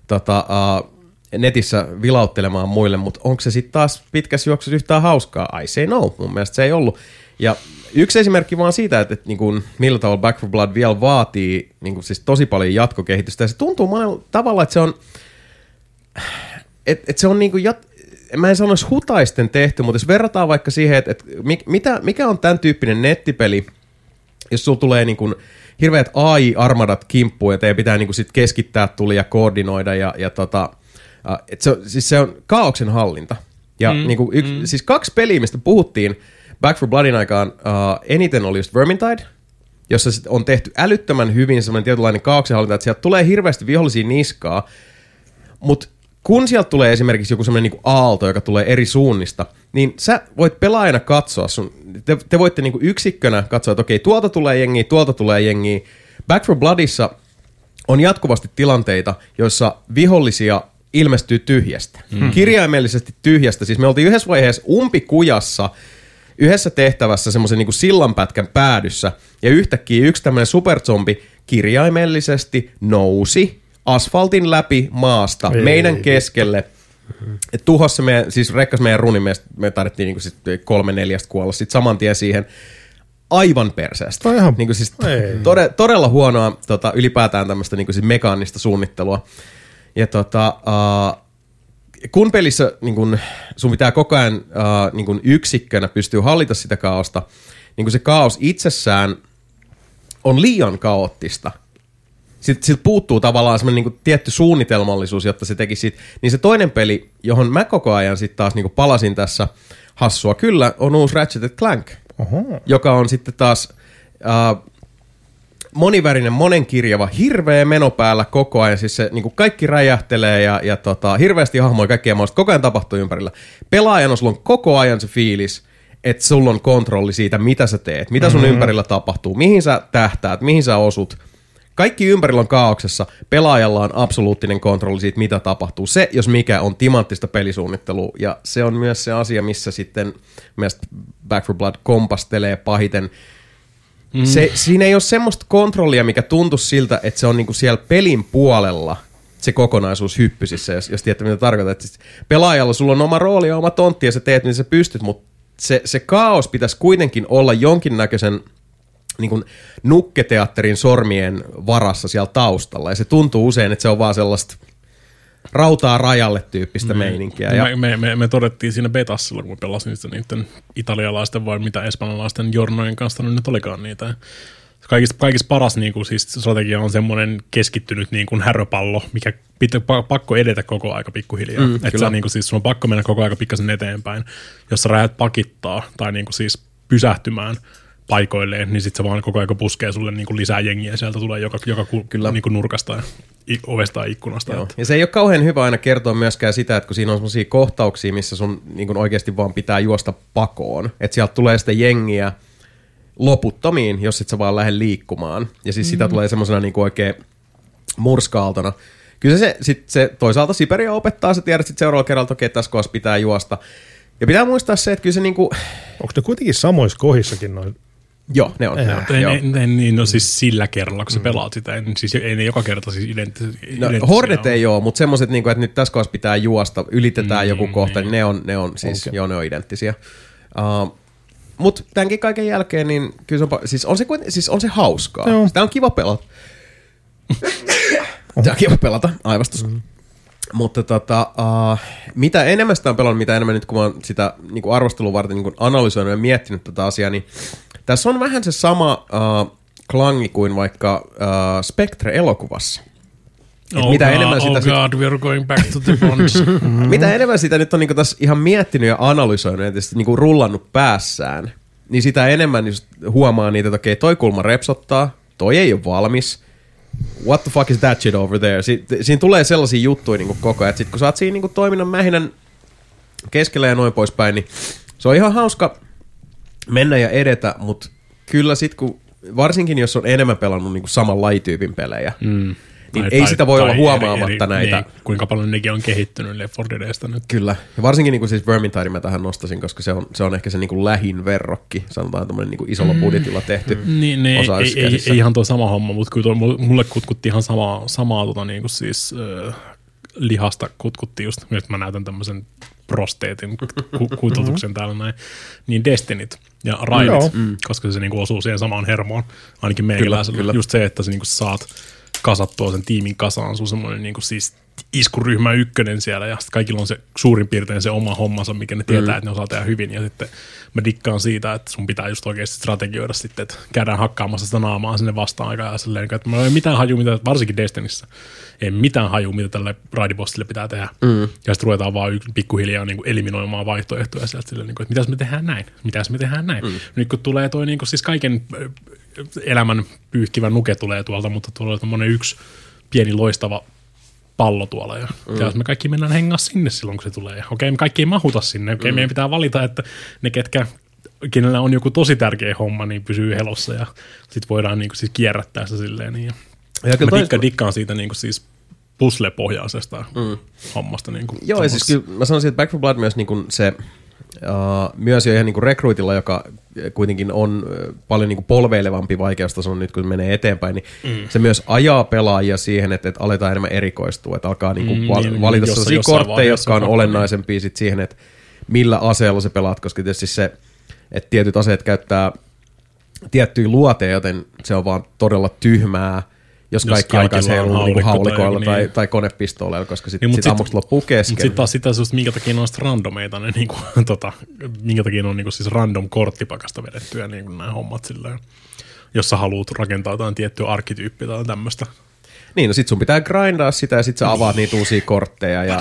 netissä vilauttelemaan muille, mutta onko se sitten taas pitkässä juoksussa yhtään hauskaa? I say no, mun mielestä se ei ollut. Ja yksi esimerkki vaan siitä, että niin kuin, millä tavalla Back 4 Blood vielä vaatii niin kuin, siis tosi paljon jatkokehitystä, ja se tuntuu monella tavalla, että se on, että se on niin kuin mä en sanoisi hutaisten tehty, mutta jos verrataan vaikka siihen, että mikä on tämän tyyppinen nettipeli, jos sulla tulee niin kuin hirveät AI-armadat kimppuun ja teidän pitää niin kuin sit keskittää tulia, koordinoida se on kaaoksen hallinta. Ja niin kuin siis 2 peliä, mistä puhuttiin Back 4 Bloodin aikaan, eniten oli just Vermintide, jossa sit on tehty älyttömän hyvin semmoinen tietynlainen kaaoksen hallinta, että sieltä tulee hirveästi vihollisia niskaa, mutta kun sieltä tulee esimerkiksi joku semmoinen niinku aalto, joka tulee eri suunnista, niin sä voit pelaajana katsoa, te voitte niinku yksikkönä katsoa, että okei, tuolta tulee jengiä. Back 4 Bloodissa on jatkuvasti tilanteita, joissa vihollisia ilmestyy tyhjästä. Kirjaimellisesti tyhjästä. Siis me oltiin yhdessä vaiheessa umpikujassa, yhdessä tehtävässä semmoisen niin kuin sillanpätkän päädyssä, ja yhtäkkiä yksi tämmöinen superzombi kirjaimellisesti nousi asfaltin läpi maasta meidän keskelle. Tuhosi meidän, siis rekkas meidän runin, me taidettiin niin kuin sit 3-4 kuolla sit saman tien siihen. Aivan perseestä. Niin kuin siis todella huonoa ylipäätään tämmöistä niin kuin siis mekaanista suunnittelua. Ja kun pelissä niin kun sun pitää koko ajan niin kun yksikkönä pystyy hallita sitä kaaosta, niin kun se kaos itsessään on liian kaoottista. Siltä puuttuu tavallaan semmoinen niin tietty suunnitelmallisuus, jotta se teki siitä. Niin se toinen peli, johon mä koko ajan sitten taas niin palasin tässä hassua, kyllä on uusi Ratchet & Clank, joka on sitten taas monivärinen, monenkirjava, hirveä meno päällä koko ajan. Siis se niin kaikki räjähtelee ja hirveästi hahmoja kaikkea mahdollista. Koko ajan tapahtuu ympärillä. Pelaajana sulla on koko ajan se fiilis, että sulla on kontrolli siitä, mitä sä teet, mitä sun ympärillä tapahtuu, mihin sä tähtäät, mihin sä osut. Kaikki ympärillä on kaauksessa, pelaajalla on absoluuttinen kontrolli siitä, mitä tapahtuu. Se, jos mikä, on timanttista pelisuunnittelua, ja se on myös se asia, missä sitten mielestäni Back 4 Blood kompastelee pahiten. Siinä ei ole semmoista kontrollia, mikä tuntuisi siltä, että se on niinku siellä pelin puolella se kokonaisuus hyppysissä, jos tiedätte, mitä tarkoitan. Että pelaajalla sulla on oma rooli ja oma tontti, ja sä teet, niin sä pystyt, mutta se kaos pitäisi kuitenkin olla jonkinnäköisen niin kuin nukketeatterin sormien varassa siellä taustalla, ja se tuntuu usein, että se on vaan sellaista rautaa rajalle tyyppistä meininkiä. Me todettiin siinä betassa silloin, kun me pelasin niiden italialaisten vai mitä espanjalaisten jornojen kanssa, niin nyt olikaan niitä. Kaikista paras niin kuin, siis strategia on semmoinen keskittynyt niin kuin häröpallo, mikä pakko edetä koko aika pikkuhiljaa. Että sä, niin kuin, siis sun on pakko mennä koko aika pikkasen eteenpäin. Jos sä räjät pakittaa tai niin kuin, siis pysähtymään paikoilleen, niin sit se vaan koko ajan puskee sulle niin kuin lisää jengiä. Sieltä tulee joka niin kuin nurkasta ja ovesta ja ikkunasta. Joo. Ja se ei ole kauhean hyvä aina kertoa myöskään sitä, että kun siinä on sellaisia kohtauksia, missä sun niin kuin oikeasti vaan pitää juosta pakoon. Että sieltä tulee sitä jengiä loputtomiin, jos et sä vaan lähde liikkumaan. Ja siis sitä tulee semmosena niin kuin oikein murska-aaltona. Kyllä se toisaalta Siberia opettaa, sä tiedät sit seuraavalla kerralla, että okei, tässä kohdassa pitää juosta. Ja pitää muistaa se, että kyllä se niinku... Onko ne kuitenkin samoissa kohissakin noin? Joo, ne on. Niin, no siis sillä kerralla, kun sä pelaat sitä, siis ei ne joka kerta siis identtisiä. Hordet ei ole, mutta semmoiset, niinku, että nyt tässä kohdassa pitää juosta, ylitetään joku kohta, niin ne on siis, okay. Joo, ne on identtisiä. Mutta tämänkin kaiken jälkeen, niin kyllä se on se hauskaa. Joo. Sitä on kiva pelata. Tämä on kiva pelata, aivastus. Mutta mitä enemmän sitä on pelannut, mitä enemmän nyt kun mä oon sitä niin arvostelua varten niin analysoinut ja miettinyt tätä asiaa, niin tässä on vähän se sama klangi kuin vaikka Spectre-elokuvassa. Mitä enemmän sitä we're going back to the bonds. Mitä enemmän sitä nyt on niin tässä ihan miettinyt ja analysoinut ja niin rullannut päässään, niin sitä enemmän huomaa niitä, että okei, toi kulma repsottaa, toi ei ole valmis. What the fuck is that shit over there? Siinä tulee sellaisia juttuja niin koko ajan, että sit kun sä oot siinä niin toiminnan mähinän keskellä ja noin poispäin, niin se on ihan hauska mennä ja edetä, mutta kyllä sit kun, varsinkin jos on enemmän pelannut niin saman lajityypin pelejä, niin ei sitä voi olla huomaamatta näitä. Niin, kuinka paljon nekin on kehittynyt Left 4 Deadstä nyt. Kyllä. Ja varsinkin niin kuin siis Vermintide mä tähän nostasin, koska se on ehkä se niin kuin lähin verrokki, sanotaan tämmöinen niin kuin isolla budjetilla tehty osa ei ihan tuo sama homma, mutta kyllä mulle kutkutti ihan samaa niin kuin siis lihasta kutkutti just, nyt mä näytän tämmöisen prosteetin kuitutuksen täällä näin, niin Destinyt ja Raidit, koska se niinku osuu siihen samaan hermoon, ainakin meikäläisellä. Kyllä. Just se, että sä niinku saat kasattua sen tiimin kasaan, sun semmoinen niinku siis iskuryhmä ykkönen siellä, ja kaikilla on se suurin piirtein se oma hommansa, mikä ne tietää, että ne osaa tehdä hyvin, ja sitten mä dikkaan siitä, että sun pitää just oikeasti strategioida sitten, että käydään hakkaamassa sitä naamaa sinne vastaan-aikaan, ja silleen, että mä en ole mitään haju, varsinkin Destinissä, ei mitään haju, mitä tälle raidibossille pitää tehdä, ja sitten ruvetaan vaan pikkuhiljaa niin kuin eliminoimaan vaihtoehtoja sieltä silleen, että mitäs me tehdään näin, Nyt kun tulee toi niin kuin siis kaiken elämän pyyhkivä nuke tulee tuolta, mutta tulee tommonen yksi pieni loistava pallo tuolla. Ja me kaikki mennään hengaa sinne silloin, kun se tulee. Ja okei, me kaikki ei mahuta sinne. Okei, meidän pitää valita, että ne, kenellä on joku tosi tärkeä homma, niin pysyy helossa. Ja sitten voidaan niin kuin siis kierrättää sitä silleen. Niin. Ja mä dikkaan siitä niin kuin siis puzzle-pohjaisesta hommasta. Niin kuin joo, ja siis kyllä mä sanoisin, että Back 4 Blood myös niin kuin se myös jo ihan niin kuin Recruitilla, joka kuitenkin on paljon niin kuin polveilevampi vaikeustaso nyt, kun menee eteenpäin, niin se myös ajaa pelaajia siihen, että aletaan enemmän erikoistua, että alkaa niin kuin valita sellaisia kortteja, jotka on olennaisempia sit siihen, että millä aseella se pelaat, koska tietysti se, että tietyt aseet käyttää tiettyjä luoteja, joten se on vaan todella tyhmää, jos kaikki alkaisi heilua niin haulikoilla tai konepistooleilla, koska sitten sit ammukset loppuu kesken. Mutta sitten taas minkä takia ne on randomeita, ne niinku, minkä takia ne on niinku siis random korttipakasta vedettyä niinku nämä hommat silleen, jos sä haluat rakentaa jotain tiettyä arkkityyppiä tai tämmöistä. Niin, no sit sun pitää grindaa sitä ja sit sä avaat niitä uusia kortteja.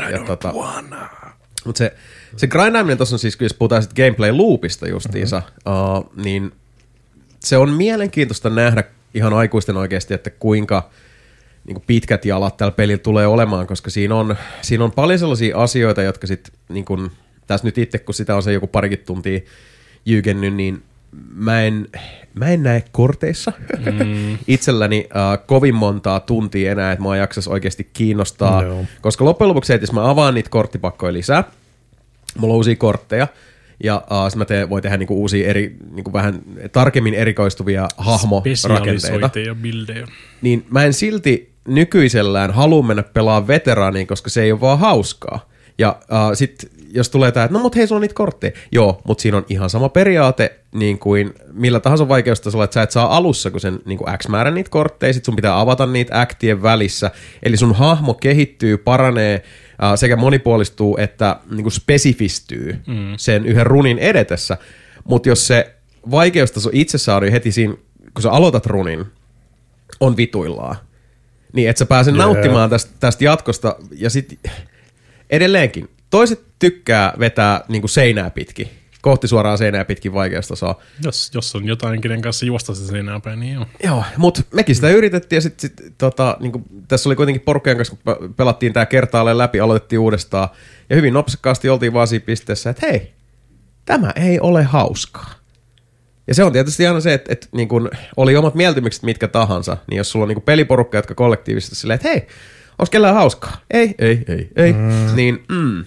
Mutta se grindaaminen tuossa on siis, jos puhutaan sit gameplay loopista justiinsa, niin se on mielenkiintoista nähdä ihan aikuisten oikeasti, että kuinka niin kuin pitkät jalat tällä pelillä tulee olemaan, koska siinä on paljon sellaisia asioita, jotka sitten, niin kuin, tässä nyt itse, kun sitä on se joku parikin tuntia jyykennyt, niin mä en näe korteissa itselläni kovin montaa tuntia enää, että mä jaksaisi oikeasti kiinnostaa, koska loppujen lopuksi se, että jos mä avaan niitä korttipakkoja lisää, mulla on uusia kortteja, ja sitten mä voin tehdä niinku uusia niinku vähän tarkemmin erikoistuvia hahmorakenteita. Ja bildejä. Niin mä en silti nykyisellään halua mennä pelaamaan veteraaniin, koska se ei ole vaan hauskaa. Ja sitten jos tulee tää, että no mut hei, sulla on niitä kortteja. Joo, mutta siinä on ihan sama periaate niin kuin millä tahansa vaikeustasolla, että sä et saa alussa, kun sen niin kuin X määrän niitä kortteja, sit sun pitää avata niitä aktien välissä. Eli sun hahmo kehittyy, paranee, sekä monipuolistuu että niin kuin spesifistyy sen yhden runin edetessä. Mutta jos se vaikeustaso itsessään on heti siinä, kun sä aloitat runin, on vituillaan, niin et sä pääse nauttimaan tästä jatkosta. Ja sit edelleenkin, toiset tykkää vetää niin kuin seinää pitkin, kohti suoraan seinää pitkin vaikeustasoa. Jos on jotain, kenen kanssa juosta se seinää päin, niin joo. Joo, mutta mekin sitä yritettiin ja sitten niin tässä oli kuitenkin porukkojen kanssa, kun pelattiin tämä kertaalleen läpi, aloitettiin uudestaan ja hyvin nopsakkaasti oltiin vaan siinä pisteessä, että hei, tämä ei ole hauskaa. Ja se on tietysti aina se, että niin kun oli omat mieltymykset mitkä tahansa, niin jos sulla on niin peliporukka, jotka kollektiivisesti silleen, että hei, onko kellään hauskaa? Ei. Niin,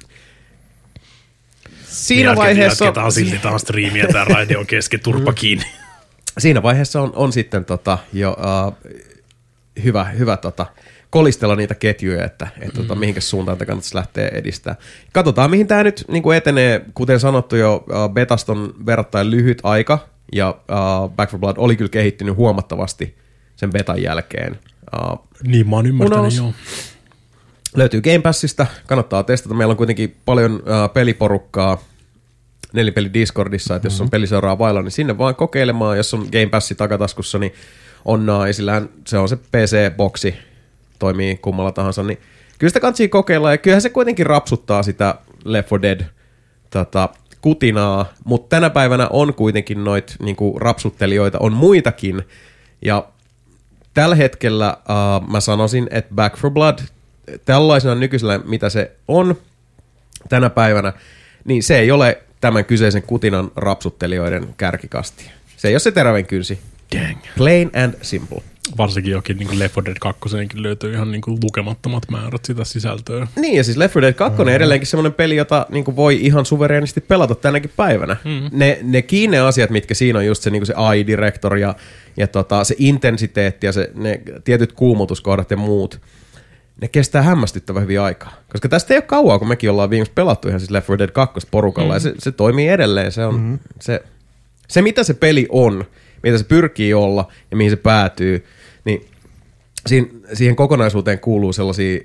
siinä vaiheessa... Jatketaan silti taas striimiä, tämä raide on kesken, turpa kiinni. Siinä vaiheessa on sitten jo hyvä kolistella niitä ketjuja, että mihinkä suuntaan tämä kannattaisi lähteä edistämään. Katsotaan, mihin tämä nyt niin kuin etenee. Kuten sanottu jo, betasta on verrattain lyhyt aika, ja Back 4 Blood oli kyllä kehittynyt huomattavasti sen betan jälkeen. Niin, mä oon ymmärtänyt, joo. Löytyy Game Passista, kannattaa testata. Meillä on kuitenkin paljon peliporukkaa Nelipeli Discordissa, että jos on peliseuraa vailla, niin sinne vaan kokeilemaan. Jos on Game Passi takataskussa, niin onnaa. Esillään se on se PC-boksi, toimii kummalla tahansa. Niin kyllä sitä kannattaa kokeilla, ja kyllähän se kuitenkin rapsuttaa sitä Left 4 Dead kutinaa, mutta tänä päivänä on kuitenkin noita niinku rapsuttelijoita, on muitakin. Ja tällä hetkellä mä sanoisin, että Back 4 Blood tällaisena nykyisellä, mitä se on tänä päivänä, niin se ei ole tämän kyseisen kutinan rapsuttelijoiden kärkikasti. Se ei ole se terävän kynsi. Dang. Plain and simple. Varsinkin jokin niin Left 4 Dead 2 löytyy ihan niin kuin lukemattomat määrät sitä sisältöä. Niin, ja siis Left 4 Dead 2 on edelleenkin semmoinen peli, jota niin kuin voi ihan suvereenisti pelata tänäkin päivänä. Ne kiinne asiat, mitkä siinä on just se, niin kuin se AI-direktor ja se intensiteetti ja ne tietyt kuumutuskohdat ja muut, ne kestää hämmästyttävän hyvin aikaa. Koska tästä ei ole kauaa, kun mekin ollaan viimeksi pelattu ihan siis Left 4 Dead 2 porukalla, ja se toimii edelleen. Se on se, mitä se peli on, mitä se pyrkii olla ja mihin se päätyy, niin siihen kokonaisuuteen kuuluu sellaisia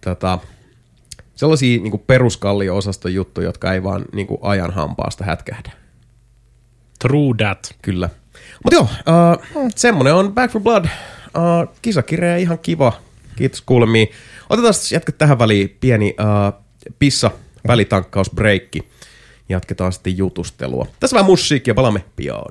niin kuin peruskallio-osaston juttuja, jotka ei vaan niin kuin ajan hampaasta hätkähdä. True that. Kyllä. Mutta joo, semmonen on Back 4 Blood. Kisakirja ihan kiva. Kiitos kuulemiin. Otetaan jatket tähän väliin pieni pissa-välitankkausbreikki. Jatketaan sitten jutustelua. Tässä vähän musiikkia, palaamme pian.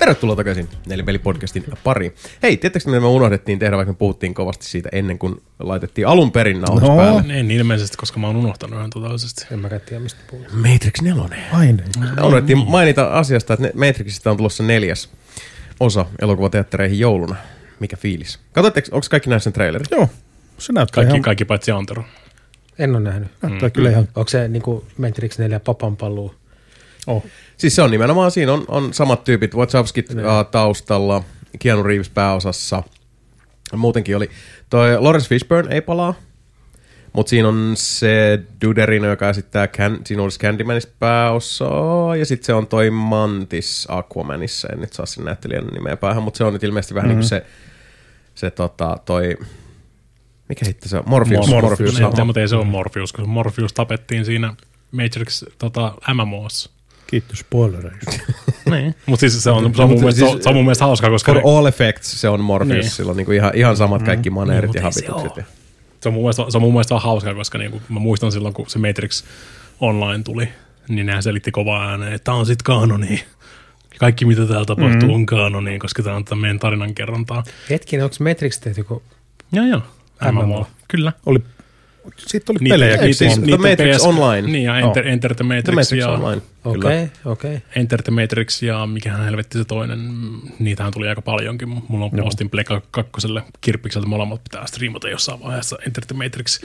Tervetuloa takaisin Nelipeli-podcastin pariin. Hei, tiedättekö mitä me unohdettiin tehdä, vaikka me puhuttiin kovasti siitä ennen kuin laitettiin alun perin nauhoitus päälle? En ilmeisesti, koska mä oon unohtanut ihan totaalisesti. En mä tiedä, mistä puhuu. Matrix 4. Aine. Unohdettiin mainita asiasta, että Matrixista on tulossa 4. osa elokuvateattereihin jouluna. Mikä fiilis? Katsotteko, onko kaikki näissä sen trailerit? Joo, se näyttää Kaikki paitsi Antero. En ole nähnyt. Näyttää kyllä ihan... Onko se niinku Matrix 4 papanpaluu? Siis se on nimenomaan, siinä on samat tyypit, Wachowskit taustalla, Keanu Reeves pääosassa. Muutenkin oli, toi Lawrence Fishburne ei palaa, mutta siinä on se Duderino, joka esittää, siinä olisi Candymanissa pääosaa, ja sitten se on toi Mantis Aquamanissa, en nyt saa sen näyttelijän nimeä päähän, mutta se on nyt ilmeisesti vähän niin kuin se toi... Mikä hitto se on? Morpheus. Mutta ei se ole Morpheus, koska Morpheus tapettiin siinä Matrix MMOssa. Kiitos spoilereista. Niin. Mutta siis se on mun mielestä hauskaa, koska... For all effects se on Morpheus, niin. Sillä on niinku ihan samat kaikki maneerit ja habitukset. Se on mun mielestä hauskaa, koska niinku, mä muistan silloin, kun se Matrix Online tuli, niin nehän selitti kovaa ääneen, että tää on sit kaanonia. Kaikki mitä täällä tapahtuu on kaanonia, koska tää on tätä meidän tarinankerrontaa. Hetkinen, onko Matrix tehty joku... Joo. MMO. Kyllä. Sitten oli pelejä. Matrix Online. Niin, ja Enter the Matrix. Okei. Enter the Matrix ja mikähän helvetti se toinen. Niitähän tuli aika paljonkin. Mulla on ostin Pleikka 2 kirppikseltä molemmat pitää striimata jossain vaiheessa. Enter the Matrix.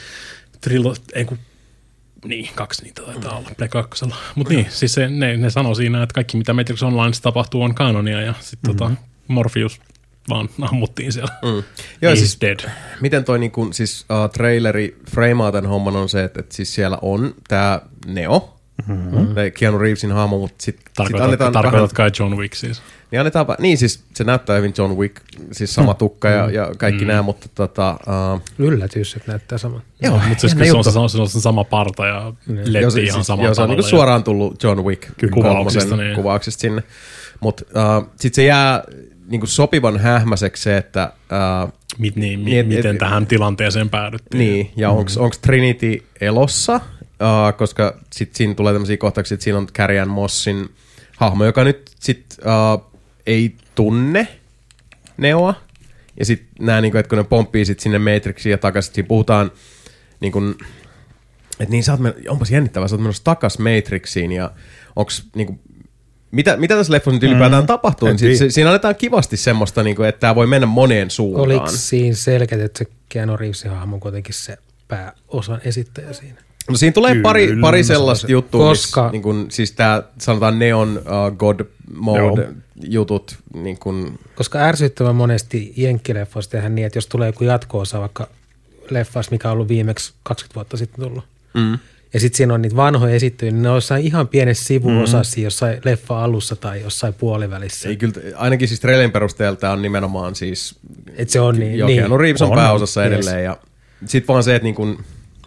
Niin, 2 niitä taitaa olla Pleikka 2. Mutta niin, siis ne sanoi siinä, että kaikki mitä Matrix Online tapahtuu on kanonia ja sitten Morpheus vaan ammuttiin siellä. Joo, siis dead. Miten toi niinku, siis traileri frameaa tämän homman on se, että siis siellä on tää Neo, Keanu Reevesin hahmo, mutta sit annetaan Tarkoitatko kai John Wick siis? Niin siis se näyttää hyvin John Wick, siis sama tukka ja kaikki nämä, mutta Yllätys, että näyttää saman. Joo, mutta siis se on sama parta ja letti ihan samalla tavalla. Se on niinku suoraan tullut John Wick kuvauksista sinne. Mutta sit se jää niinku sopivan hähmäiseksi se, että... miten tähän tilanteeseen päädyttiin. Niin, ja onko Trinity elossa, koska sitten siinä tulee tämmöisiä kohtauksia, että siinä on Carrie-Anne Mossin hahmo, joka nyt sitten ei tunne Neoa, ja sitten nämä, niinku, että kun ne pomppii sit sinne Matrixiin ja takaisin, siinä puhutaan, niinku, että niin onpas jännittävää, sä oot menossa takas Matrixiin, ja onks niinku... Mitä tässä leffassa nyt ylipäätään tapahtuu? Siinä annetaan kivasti semmoista, että tämä voi mennä moneen suuntaan. Oliko siinä selkeä, että se Keanu Reevesin hahmo on kuitenkin se pääosan esittäjä siinä? No siinä tulee pari sellaista juttua, koska niin kun, siis tämä sanotaan Neon God Mode jutut. Niin kun... Koska ärsyttävän monesti jenkkileffoista tehdään niin, että jos tulee joku jatko-osa vaikka leffasta, mikä on ollut viimeksi 20 vuotta sitten tullut, ja sitten siinä on niitä vanhoja esittelyjä, niin ne on jossain ihan pienessä sivuosassa jossain leffa alussa tai jossain puolivälissä. Ei kyllä, ainakin siis trailerin perusteella tämä on nimenomaan siis... Että se on niin. Keanu Reeves on pääosassa edelleen. Ja sitten vaan se, että niin kuin...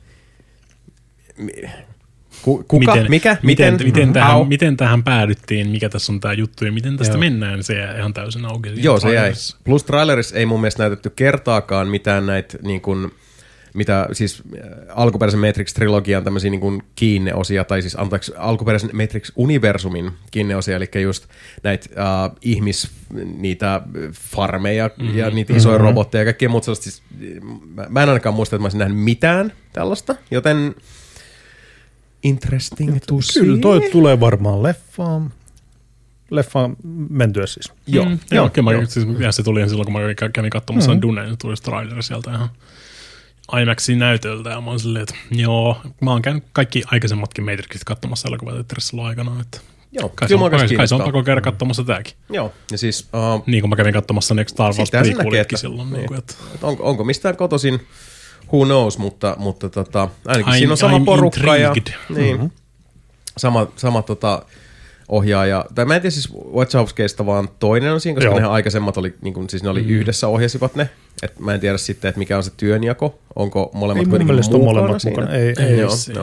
Kuka? Miten tähän päädyttiin? Mikä tässä on tämä juttu ja miten tästä mennään? Se jää ihan täysin auki. Joo, se jäi. Plus trailerissa ei mun mielestä näytetty kertaakaan mitään näitä... Niin kuin, mitä siis alkuperäisen Matrix-trilogian tämmöisiä niin kuin kiinneosia, tai siis alkuperäisen Matrix-universumin kiinneosia, eli just näitä niitä farmeja ja niitä isoja robotteja ja kaikkea muuta sellaista. Siis, mä en ainakaan muista, että mä olisin nähnyt mitään tällaista, joten interesting to see. Kyllä toi tulee varmaan leffaan mentyä siis. Joo. Se tuli silloin, kun mä kävin katsomassa Duneen, tuli traileri sieltä ihan IMAXin näytöltä, ja mä oon silleen, että mä oon käynyt kaikki aikaisemmatkin Matrixit katsomassa elokuvateatterissa silloin aikana, että kai se on pakko käydä katsomassa tääkin. Joo, ja siis... niin kuin mä kävin katsomassa Next Star Wars prequelitkin silloin. Niin. Onko mistään kotoisin, who knows, mutta ainakin siinä on sama porukka ja niin, sama ohjaaja, tai mä en tiedä siis Wachowskista, vaan toinen on siinä, koska nehän aikaisemmat oli, niin kuin, siis ne oli yhdessä ohjasivat ne. Et mä en tiedä sitten, että mikä on se työnjako. Onko molemmat kuitenkin mukana siinä? Ei.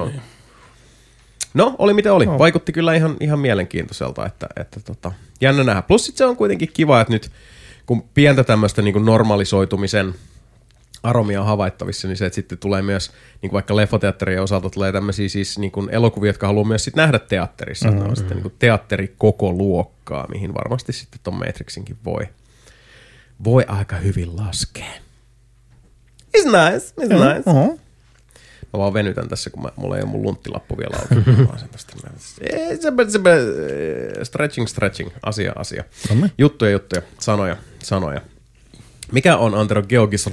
No, oli mitä oli. Vaikutti kyllä ihan mielenkiintoiselta, että jännä nähdä. Plus sit se on kuitenkin kiva, että nyt kun pientä tämmöistä niin kuin normalisoitumisen aromia on havaittavissa, niin se, että sitten tulee myös, niin kuin vaikka leffoteatterien osalta tulee tämmöisiä siis niin kuin elokuvia, jotka haluaa myös sitten nähdä teatterissa. Sitten niin kuin teatteri koko luokkaa, mihin varmasti sitten ton Matrixinkin voi aika hyvin laskea. It's nice, it's nice. Uh-huh. Mä vaan venytän tässä, kun mulla ei ole mun lunttilappu vielä auki. Stretching, asia. Juttuja, sanoja. Mikä on Antero GeoGuessr?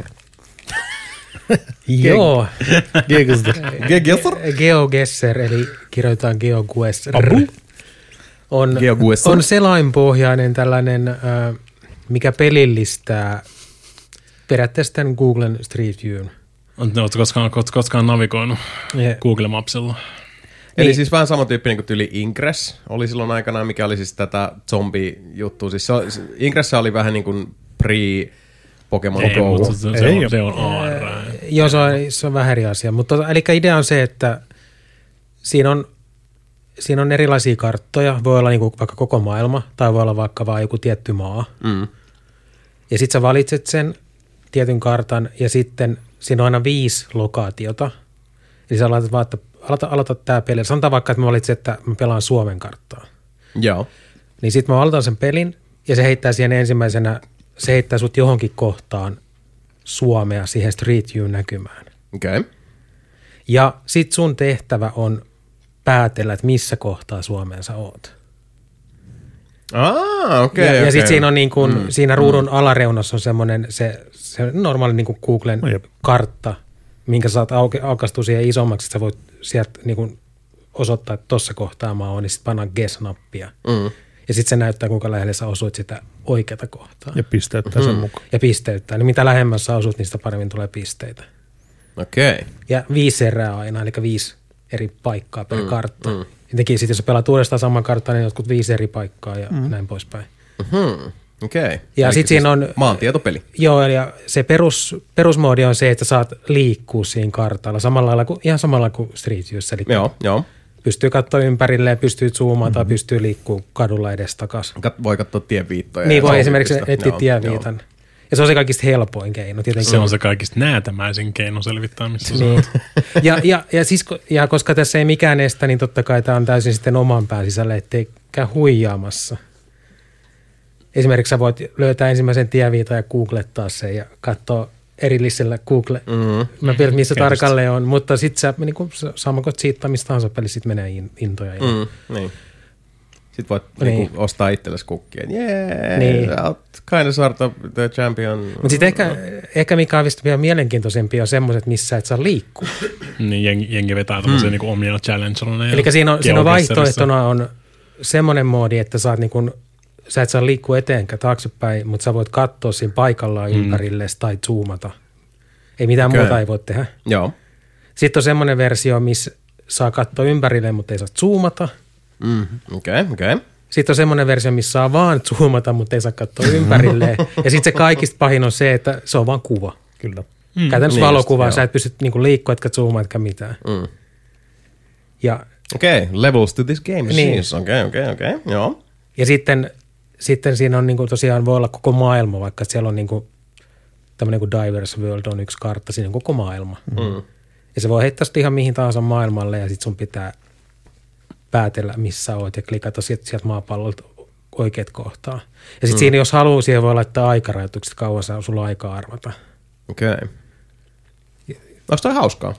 Joo. GeoGuessr? GeoGuessr, eli kirjoitetaan GeoGuessr. GeoGuessr. On selainpohjainen tällainen, mikä pelillistää periaatteessa tämän Googlen Street Viewn. Oletko koskaan navigoinut Google Mapsilla? Eli Niin. siis vähän samantyyppinen kuin tyyli Ingress oli silloin aikanaan, mikä oli siis tätä zombi-juttua. Siis Ingress oli vähän niin kuin pre-Pokemon Ei, Go. mutta se on AR. Joo, se on vähän eri asia. Mutta eli idea on se, että siinä on erilaisia karttoja. Voi olla niinku vaikka koko maailma tai voi olla vaikka vain joku tietty maa. Mm. Ja sitten sä valitset sen tietyn kartan ja sitten siinä on aina 5 lokaatiota. Eli sä laitat vaan, että aloita tämä peli. Sanotaan vaikka, että mä valitsen, että mä pelaan Suomen karttaa. Joo. Niin sitten mä aloitan sen pelin ja se heittää siihen ensimmäisenä, se heittää sut johonkin kohtaan Suomea siihen Street View näkymään. Okei. Okay. Ja sit sun tehtävä on päätellä, että missä kohtaa Suomeen sä oot. Okei. Ja sit siinä on niin kuin, siinä ruudun alareunassa on semmoinen se normaali niin kuin Googlen kartta, minkä sä saat aukastua siihen isommaksi, että sä voit sieltä niin kuin osoittaa, että tossa kohtaa mä oon, niin sit pannaan guess-nappia. Ja sit se näyttää, kuinka lähelle sä osuit sitä oikeata kohtaa. Ja pisteyttää sen mukaan. Ja pisteyttää. Niin mitä lähemmäs sä osut, niin sitä paremmin tulee pisteitä. Okei. Ja 5 erää aina, eli 5 eri paikkaa per kartta. Jotenkin sitten, jos sä pelaat uudestaan saman karttan, niin jotkut 5 eri paikkaa ja näin poispäin. Okei. Ja sitten siinä on maantietopeli. Joo, ja se perusmoodi on se, että saat liikkua siinä kartalla ihan samalla lailla kuin Street Viewssä. Eli Joo. pystyy katsoa ympärilleen, pystyy zoomaan tai pystyy liikkua kadulla edestakaisin. Voi katsoa tieviittoja. Niin voi esimerkiksi etsiä tieviitan. Ja se on se kaikista helpoin keino tietenkin. Se on se kaikista näätämäisin keino selvittää, missä se on. Ja koska tässä ei mikään estä, niin totta kai tämä on täysin sitten oman pään sisällä, ettei käy huijaamassa. Esimerkiksi sä voit löytää ensimmäisen tieviitan ja googlettaa sen ja katsoa erillisellä Google. Mä en tiedä, missä tarkalleen on, mutta sitten sä niin samakot siitä mistä tahansa pelissä sit menee intoja. Niin. Sitten voit ostaa itsellesi kukkia. Niin. Kind of sort of the champion. Mutta sitten ehkä mikä on vielä mielenkiintoisempi on semmoiset, missä et saa liikkua. Niin jengi vetää tämmöisiä niinku omia challengerina. Eli siinä on vaihtoehtona on semmoinen moodi, että sä et saa liikkua eteenkä taaksepäin, mutta sä voit katsoa siinä paikallaan ympärille tai zoomata. Ei mitään muuta ei voi tehdä. Joo. Sitten on semmoinen versio, missä saa katsoa ympärille, mutta ei saa zoomata. Okei. Sitten on semmoinen versio, missä saa vaan zoomata, mutta ei saa katsoa ympärilleen. Ja sitten se kaikista pahin on se, että se on vaan kuva. Kyllä. Käytännössä niin valokuvaa, just, sä et pysty niinku liikkua, etkä zoomaa, etkä mitään. Ja levels to this game. Niin. Siis. Okei. Joo. Ja sitten siinä on niinku tosiaan voi olla koko maailma, vaikka siellä on niinku tämmöinen kuin Divers World on yksi kartta, siinä on koko maailma. Ja se voi heittää ihan mihin tahansa maailmalle ja sitten sun pitää päätellä, missä oot ja klikata sieltä maapallolta oikeat kohtaa. Ja sitten siinä, jos haluaa, siihen voi laittaa aikarajoitukset, kauan sulla on aikaa arvata. Okei. Onko toi hauskaa?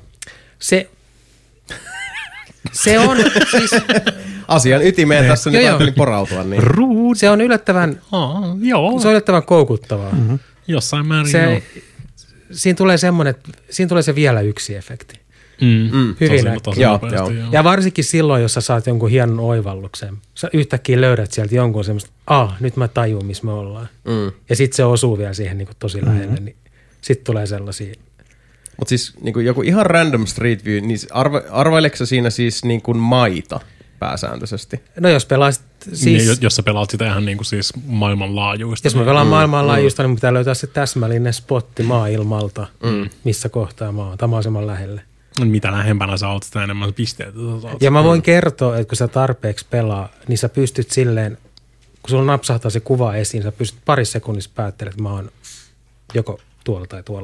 Se on siis... Asian ytimeen tässä nyt ajattelin porautua. Niin. Se on yllättävän, se on yllättävän koukuttavaa. Jossain määrin Siinä tulee se vielä yksi efekti. Hyvin tosi nopeasti, joo. Ja varsinkin silloin, jos sä saat jonkun hienon oivalluksen. Sä yhtäkkiä löydät sieltä jonkun semmoista, nyt mä tajun, missä me ollaan. Ja sitten se osuu vielä siihen niin kuin tosi lähelle, niin sitten tulee sellaisia. Mutta siis niin joku ihan random Street View, niin arvaileeko sä siinä siis niin kuin maita pääsääntöisesti? No jos pelaisit siis... Niin, jos sä pelaat sitä ihan niin kuin siis maailmanlaajuista. Jos mä pelaan maailmanlaajuista, niin pitää löytää se täsmällinen spotti maailmalta, missä kohtaa mä oon, mahdollisimman lähelle. Mitä lähempänä sä oot, sitä enemmän pisteitä saat. Ja mä voin kertoa, että kun sä tarpeeksi pelaa, niin sä pystyt silleen, kun sulla napsahtaa se kuva esiin, sä pystyt parissa sekunnissa päättelemään, että mä oon joko tuolla tai tuolla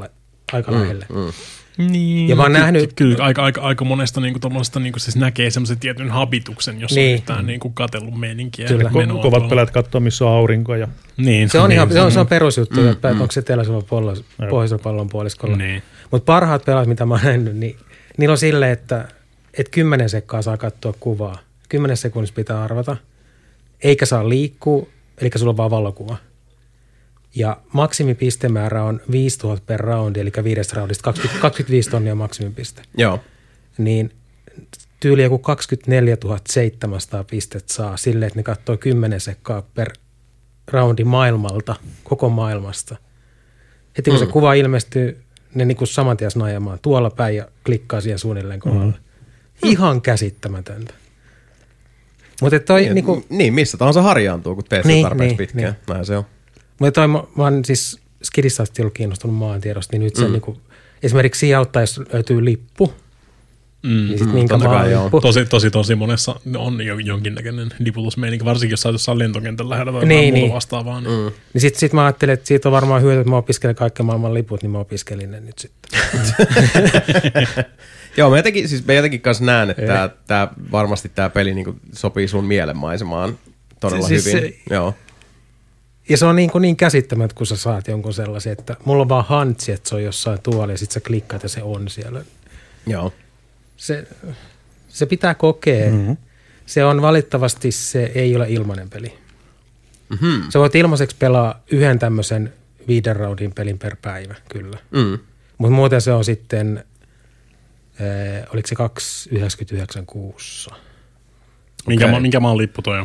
aika lähelle. Niin, ja mä oon nähnyt... Kyllä aika monesta niinku tommosesta niinku siis näkee semmoisen tietyn habituksen, jos on yhtään niinku katsellut meininkiä. Kyllä, kovat pelät katsoo, missä on aurinko. Ja... Niin, se on ihan se on perusjuttu, että onko se teillä pohjoisella pallon puoliskolla. Niin. Mutta parhaat pelat, mitä mä oon nähnyt, niin niillä on silleen, että 10 sekkaa saa katsoa kuvaa. 10 sekunnissa pitää arvata, eikä saa liikkua, eli sulla on vaan valokuva. Ja maksimipistemäärä on 5000 per roundi, eli 5 roundista 25 tonnia maksimipiste. Joo. Niin tyyli joku 24 700 pistettä saa silleen, että ne katsoo 10 sekkaa per roundi maailmalta, koko maailmasta. Heti kun se kuva ilmestyy, ne niin kuin saman tien snajamaan tuolla päin ja klikkaa siihen suunnilleen kohdalle. Ihan käsittämätöntä. Mutta toi niin, missä tahansa harjaantuu, kun teet sen tarpeeksi pitkään. Niin. Näin se on. Mutta mä oon siis Skidissä asti ollut kiinnostunut maantiedosta, niin nyt se niinku, esimerkiksi siinä auttaa, jos löytyy lippu. Niin sit minkä maan lippu. Tosi monessa on jonkinnäköinen liputusmeininki, varsinkin jos sä jossain lentokentän lähellä tai muuta vastaavaa. Niin sit mä ajattelin, että siitä on varmaan hyötyä, että mä opiskelen kaikki maailman liput, niin mä opiskelin ne nyt sitten. Joo, mä jotenkin kanssa näen, että varmasti tää peli niinku sopii sun mielenmaisemaan todella hyvin. Joo. Ja se on niin käsittämättä, kun sä saat jonkun sellaisen, että mulla on vaan hantsi, että se on jossain tuolla ja sit sä klikkaat ja se on siellä. Joo. Se pitää kokea. Se on valitettavasti, se ei ole ilmainen peli. Sä voit ilmaiseksi pelaa yhden tämmöisen 5 roundin pelin per päivä, kyllä. Mutta muuten se on sitten, oliko se 2,99 kuussa. Minkä maan lippu toi on?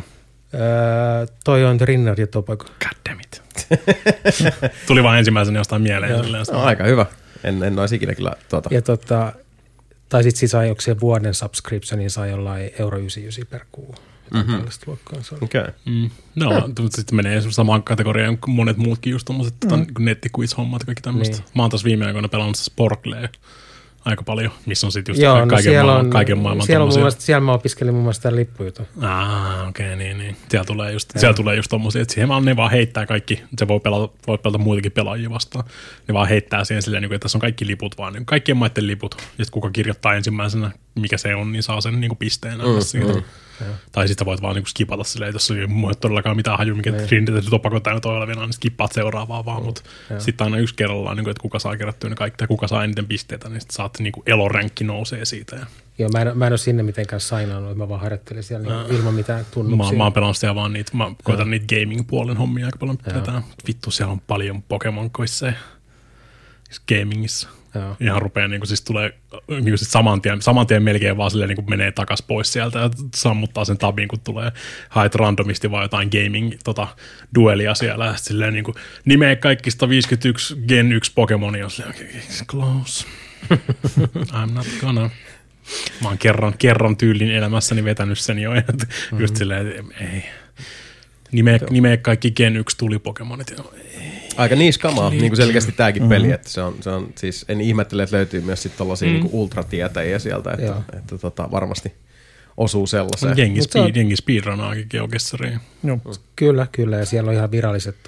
Toi on Trinidad ja Tobago. God damn it. Tuli vaan ensimmäisenä jostain mieleen. No, aika hyvä. En olisi ikinä kyllä tuota. Ja tai sitten siis sai, onko se vuoden subscription, niin sai jollain €99 per kuu. Tällaista luokkaa se on. Okay. No, sitten menee samaan kategoriaan kuin monet muutkin just tommoset nettiquiz-hommat ja kaikki tämmöistä. Niin. Mä oon taas viime aikoina pelannut Sporklea aika paljon, missä on sitten just kaiken maailman tommosia. Siellä mä opiskelin muun muassa tämän lippujutun. Okei, niin. Siellä tulee just tommosia, että siihen ne vaan heittää kaikki, se voi pelata muitakin pelaajia vastaan. Ne vaan heittää siihen silleen, että tässä on kaikki liput vaan, niin kaikkien maiden liput. Ja sitten kuka kirjoittaa ensimmäisenä, mikä se on, niin saa sen niin pisteen siitä. Tai sitten voit vaan niin skipata silleen, jos ei ole todellakaan mitään haju, mikä Trinidad ja Tobago täynnä olevina, niin skippaat seuraavaa vaan, mutta sitten aina yksi kerrallaan, että kuka saa kerättyä ne kaikki, tai kuka saa eniten pisteitä, niin sitten saat eloränkki nousee siitä. Joo, mä en ole sinne mitenkään sainannut, mä vaan harjoittelin siellä ilman mitään tunnuksia. Mä oon pelannut siellä vaan niitä, mä koitan niitä gaming-puolen hommia aika paljon pidetään. Vittu, siellä on paljon Pokemon-koisseja gamingissa. Joo. Ihan rupeaa, niin kuin, siis tulee niin sit saman tien melkein vaan silleen, niin kuin menee takas pois sieltä ja sammuttaa sen tabin, kun tulee haet randomisti vaan jotain gaming-duelia siellä. Ja silleen niin kuin nimeä kaikista 51 Gen 1 Pokemonia. Silleen, close. I'm not gonna. Mä oon kerran tyylin elämässäni vetänyt sen jo. Just silleen, että ei. Nimeä kaikki Gen 1 tuli Pokemonit. Aika niiskamaa, niin kuin selkeästi tämäkin peli, että se on siis, en ihmettele, että löytyy myös sitten tollaisia niin ultratietäjiä sieltä, että varmasti osuu sellaiseen. Jengi speedrunaakin geokessariin. Kyllä, ja siellä on ihan viralliset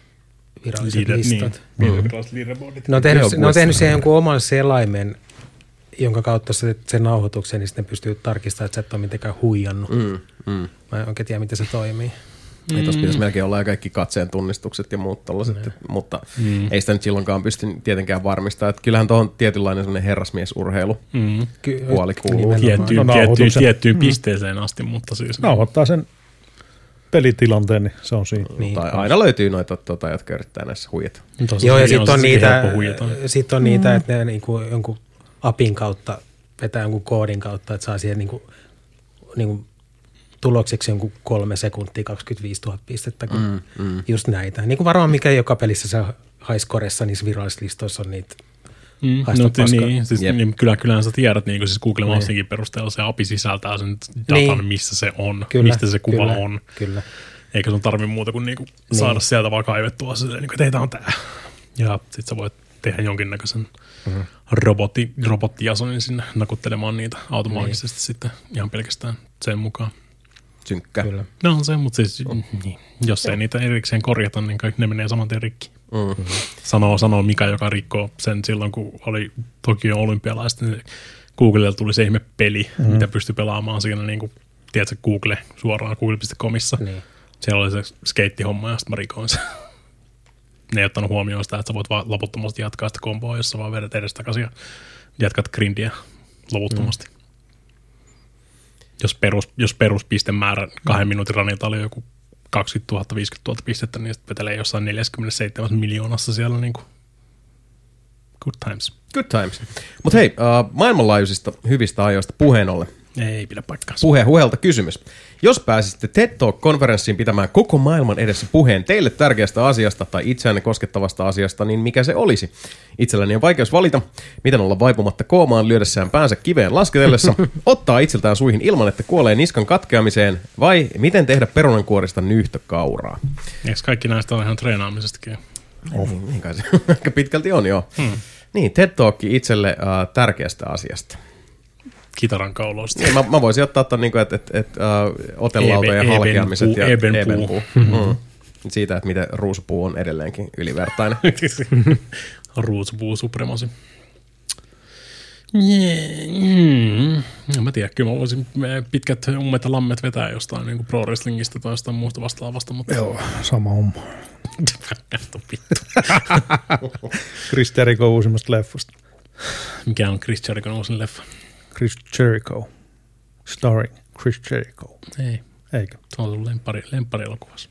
listat. Ne on tehnyt siihen jonkun oman selaimen, jonka kautta sen nauhoituksen, niin sitten pystyy tarkistamaan, että sä et ole mitenkään huijannut. Mä en oikein tiedä, miten se toimii. Tuossa pitäisi melkein olla kaikki katseen tunnistukset ja muut tollaiset, mutta ei sitä nyt silloinkaan pysty tietenkään varmistamaan. Että kyllähän tuohon tietynlainen sellainen herrasmiesurheilu puoli kuuluu. Tiettyyn pisteeseen asti, mutta siis... Nauhoittaa sen pelitilanteen, niin se on siinä. Niin, aina löytyy noita, jotka yrittää näissä huijata. Joo, ja sitten on niitä, että ne niinku jonkun appin kautta vetää jonkun koodin kautta, että saa siihen niinku tulokseksi jonkun 3 sekuntia 25 000 pistettä, kun just näitä. Niin kuin varmaan mikä joka pelissä se highscoressa niissä virallisissa listoissa on niitä kyllähän sä tiedät, niin kuin siis Google Mapsinkin perusteella se API sisältää sen datan, missä se on, mistä se kuva on. Kyllä. Eikä sun tarvitse muuta kuin saada sieltä vaan kaivettua se, että teitä on tää. Ja sit sä voit tehdä jonkinnäköisen robottiasonin sinne nakuttelemaan niitä automaattisesti sitten ihan pelkästään sen mukaan. Synkkä. Kyllä. No on se, mutta siis jos ei niitä erikseen korjata, niin kaikki ne menee saman tien rikki. Sanoo Mika, joka rikkoo sen silloin, kun oli Tokion olympialaiset, niin Googlella tuli se ihme peli, mitä pystyi pelaamaan siinä, niin kuin, tiedätkö, Google suoraan google.comissa. Niin. Siellä oli se skeittihomma ja sitten mä rikoin sen. Ne ei ottanut huomioon sitä, että sä voit vaan loputtomasti jatkaa sitä komboa, jos sä vaan vedät edestakaisin ja jatkat grindiä loputtomasti. Jos peruspistemäärä 2 minuutin ranilta oli joku 20 000, 50 000 pistettä, niin sitten vetelee jossain 47 miljoonassa siellä niin kuin good times. Good times. Mutta hei, maailmanlaajuisista hyvistä ajoista puheen ollen. Ei pidä paikkaansa. Huhelta kysymys. Jos pääsisitte TED Talk-konferenssiin pitämään koko maailman edessä puheen teille tärkeästä asiasta tai itseänne koskettavasta asiasta, niin mikä se olisi? Itselläni on vaikeus valita, miten olla vaipumatta koomaan lyödessään päänsä kiveen lasketellessa, ottaa itseltään suihin ilman, että kuolee niskan katkeamiseen, vai miten tehdä perunankuorista nyhtökauraa? Eikö kaikki näistä ole ihan treenaamisestakin? Niin kai se ehkä pitkälti on, joo. Niin, TED Talk itselle tärkeästä asiasta. Kitaran kauloista. Niin, mä voisin ottaa ton, että otelautojen halkeamiset ja ebenpuu. Siitä, että miten ruusupuu on edelleenkin ylivertainen. Ruusupuu supremasi. Mä tiedän, kyllä mä voisin pitkät ummet ja lammet vetää jostain niin pro wrestlingistä tai jostain muusta vastaavasta. Mutta... Joo, sama homma. Chris Jericho uusimmasta leffasta. Mikä on Chris Jerichon uusin leffa? Chris Jericho. Starring Chris Jericho. Ei. Eikö? Se on sun lemppari elokuvassa.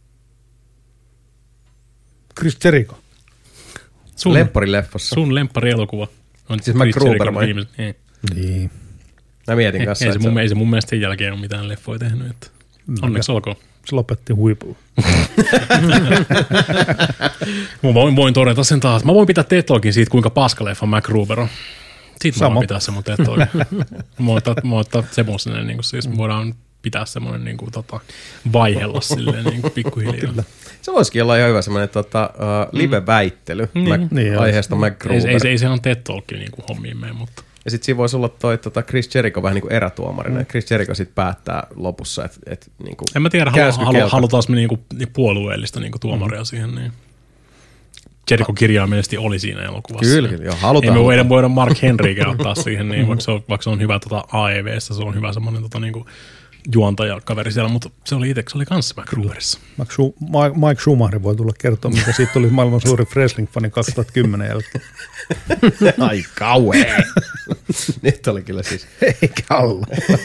Chris Jericho. Lempparileffassa. Sun lemppari-elokuva. On siis MacGruber vai? Niin. Mä mietin kanssa. Ei se mun mielestä sen jälkeen ole mitään leffoja tehnyt. Että onneksi olkoon. Se lopetti huipulla. Mä voin todeta sen taas. Mä voin pitää TED Talkin siitä, kuinka paska leffa MacGruber on. Siitä mä voin pitää se mun TED Talkin. Mä ottaa semmoinen, niin siis voidaan pitää semmoinen niin kuin, vaihella silleen niin kuin pikkuhiljaa. Se voisikin olla ihan hyvä semmoinen live-väittely aiheesta MacGruber. Ei se on TED Talkin niin kuin hommiin mene, mutta... Ja sitten siinä voisi olla toi Chris Jericho vähän niin kuin erätuomarina. Chris Jericho sitten päättää lopussa, että niin kuin en mä tiedä, halutaan me niinku puolueellista niinku tuomaria siihen. Niin. Jericho kirjaimellisesti oli siinä elokuvassa. Kyllä, joo, halutaan. Ei me voida Mark Henryä ottaa siihen, niin, vaikka se on hyvä AEV:ssä, se on hyvä semmoinen niinku juontajakaveri siellä, mutta se oli kanssa MacGruberissa. Mike Schumacher voi tulla kertoa, mikä siitä tuli maailman suuri wrestling-fani 2010 jälkeen. Ai kauhea. Nyt oli kyllä siis. Eikä ollut.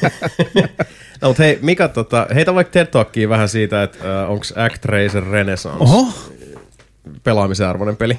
No, mutta hei, Mika, heitä vaikka TED Talkiin vähän siitä, että onko ActRaiser Renaissance pelaamisen arvoinen peli?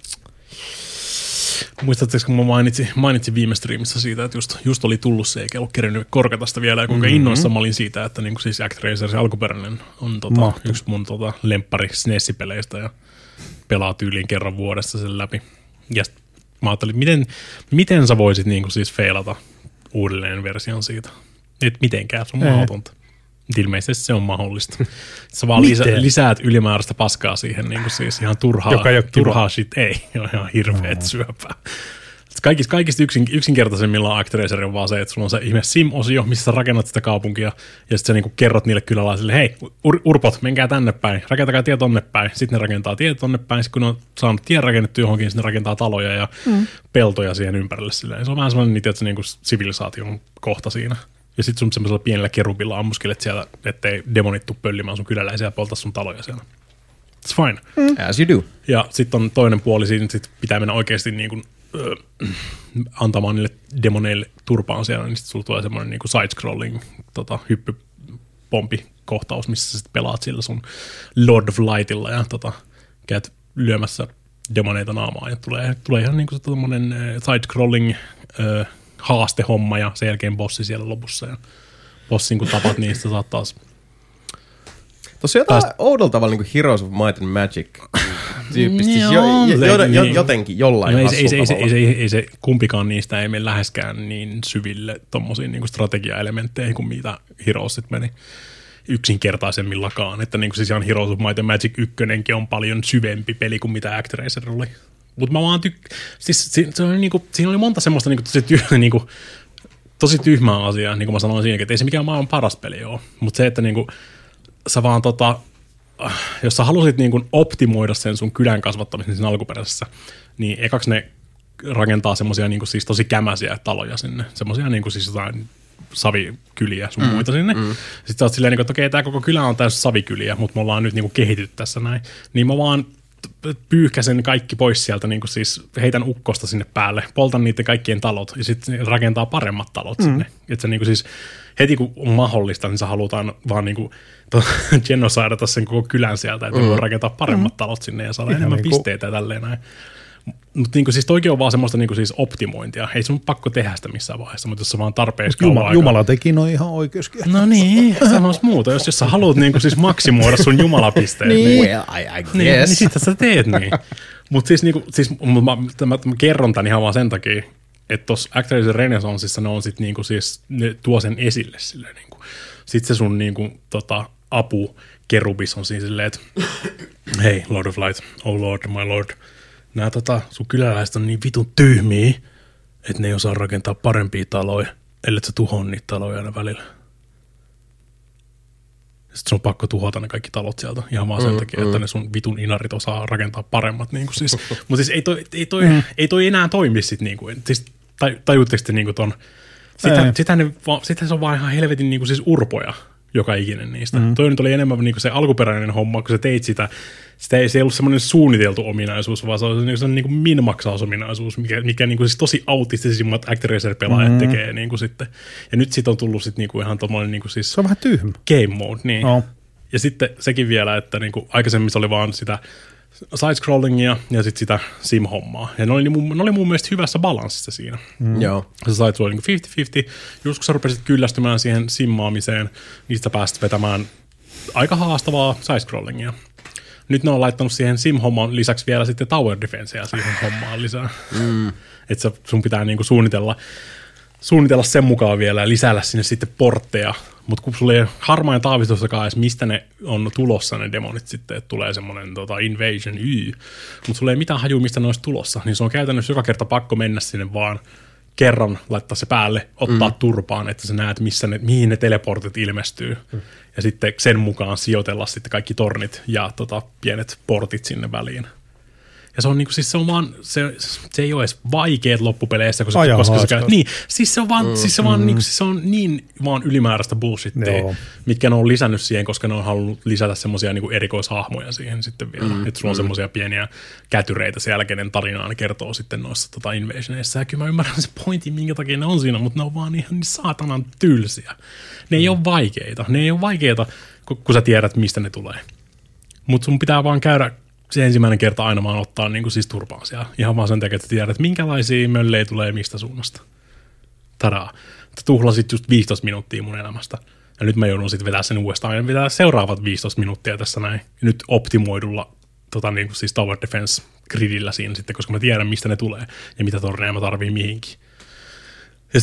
Muistatteko, kun mä mainitsin viime streamissa siitä, että just oli tullut se, eikä ollut kerennyt korkata sitä vielä, ja kuinka innoissa mä olin siitä, että niin siis ActRaiser, se alkuperäinen, on yksi mun lemppari SNES-peleistä, ja pelaa tyyliin kerran vuodessa sen läpi. Ja mä ajattelin, miten sä voisit niin siis feilata uudelleen version siitä? Et mitenkään, se on mahdotonta. Ilmeisesti se on mahdollista. Sä vaan lisäät ylimääräistä paskaa siihen, niin kuin siis ihan turhaa shit. Ei, on ihan hirveet syöpää. Kaikista yksinkertaisemmillaan ActRaiser on vaan se, että sulla on se ihme sim-osio, missä sä rakennat sitä kaupunkia, ja sitten sä niinku kerrot niille kyläläisille, hei, urpot, menkää tänne päin, rakentakaa tie tonne päin. Sitten ne rakentaa tie tonne päin, sitten kun ne on saanut tien rakennettu johonkin, sitten ne rakentaa taloja ja peltoja siihen ympärille. Silleen. Se on vähän sellainen niinku sivilisaation kohta siinä. Ja sitten sun semmoisella pienellä kerubilla ammuskelet siellä, ettei demonit tuu pöllimään sun kyläläisiä ja polta sun taloja siellä. It's fine. As you do. Ja sitten on toinen puoli siinä, että sit pitää mennä oikeasti niin kuin, antamaan niille demoneille turpaan siellä, niin sitten sulla tulee semmoinen niin kuin side-scrolling hyppypompi-kohtaus, missä sä pelaat sillä sun Lord of Lightilla ja käyt lyömässä demoneita naamaan. Ja tulee ihan niin kuin semmoinen side-scrolling haastehomma ja sen jälkeen bossi siellä lopussa. Ja bossin kun tapat, niin sitä saat taas... Tuossa on jotain oudolta tavalla niin kuin Heroes of Might and Magic tyyppisesti. Jotenkin jollain ei se kumpikaan niistä ei mene läheskään niin syville tommosiin niin kuin strategiaelementteihin kuin mitä Heroesit meni yksinkertaisemmillakaan. Että niin kuin siis ihan Heroes of Might and Magic 1 on paljon syvempi peli kuin mitä ActRaiser oli. Mutta mä vaan siis se oli niinku, siinä oli monta semmoista niinku tosi tyhmää asiaa, niin kuin mä sanoin siinäkin, että ei se mikään maailman paras peli ole. Mutta se, että niinku, sä vaan jos sä halusit niin kuin optimoida sen sun kylän kasvattamisen siinä alkuperäisessä, niin ekaksi ne rakentaa semmoisia niin kuin siis tosi kämäisiä taloja sinne. Semmoisia niin kuin siis jotain savikyliä sun muita sinne. Sitten sä oot silleen, että okei, tää koko kylä on täysin savikyliä, mutta me ollaan nyt niin kuin kehityt tässä näin. Niin mä vaan pyyhkäsen kaikki pois sieltä, niin kuin siis heitän ukkosta sinne päälle, poltan niiden kaikkien talot ja sitten rakentaa paremmat talot sinne. Että se niin kuin siis heti kun on mahdollista, niin se halutaan vaan niin kuin genocidata sen koko kylän sieltä, että voi rakentaa paremmat talot sinne ja saada enemmän pisteitä ja tälleen näin. Mutta niinku siis toikin on vaan semmoista niinku siis optimointia. Ei sun pakko tehdä sitä missään vaiheessa, mutta jos sä vaan tarpeeksi Jumala teki noin ihan oikeuskin. No niin, sanois muuta. Jos sä haluat niinku siis maksimoida sun jumalapisteet, niin, well, I guess. niin sitä sä teet niin. Mutta siis, niinku, mä kerron tän ihan vaan sen takia, että tuossa Activision Renaissanceissa ne on sit niinku siis, ne tuo sen esille silleen niinku. Sitten se sun niinku apu kerubis on siinä silleen, että hei, Lord of Light, oh Lord, my Lord, nää sun kyläläiset on niin vitun tyhmiä, että ne ei osaa rakentaa parempia taloja, ellei sä tuhoa niitä taloja aina välillä. Sitten sun on pakko tuhota ne kaikki talot sieltä ihan vaan sen takia, että ne sun vitun inarit osaa rakentaa paremmat. Niin siis. Mutta siis ei toi enää toimi sit niinku. Siis, tajuutteko te niinku ton? Sitten se on vaan ihan helvetin niinku siis urpoja. Joka ikinen niistä. Toi nyt oli enemmän niinku se alkuperäinen homma, kun sä teit sitä. Se ei ollut semmoinen suunniteltu ominaisuus, vaan se oli semmoinen niinku min-maksaus-ominaisuus, mikä niinku siis tosi autistisimmat ActRaiser-pelaajat tekee niinku sitten. Ja nyt sit on tullut sit niinku ihan tommoinen niinku siis se on vähän tyhmä. Game mode, niin. No. Ja sitten sekin vielä, että niinku aikaisemmin se oli vaan sitä side-scrollingia ja sitten sitä sim-hommaa. Ja ne oli mun mielestä hyvässä balanssissa siinä. Joo. Se sait sulla niin 50-50. Just kun sä rupesit kyllästymään siihen simmaamiseen, niistä pääsit vetämään aika haastavaa side-scrollingia. Nyt ne on laittanut siihen sim-homman lisäksi vielä sitten tower defensea siihen hommaan lisää. Että sun pitää niinku suunnitella sen mukaan vielä ja lisäillä sinne sitten portteja. Mutta kun sulla ei harmain taavistustakaan edes, mistä ne on tulossa ne demonit sitten, että tulee semmoinen invasion, mutta sulla ei mitään hajua, mistä ne olisi tulossa, niin se on käytännössä joka kerta pakko mennä sinne vaan kerran, laittaa se päälle, ottaa turpaan, että sä näet, mihin ne teleportit ilmestyy. Ja sitten sen mukaan sijoitella sitten kaikki tornit ja pienet portit sinne väliin. Ja se on niinku, siis se on vaan, se ei ole edes vaikeet loppupeleissä, koska se käy. Niin, siis se on vaan, niinku, siis se on niin vaan ylimääräistä bullshittia, mitkä ne on lisännyt siihen, koska ne on halunnut lisätä semmoisia niinku erikoishahmoja siihen sitten vielä. Että sulla on semmoisia pieniä kätyreitä siellä, kenen tarinaa ne kertoo sitten noissa invasioneissa. Ja kyllä mä ymmärrän se pointin, minkä takia ne on siinä, mutta ne on vaan ihan niin saatanan tylsiä. Ne ei ole vaikeita. Ne ei ole vaikeita, kun sä tiedät, mistä ne tulee. Mutta sun pitää vaan käydä se ensimmäinen kerta aina vaan ottaa niin kuin siis turpaan siellä. Ihan vaan sen takia, että tiedät, minkälaisia möllejä tulee mistä suunnasta. Tadaa. Tuhlasit just 15 minuuttia mun elämästä. Ja nyt mä joudun sitten vetää sen uudestaan. Ja pitää seuraavat 15 minuuttia tässä näin. Ja nyt optimoidulla niin kuin siis tower defense gridillä siinä sitten, koska mä tiedän, mistä ne tulee. Ja mitä torneja mä tarviin mihinkin. Ja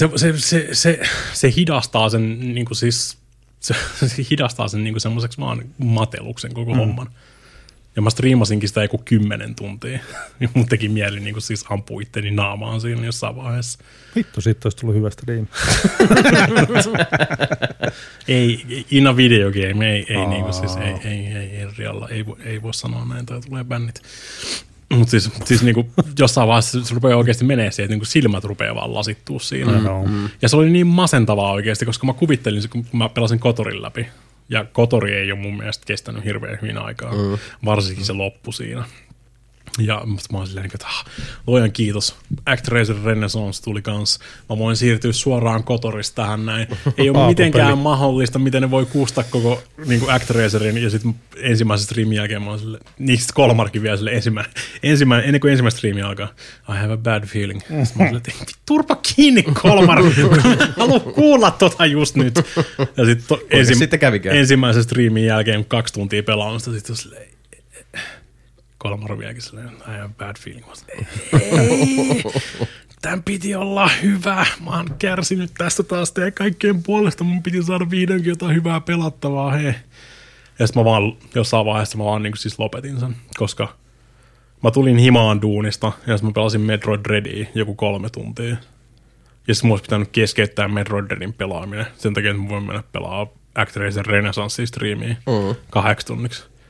se hidastaa sen niin kuin siis se hidastaa sen niin kuin semmoiseksi vaan mateluksen koko homman. Ja mä striimasinkin sitä joku 10 tuntia. Mun teki mieli niin siis ampua itteni naamaan siinä jossain vaiheessa. Vittu, siitä olisi tullut hyvä stream. Ei, in a video game, ei niinku siis, ei realla, ei voi sanoa näin, tai tulee bännit. Mutta siis niinku jossain vaiheessa se rupeaa oikeasti menee siihen, että niinku silmät rupeaa vaan lasittua siinä. Ja se oli niin masentavaa oikeasti, koska mä kuvittelin se, kun mä pelasin Kotorin läpi. Ja Kotori ei ole mun mielestä kestänyt hirveän hyvin aikaa, varsinkin se loppu siinä. Ja mä oon silleen, että luojan kiitos, ActRaiser Renaissance tuli kans. Mä voin siirtyä suoraan Kotorista tähän näin. Ei ole mitenkään mahdollista, miten ne voi kuustaa koko niin ActRaiserin. Ja sitten ensimmäisen streamin jälkeen mä oon silleen, niistä Kolmarkin vielä silleen ensimmäinen, ennen kuin ensimmäinen streami alkaa. I have a bad feeling. Sitten mä oon silleen, että turpa kiinni Kolmar, haluan kuulla tota just nyt. Ja sitten ensimmäisen streamin jälkeen 2 tuntia pelaamista, sitten on silleen, Kolmar vieläkin silleen, I have bad feeling. Ei, tämän piti olla hyvä. Mä oon kärsinyt tästä taas teidän kaikkien puolesta. Mun piti saada vihdoinkin jotain hyvää pelattavaa. Hei. Ja sitten mä vaan jossain vaiheessa niin siis lopetin sen, koska mä tulin himaan duunista ja sitten mä pelasin Metroid Dreadia joku 3 tuntia. Ja sitten mun olisi pitänyt keskeyttää Metroid Dreadin pelaaminen. Sen takia, että mä voin mennä pelaa ActRaiser Renaissance striimiin 8 tunniksi.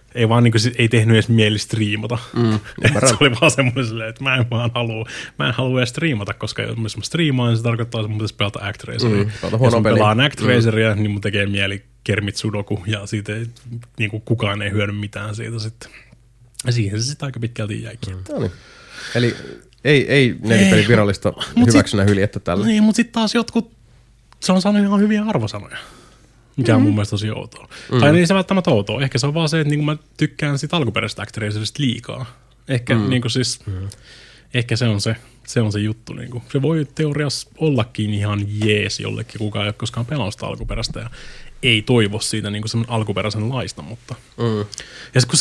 ei vaan niinku, ei tehnyt edes mieli striimata. Se oli vaan semmoinen silleen, että mä en halua edes striimata, koska jos mä striimaan, niin se tarkoittaa, että mun pitäisi pelata ActRaceria. Jos mä pelaan ActRaceria, niin mun tekee mieli Kermit Sudoku, ja siitä ei, niinku, kukaan ei hyödy mitään siitä sitten. Ja siihen se sitten aika pitkälti jäikin. Eli ei nelipelin virallista hyväksynä hyljettä tällä. Niin, mutta sitten taas jotkut, se on saanut ihan hyviä arvosanoja. Mikä on mun mielestä tosi outoa. Tai ei se välttämättä outoa. Ehkä se on vaan se, että niinku mä tykkään siitä alkuperäisestä ActRacerista liikaa. Ehkä, niinku siis, ehkä se on se juttu. Niinku. Se voi teoriassa ollakin ihan jees jollekin, kukaan ei ole koskaan pelannut sitä alkuperäistä ja ei toivo siitä niinku semmoinen alkuperäisen laista. Mutta. Ja kun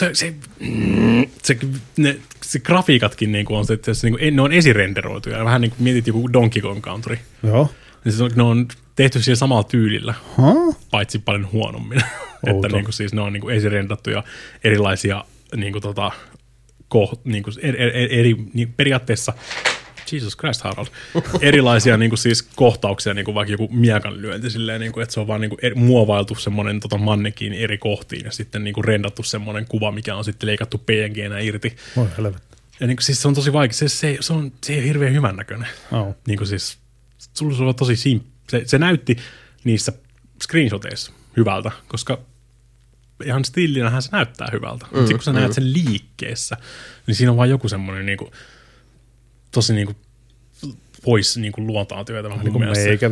se grafiikatkin niinku on, että niinku, ne on esirenderoituja. Vähän niin kuin mietit joku Donkey Kong Country. Joo. Ne on tehty siellä samalla tyylillä, paitsi paljon huonommin. Että niinku, siis ne on niinku esirendattuja erilaisia niinku, niinku, periaatteessa, Jesus Christ Harald, erilaisia niinku, siis kohtauksia, niinku, vaikka joku miekan lyönti, silleen, niinku, että se on vaan niinku, muovailtu semmoinen mannekiin eri kohtiin ja sitten niinku, rendattu semmoinen kuva, mikä on sitten leikattu PNG:nä irti. Oi helvetti. Ja niinku, siis se on tosi vaikea, se ei ole hirveän hyvän näköinen. Niinku, siis, sulla on tosi se näytti niissä screenshoteissa hyvältä, koska ihan stiilinähän se näyttää hyvältä. Mutta sitten kun sä näet sen liikkeessä, niin siinä on vaan joku semmoinen niinku, tosi niinku, pois niinku, luontaan työtä. Vähän niin meikä.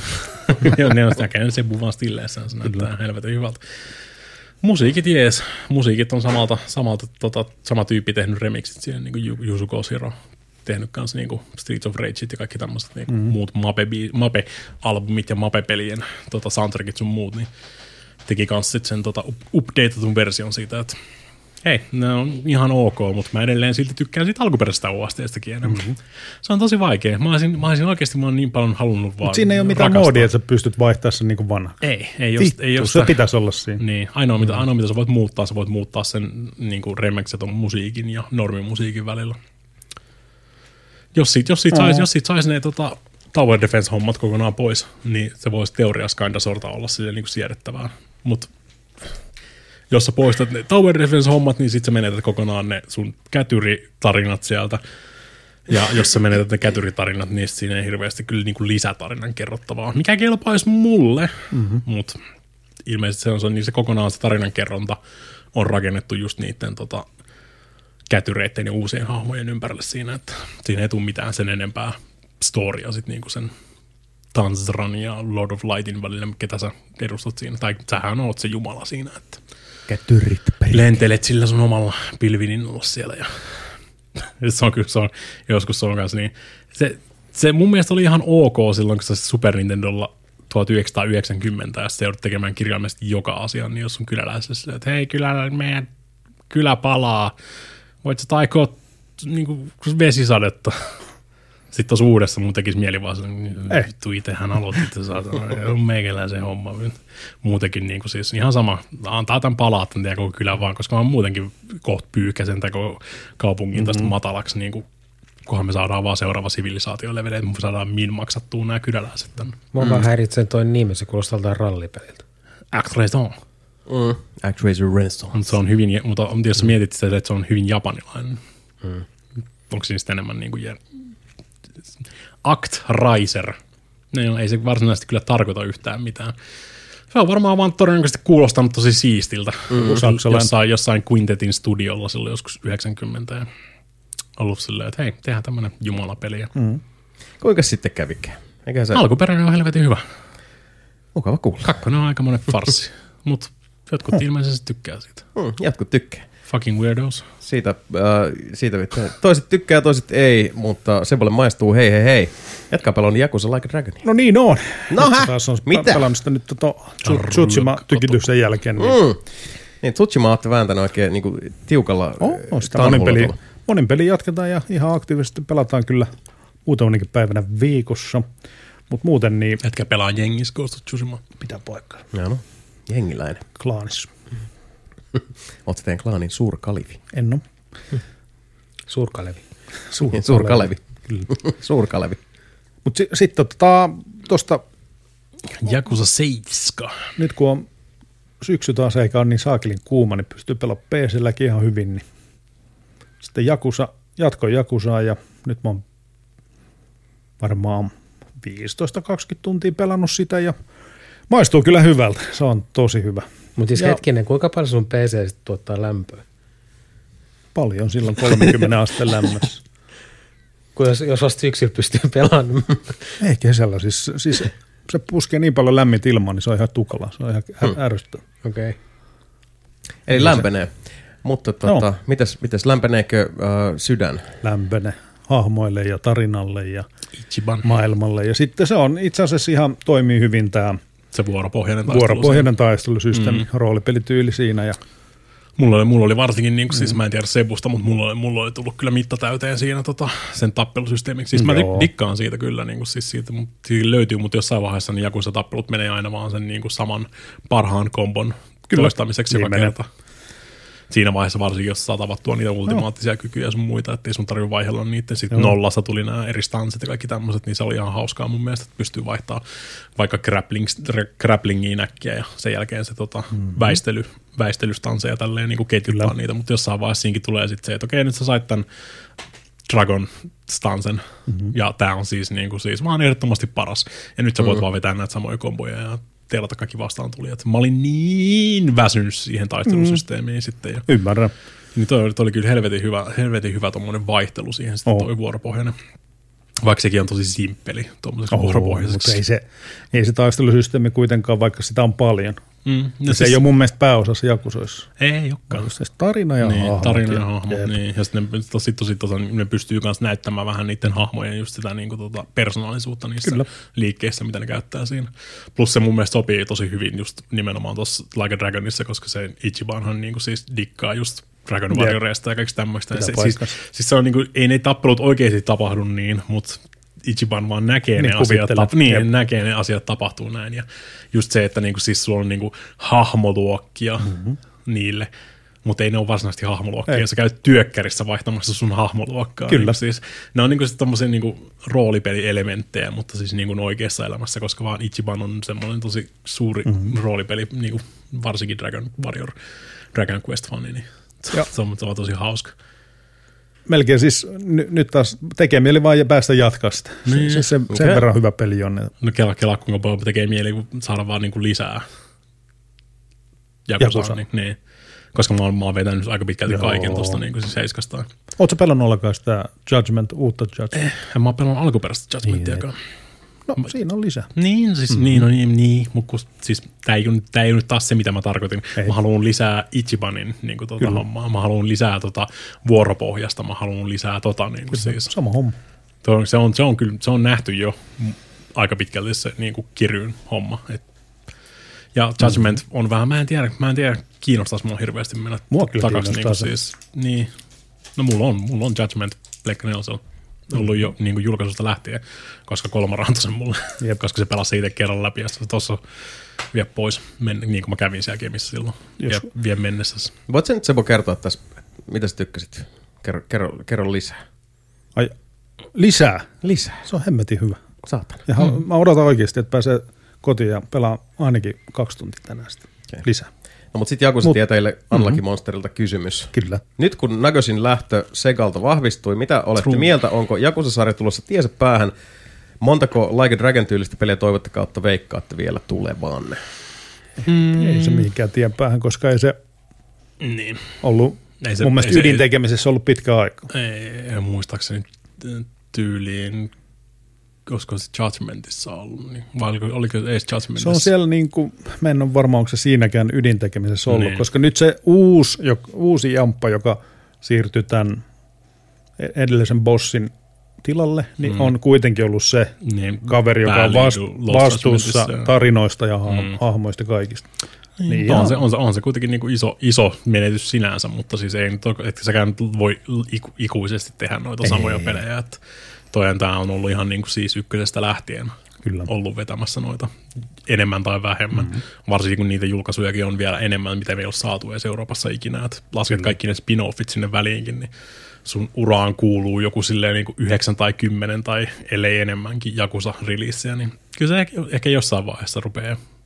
Ne on näkään se vaan stilleessään, se näyttää helvetin hyvältä. Musiikit jees. Musiikit on sama tyyppi tehnyt remixit siihen, niin kuin Yuzu Koshiro. Tehnyt kanssa niinku Streets of Rageit ja kaikki tämmöiset niinku muut Mape-albumit ja Mape-pelien soundtrackit sun muut, niin teki kanssa sit sen updatetun version siitä, että hei, ne on ihan ok, mutta mä edelleen silti tykkään siitä alkuperäisestä OST:stäkin enemmän. Se on tosi vaikea. Mä olisin oikeasti niin paljon halunnut vaan. Mutta siinä ei ole mitään moodia, että sä pystyt vaihtamaan sen niinku vanha. Ei ole se pitäisi olla siinä. Niin, ainoa mitä sä voit muuttaa sen niinku remixeton musiikin ja normimusiikin välillä. Jos siitä saisi ne Tower Defense-hommat kokonaan pois, niin se voisi teoriassa kinda sorta olla silleen niin kuin siedettävää. Mutta jos sä poistat ne Tower Defense-hommat, niin sit sä menetät kokonaan ne sun kätyritarinat sieltä. Ja jos sä menetät ne kätyritarinat, niin siinä ei hirveästi kyllä niin kuin lisätarinan kerrottavaa. Mikä kelpaisi mulle, mutta ilmeisesti se on niin se kokonaan se tarinan kerronta on rakennettu just niiden kätyreiden ja uusien hahmojen ympärille siinä, että siinä ei tule mitään sen enempää storya sit niinku sen Tanzran ja Lord of Lightin välillä, ketä sä edustat siinä. Tai sähän oot se jumala siinä, että kätyrit lentelet sillä sun omalla pilvininnolla siellä. Ja joskus se on kanssa niin. Se mun mielestä oli ihan ok silloin, kun se Super Nintendolla 1990 ja se joudut tekemään kirjaimellisesti joka asian, niin jos sun kyläläiselle silleen, että hei meidän kylä palaa, voit sä taikoa niinku vesisadetta. Sitten tuossa uudessa mun tekisi mieli vaan sen, vittu itsehän aloitit, että saatana, meikälään se homma. Muutenkin niinku siis ihan sama, antaa tämän palaa tämän koko kylän vaan, koska mä muutenkin kohta pyyhkäsen tämän kaupungin tästä matalaksi, niinku, kunhan me saadaan vaan seuraava sivilisaatio-levele, että me saadaan maksettua nämä kyläläiset tänne. Mä vaan häiritsen toi nimi, se kuulostaa tältä rallipeliltä. ActRacer. ActRacer Renaissance. Se on hyvin, mutta jos mietit sitä, että se on hyvin japanilainen. Onko siinä sitten enemmän niin kuin ActRacer? No, ei se varsinaisesti kyllä tarkoita yhtään mitään. Se on varmaan vaan todennäköisesti kuulostanut tosi siistiltä. Jossain Quintetin studiolla silloin joskus 90 ja ollut silleen, että hei, tehdään tämmönen jumalapeli. Kuinka sitten kävikään? Alkuperäinen on helvetin hyvä. Mukava kuulla. Kakkonen on aika monen farssi, mutta jotkut ilmeisesti tykkää siitä. Jotkut tykkää. Fucking weirdos. Siitä toiset tykkää, toiset ei, mutta Sebolle maistuu hei. Jatkaa pelon Yakuza Like a Dragon. No niin on. Nohä? Mitä? Pelannut sitä nyt Tsushima-tykityksen jälkeen. Niin Tsushima olette vääntänyt oikein niin kuin tiukalla tanhulla. Monin peli jatketaan ja ihan aktiivisesti pelataan kyllä muutamankin päivänä viikossa. Mutta muuten niin... Etkä pelaa jengissä Ghost of Tsushima. Pitää paikkaa. No, jengiläinen. Klaanissa. Oletko teidän klaanin suurkalivi? En ole. Suurkalevi. Suurkalevi. Suurkalevi. Mutta sitten tuosta... Yakuza 7. Nyt kun on syksy taas eikä ole niin saakelin kuuma, niin pystyy pelaamaan PC:lläkin ihan hyvin. Niin. Sitten jatkoin Jakusaa ja nyt mä oon varmaan 15-20 tuntia pelannut sitä ja maistuu kyllä hyvältä. Se on tosi hyvä. Mutta siis hetkinen, kuinka paljon sun PC sitten tuottaa lämpöä? Paljon silloin 30 asteen lämmössä. Kun jos vasta syksyllä pystyy pelaamaan. Ei kesällä. Siis se puskee niin paljon lämmintä ilmaa, niin se on ihan tukala. Se on ihan ärsyttävää. Okei. Okay. Eli lämpenee. Mutta mitäs lämpeneekö sydän? Lämpene hahmoille ja tarinalle ja Ichiban. Maailmalle. Ja sitten se on itse asiassa ihan toimii hyvin tämä Se vuoropohjainen taistelusysteemi, roolipelityyli siinä. Ja Mulla oli varsinkin, niin kuin, siis mä en tiedä Sebusta, mutta mulla oli tullut kyllä mitta täyteen siinä sen tappelusysteemiksi. Siis mä dikkaan siitä kyllä, niin kuin, siis siitä löytyy, mutta jossain vaiheessa niin Yakuza-tappelut menee aina vaan sen niin kuin saman parhaan kombon toistamiseksi joka kerta. Siinä vaiheessa varsinkin, jos saa tavattua niitä ultimaattisia kykyjä ja sun muita, ettei sun tarvitse vaihella niitä. Sitten nollassa tuli nämä eri stanssit ja kaikki tämmöiset, niin se oli ihan hauskaa mun mielestä, että pystyy vaihtamaan vaikka grapplingiin äkkiä ja sen jälkeen se väistelystanseja tälleen niin kuin ketjuttaa niitä, mutta jossain vaiheessa siinkin tulee sitten se, että okei, nyt sä sait tämän Dragon stansen, ja tää on siis, niin kuin, siis vaan ehdottomasti paras. Ja nyt sä voit vaan vetää näitä samoja komboja ja teilata kaikki vastaan tulijat. Mä olin niin väsynyt siihen taistelusysteemiin sitten. Ja ymmärrän. Niin toi oli kyllä helvetin hyvä tommonen vaihtelu siihen sitten toi vuoropohjainen. Vaikka sekin on tosi simppeli tuommoiseksi vuoropohjaiseksi. Mutta ei se taistelusysteemi kuitenkaan, vaikka sitä on paljon. No se ei ole mun mielestä pääosassa Jakusoissa. Ei olekaan. Se tarina ja hahmot. Tarina ja hahmot, niin. Ja sitten ne pystyy myös näyttämään vähän niiden hahmojen just sitä niin kuin persoonallisuutta niissä liikkeissä, mitä ne käyttää siinä. Plus se mun mielestä sopii tosi hyvin just nimenomaan tuossa Like a Dragonissa, koska se Ichibanhan niin kuin siis dikkaa just Dragon Warriorista ja kaikista tämmöistä. Siis se on niin kuin, ei ne tappelut oikeasti tapahdu niin, mutta Ichiban vaan näkee näkee ne asiat tapahtuu näin. Ja just se, että niinku, siis sulla on niinku hahmoluokkia niille, mutta ei ne ole varsinaisesti hahmoluokkia. Ja sä käyt työkkärissä vaihtamassa sun hahmoluokkaa. Kyllä. Niin, siis, ne on niinku tommosia niinku roolipelielementtejä, mutta siis niinku oikeassa elämässä, koska vaan Ichiban on semmoinen tosi suuri roolipeli, niinku varsinkin Dragon Warrior, Dragon Quest-fani, niin se on tosi hauska. Melkein siis nyt taas tekee mieli vaan päästä jatkaa sitä. Niin. Sen verran hyvä peli on. No kela kuinka paljon tekee mieli saada vaan niinku lisää Yakuza. Niin. Koska mä oon vetänyt aika pitkälti kaiken tuosta niinku siis 7. Ootko pelannut ollenkaan sitä uutta Judgment? En mä oon pelannut alkuperäistä Judgmentiakaan. No siinä on lisää. Niin, siis mutta siis tää ei ole nyt taas se, mitä mä tarkoitin. Ei. Mä haluan lisää Ichibanin niinku hommaa. Mä haluan lisää vuoropohjasta, mä haluan lisää niinku siis. Sama homma. Se on nähty jo aika pitkälti se niinku Kiryyn homma. Ja Judgment on vähän, mä en tiedä kiinnostaisi mua hirveästi mennä takaisin. Niinku siis, niin. No mulla on Judgment Pleikka 4 ollut jo niin kuin julkaisusta lähtien, koska Kolma antoi sen mulle, koska se pelasi itse kerran läpi ja sitten tuossa vie pois, niin kuin mä kävin siellä Kemissä silloin, vie mennessä. Voitko sä nyt Sebo kertoa tässä, mitä sä tykkäsit? Kerro lisää. Ai, lisää? Lisää. Se on hemmetin hyvä. Saatana. Ja mä odotan oikeasti, että pääsee kotiin ja pelaa ainakin 2 tuntia tänään sitä. Okay. Lisää. No mutta sitten Jakusa teille Unlucky Monsterilta kysymys. Kyllä. Nyt kun Nagosin lähtö Segalta vahvistui, mitä olette mieltä? Onko Jakusa-sarja tulossa tiesä päähän? Montako Like a Dragon-tyylistä peliä toivotte kautta veikkaatte vielä tulevanne? Ei se mihinkään tien päähän, koska ei se ollut, mun mielestä ydintekemisessä ollut pitkä aika. Ei muistaakseni tyyliin, koska se Judgmentissa ollut, niin, vai oliko edes Judgmentissa? Se on siellä niin kuin, mä en ole varma, onko se siinäkään ydintekemisessä ollut, koska nyt se uusi jamppa, joka siirtyi tämän edellisen bossin tilalle, niin on kuitenkin ollut se kaveri, joka on vastuussa tarinoista ja hahmoista kaikista. Niin, on se kuitenkin niin kuin iso menetys sinänsä, mutta siis ei nyt ole, että säkään voi ikuisesti tehdä noita samoja pelejä, että tämä on ollut ihan niin kuin siis ykkösestä lähtien ollut vetämässä noita enemmän tai vähemmän. Varsinkin kun niitä julkaisujakin on vielä enemmän, mitä me ei ole saatu edes Euroopassa ikinä. Et lasket kaikki ne spin-offit sinne väliinkin, niin sun uraan kuuluu joku silleen niin kuin 9 tai 10 tai ellei enemmänkin Yakuza-releasejä. Niin kyllä se ehkä jossain vaiheessa rupeaa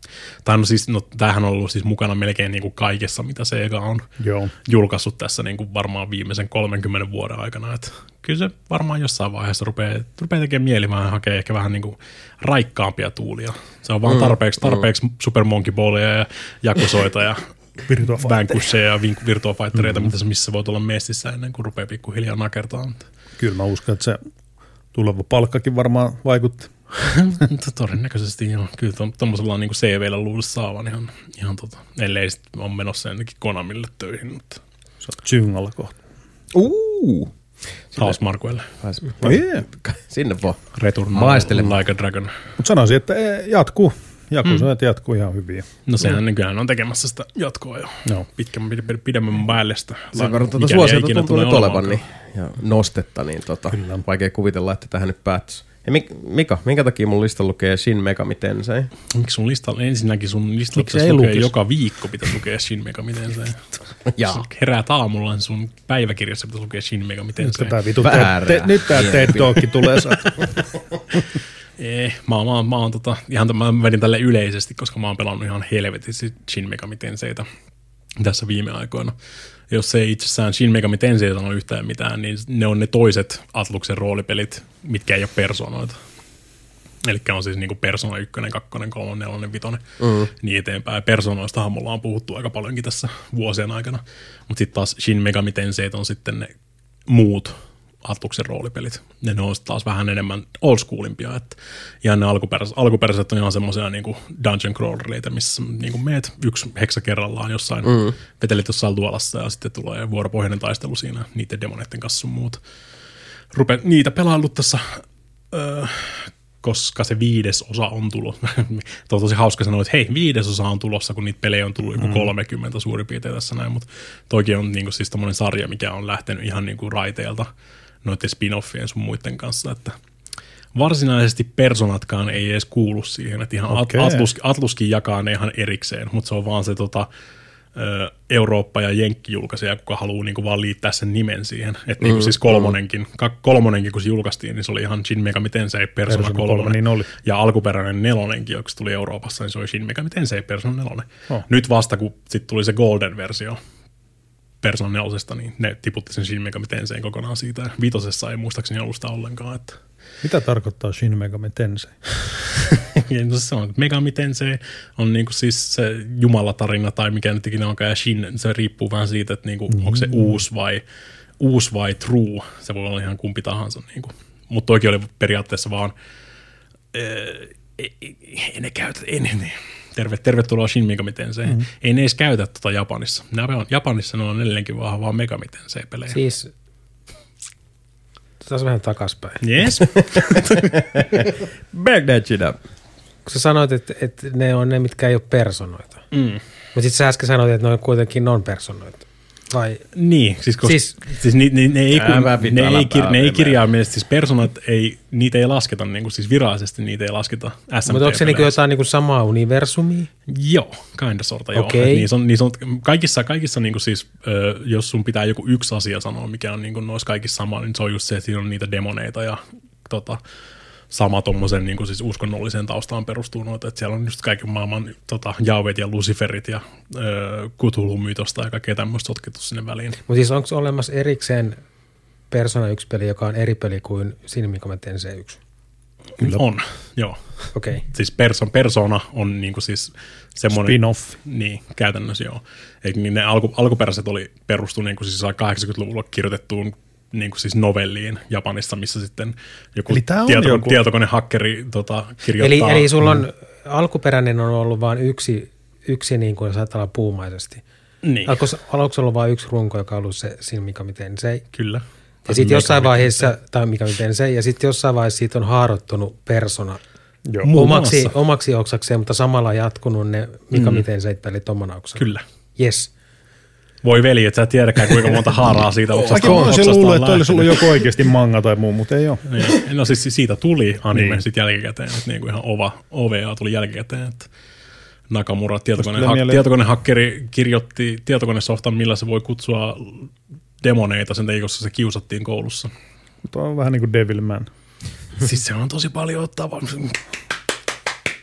Tai no siis, tämähän on ollut siis mukana melkein niin kuin kaikessa, mitä Sega on julkaissut tässä niin kuin varmaan viimeisen 30 vuoden aikana. Että kyllä se varmaan jossain vaiheessa rupeaa tekemään mieli vähän hakea ehkä vähän niin kuin raikkaampia tuulia. Se on vaan tarpeeksi Super Monkey Ballia ja Yakuzoita ja Vanquishia ja Virtua Fightereita, missä voi olla messissä ennen kuin rupeaa pikkuhiljaa nakertaa. Kyllä mä uskon, että se tuleva palkkakin varmaan vaikutti. Todennäköisesti joo. Kyllä tuommoisella on niin kuin CV:llä luulisi saavan ihan ellei sitten ole menossa ennenkin Konamille töihin. Mutta. Sä oot Zyngolla kohta. Hausmarkuelle. Sinne vaan. Return like a dragon. Mutta sanoisin, että jatkuu. Jatkuu ihan hyvin. No sehän kyllähän on tekemässä sitä jatkoa jo pidemmän päälle sitä. Sen verran suosiota tuntuu nyt olevan niin, ja nostetta, niin vaikea kuvitella, että tähän nyt päättyisi. Ja Mika, minkä takia mun lista lukee Shin Megami Tensei? Miksi sun listalla, ensinnäkin sun listalla pitäisi lukea joka viikko pitäisi lukea Shin Megami Tensei. Heräät aamulla, niin sun päiväkirjassa pitäisi lukea Shin Megami Tensei. Nyt tää TED-talkki tulee. Mä vedin tälle yleisesti, koska mä oon pelannut ihan helvetisti Shin Megami Tenseitä tässä viime aikoina. Jos ei itsessään Shin Megami Tensei sano yhtään mitään, niin ne on ne toiset Atluksen roolipelit, mitkä ei ole persoonoita. Eli on siis niinku Persona 1, 2, 3, 4, 5, niin eteenpäin. Persoonoistahan me ollaan puhuttu aika paljonkin tässä vuosien aikana. Mutta sitten taas Shin Megami Tenseit on sitten ne muut Atluksen roolipelit. Ne on taas vähän enemmän oldschoolimpia. Että ihan ne alkuperäiset on ihan semmoisia niinku dungeon crawlereita, missä niinku meet yksi heksa kerrallaan jossain, vetelit jossain luolassa ja sitten tulee vuoropohjainen taistelu siinä niiden demoneiden kanssa sun muut. Rupeat niitä pelaillut tässä, koska se 5. osa on tulossa. Tuo on tosi hauska sanoa, että hei, 5. osa on tulossa, kun niitä pelejä on tullut joku 30 suurin piirtein tässä näin, mutta toikin on niinku siis tommoinen sarja, mikä on lähtenyt ihan niinku raiteelta noiden spin-offien sun muiden kanssa, että varsinaisesti Personatkaan ei edes kuulu siihen, että ihan Atluskin jakaa ne ihan erikseen, mutta se on vaan se Eurooppa- ja Jenkki-julkaisija, kuka haluaa niinku vaan liittää sen nimen siihen. Että niinku siis kolmonenkin, kun se julkaistiin, niin se oli ihan Shin Megami Tensei Persona 3. Niin oli. Ja alkuperäinen 4, joka tuli Euroopassa, niin se oli Shin Megami Tensei Persona 4. Nyt vasta, kun sitten tuli se Golden-versio Persona 4, niin ne tiputti sen Shin Megami Tensein kokonaan siitä. Ja 5. ei muistaakseni ollut sitä ollenkaan. Että mitä tarkoittaa Shin Megami Tensei? Se on, että Megami Tensei on niinku siis se jumalatarina tai mikä nyt ikinä onkaan, ja Shin, se riippuu vähän siitä, että niinku, onko se uusi vai true. Se voi olla ihan kumpi tahansa. Niinku. Mutta toikin oli periaatteessa vaan, ei ne käytä, tervetuloa Shin Megami Tensei. Ei ne edes käytä Japanissa. Japanissa ne on edelleenkin vaan Megami Tensei-pelejä. Siis taas vähän takaspäin. Yes. Back that shit up. Kun sä sanoit, että ne on ne, mitkä ei ole personoita. Mutta sitten sä äsken sanoit, että ne on kuitenkin non-personoita. Vai? Niin, siis ne ei kirjaimellisesti, siis personat niitä ei lasketa, niin kuin, siis virallisesti niitä ei lasketa SMT-peleissä. Mutta onko se niin jotain niin kuin samaa universumia? Joo, kinda sorta, joo. Okay. Niissä on kaikissa niin kuin siis, jos sun pitää joku yksi asia sanoa, mikä on niin kuin noissa kaikissa sama, niin se on just se, että siinä on niitä demoneita ja sama tommosen niin kuin siis uskonnolliseen taustaan perustuu noita, että siellä on just kaiken maailman Jahvet ja Luciferit ja Cthulhu-myytosta ja kaikkea tämmöistä sotkettu sinne väliin. Mutta siis onko olemassa erikseen Persona 1-peli, joka on eri peli kuin Shin Megami Tensei 1? Kyllä. On, joo. Okei. Siis Persona on niinku siis semmoinen spin-off. Niin, käytännössä joo. Eikä niin ne alkuperäiset perustu niinku siis 80-luvulla kirjoitettuun niinku siis novelliin Japanissa, missä sitten joku tietokonehakkeri kirjoittaa. Eli sulla on alkuperäinen on ollut vain yksi niin kuin saattaa olla puumaisesti. Niin. Aluksi ollut vain yksi runko, joka on ollut se Shin Megami Tensei. Kyllä. Ja sitten jossain vaiheessa, ja sitten jossain vaiheessa siitä on haarottunut Persona omaksi oksakseen, mutta samalla jatkunut ne Megami Tensei-pelit oman oksakseen. Kyllä. Yes. Voi veli, että sä et tiedäkään, kuinka monta haaraa siitä oksasta on. Se luulee, että olisi ollut joku oikeasti manga tai muu, mutta ei ole. No siis siitä tuli anime sitten jälkikäteen, että niin kuin ihan OVA tuli jälkikäteen, että Nakamura, tietokonehakkeri, kirjoitti tietokonesoftan, millä se voi kutsua demoneita sen takia, koska se kiusattiin koulussa. Mutta on vähän niin kuin Devilman. Siis se on tosi paljon ottaa.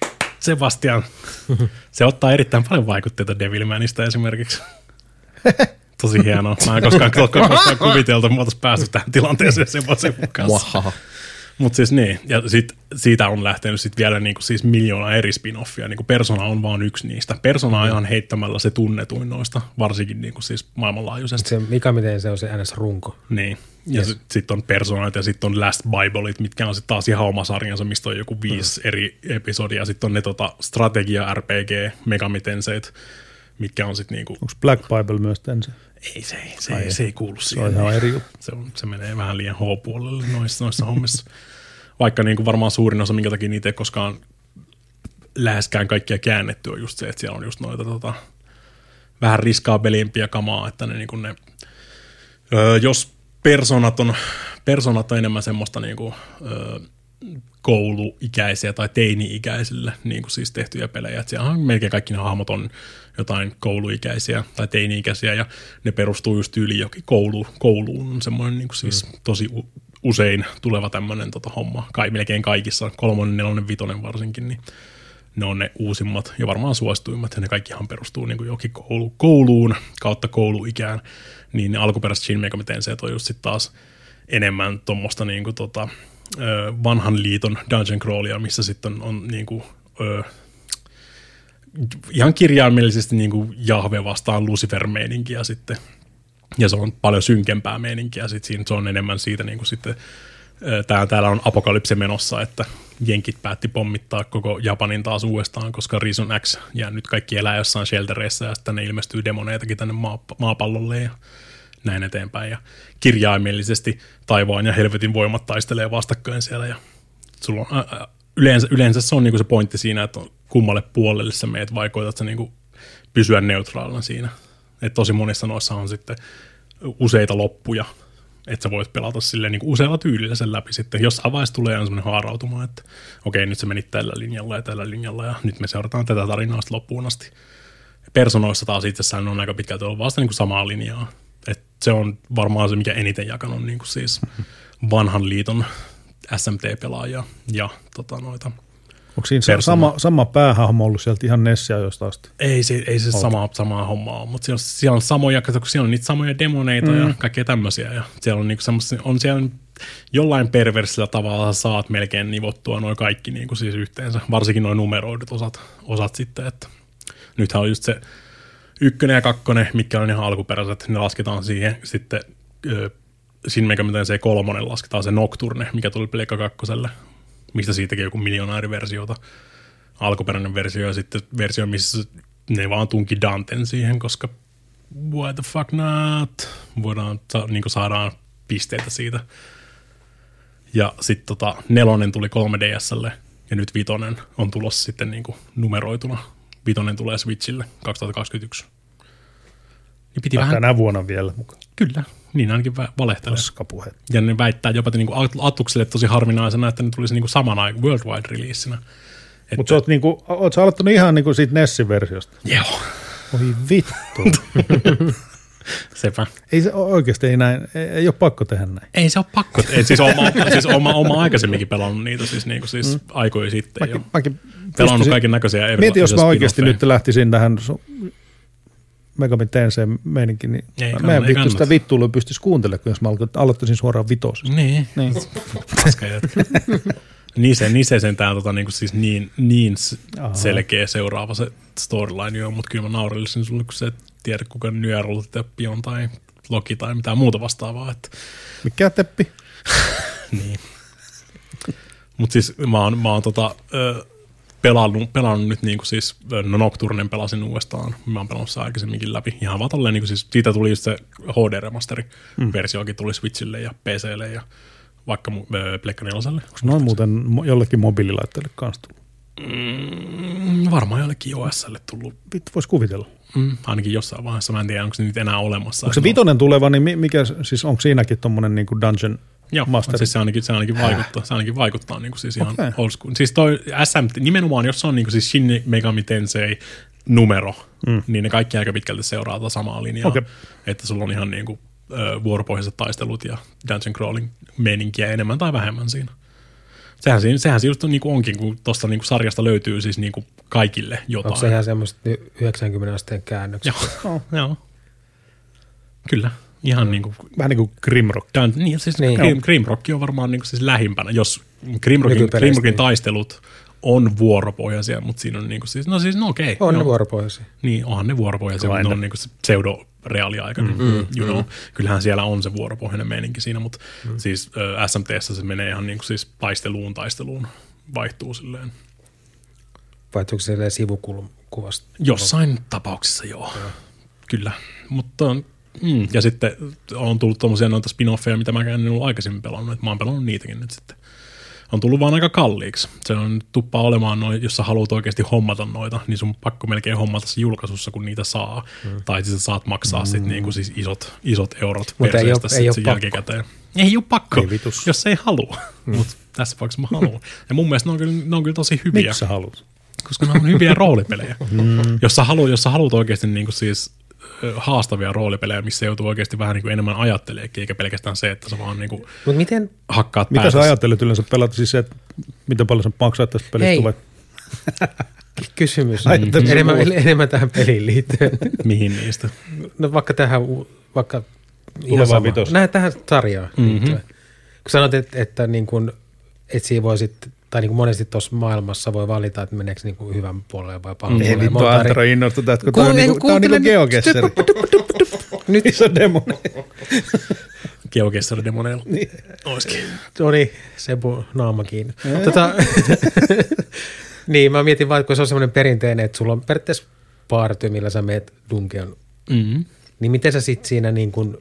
Sebastian, se ottaa erittäin paljon vaikutteita Devilmanista esimerkiksi. Tosi hienoa. Mä en koskaan kuviteltu, että mä oltaisiin päässyt tähän tilanteeseen Sebastian kanssa. Mutta siis niin, ja siitä on lähtenyt sit vielä niinku siis miljoona eri spin-offia. Niinku Persona on vaan yksi niistä. Persona on ihan heittämällä se tunnetuin noista, varsinkin niinku siis maailmanlaajuisesti. Se, miten se on se NS-runko. Niin, ja yes. Sitten on Personat ja sitten on Last Bibleit, mitkä on sitten taas ihan oma sarjansa, mistä on joku 5 eri episodia. Sitten on ne strategia-RPG, Megami Tenseit, mitkä on sitten niinku... Onko Black Bible myös Tensei? Ei, se ei kuulu siihen. Se on ihan eri juttu. Se menee vähän liian H-puolelle noissa hommissa. Vaikka niin kuin varmaan suurin osa, minkä takia niitä ei koskaan läheskään kaikkia käännetty, on just se, että siellä on just noita vähän riskaabelimpiä kamaa, että ne, niin kuin ne jos personat on enemmän semmoista niin kuin, kouluikäisiä tai teini-ikäisille niin kuin siis tehtyjä pelejä. Että siellä melkein kaikki ne hahmot on jotain kouluikäisiä tai teini-ikäisiä ja ne perustuu just yli jokin kouluun. On semmoinen niin kuin siis tosi usein tuleva tämmöinen homma. Melkein kaikissa, 3, 4, 5 varsinkin, niin ne on ne uusimmat ja varmaan suosituimmat ja ne kaikkihan perustuu niin kuin jokin kouluun kautta kouluikään. Niin ne alkuperäiset Shin Megami Tenseit on just sitten taas enemmän tuommoista niin kuin vanhan liiton dungeon crawlia, missä sitten on niin kuin, ihan kirjaimellisesti niin kuin Jahve vastaan Lucifer-meininkiä sitten. Ja se on paljon synkempää meininkiä. Sitten se on enemmän siitä niin kuin sitten, täällä on apokalypse menossa, että jenkit päätti pommittaa koko Japanin taas uudestaan, koska Reason X ja nyt kaikki elää jossain sheltereissä ja sitten ne ilmestyy demoneitakin tänne maapallolle ja näin eteenpäin. Ja kirjaimellisesti taivaan ja helvetin voimat taistelee vastakkain siellä. Ja sulla on, yleensä se on niinku se pointti siinä, että kummalle puolelle sä meet vai koetat sä niinku pysyä neutraalina siinä. Et tosi monissa noissa on sitten useita loppuja, että sä voit pelata silleen niinku usealla tyylillä sen läpi sitten. Jossain vaiheessa tulee semmoinen haarautuma, että okei, nyt se meni tällä linjalla ja nyt me seurataan tätä tarinaa loppuun asti. Personoissa taas itsessään on aika pitkälti ollut vasta niinku samaa linjaa. Et se on varmaan se, mikä eniten jakanut niin kuin siis vanhan liiton SMT-pelaajia ja noita. Onko siinä sama päähahmo ollut sieltä ihan Nessia jostain asti? Ei se samaa hommaa ole, mutta siellä on samoja, kun siellä on niitä samoja demoneita ja kaikkea tämmöisiä. Ja siellä on, niinku on siellä jollain perversillä tavalla saat melkein nivottua noin kaikki niinku siis yhteensä, varsinkin noin numeroidut osat sitten. Että nythän on just se 1 ja 2, mitkä on ihan alkuperäiset, ne lasketaan siihen sitten Shin Megami Tensei 3 lasketaan se Nocturne, mikä tuli Pleikka 2, mistä siitäkin joku miljoona eri versiota. Alkuperäinen versio ja sitten versio, missä ne vaan tunki Danten siihen, koska why the fuck not? Saadaan pisteitä siitä. Ja sitten 4 tuli 3DSlle ja nyt 5 on tulossa sitten niinku numeroituna. 5 tulee Switchille 2021. Niin piti vähän... Tänä vuonna vielä mukaan. Kyllä, niin ainakin valehtelee. Paskapuhe. Ja ne väittää jopa niin kuin Atukselle tosi harvinaisena, että ne tulisi niin kuin saman aikaan worldwide releasinä. Mutta sä oot sä aloittanut ihan niin kuin siitä Nessin versiosta? Joo. Oi vittu. Sepä. Ei se oikeasti ei ole pakko tehdä näin. Ei se ole pakko. Siis oma aikaisemminkin pelannut niitä siis aikoja sitten. Mäkin pelannut kaiken näköisiä. Mieti, jos mä oikeasti nyt lähtisin tähän Megami Tenseen meininkin, niin meidän vittu sitä vittuilua pystyisi kuuntelemaan, jos mä aloittaisin suoraan 5. Niin. Niin se sentään niinku siis niin selkeä seuraava se storyline on, mutta kyllä mä naurellisin sulle, kun sä et tiedä kuka Nyarul Teppi on tai Loki tai mitään muuta vastaavaa. Että... Mikä Teppi? Niin. Mutta siis mä oon pelannut nyt niinku siis, Nocturnen pelasin uudestaan. Mä oon pelannut se aikaisemminkin läpi. Ihan vaan tolleen, niinku siis, siitä tuli se HD-remasteri-versioakin tuli Switchille ja PClle ja vaikka Pleikka 4:lle. Onko noin muuten jollekin mobiililaitteelle kanssa tullut? Varmaan jollekin iOS:lle tullut. Vittu, vois kuvitella. Ainakin jossain vaiheessa. Mä en tiedä, onko se niitä enää olemassa. Onko se 5 tuleva, niin mikä, siis onko siinäkin tommonen niinku dungeon master? Siis se ainakin vaikuttaa. Se ainakin vaikuttaa niinku siis ihan old school. Siis toi SMT, nimenomaan jos on niinku siis Shin Megami Tensei numero, niin ne kaikki aika pitkälti seuraa samaa linjaa. Okay. Että sulla on ihan niinku vuoropohjaiset taistelut ja dungeon crawling meininkiä enemmän tai vähemmän siinä. Sehän se just niinku onkin, kun tuosta niinku sarjasta löytyy siis niinku kaikille jotain. Onko se ihan semmoista 90 asteen käännökset? Joo. Kyllä. Ihan niinku... Vähän niin kuin Grimrock. Niin, siis Grimrock on varmaan niinku siis lähimpänä, jos Grimrockin taistelut on vuoropohjaisia, mutta siinä on niinku siis, no okei. On ne vuoropohjaisia. Niin, onhan ne vuoropohjaisia, mutta ne on niinku pseudo-reaaliaika. Kyllähän siellä on se vuoropohjainen meininki siinä, mutta siis SMT:ssä se menee ihan niinku siis taisteluun vaihtuu silleen. Vaihtuuko se sivukuvasta? Jossain tapauksessa joo. Kyllä, mutta ja sitten on tullut tommosia noita spin-offeja, mitä mä en ollut aikaisemmin pelannut, että mä oon pelannut niitäkin nyt sitten. On tullut vaan aika kalliiksi. Se on tuppaa olemaan noin, jos sä haluat oikeasti hommata noita, niin sun pakko melkein hommata se julkaisussa, kun niitä saa. Tai siis saat maksaa sit niinku siis isot eurot perseestä sitten sen jälkikäteen. Ei ole pakko, jos ei halua. Mutta tässä tapauksessa mä haluan. Ja mun mielestä ne on kyllä tosi hyviä. Miksi sä haluat? Koska ne on hyviä roolipelejä. Jos sä haluat oikeasti niinku siis haastavia roolipelejä, missä joutuu oikeasti vähän niin kuin enemmän ajatteleekin, eikä pelkästään se, että sä vaan niin kuin hakkaat mitä päätäsi. sä ajattelet yleensä pelata? Siis se, että miten paljon sä maksaa tästä pelistä tulee? Kysymys. Enemmän tähän peliin liittyen. Mihin niistä? No vaikka Tulevaan vitosta. Näin tähän sarjaan liittyen. Kun sanot, että niin kuin, et siinä voi sitten, tai niin kuin monesti tuossa maailmassa voi valita, että meneekö niin kuin hyvän puolelle vai pahan puolelle. Ei vittu Antero innostuta, kun tämä on niin kuin GeoGuessr. Nyt iso demone. GeoGuessr-demoneilla. Niin. Olisikin. No niin, Sebu naama kiinni. Niin, mä mietin vaan, kun se on semmoinen perinteinen, että sulla on periaatteessa party, millä sä meet dungeon. Niin miten sä sitten siinä niin kuin,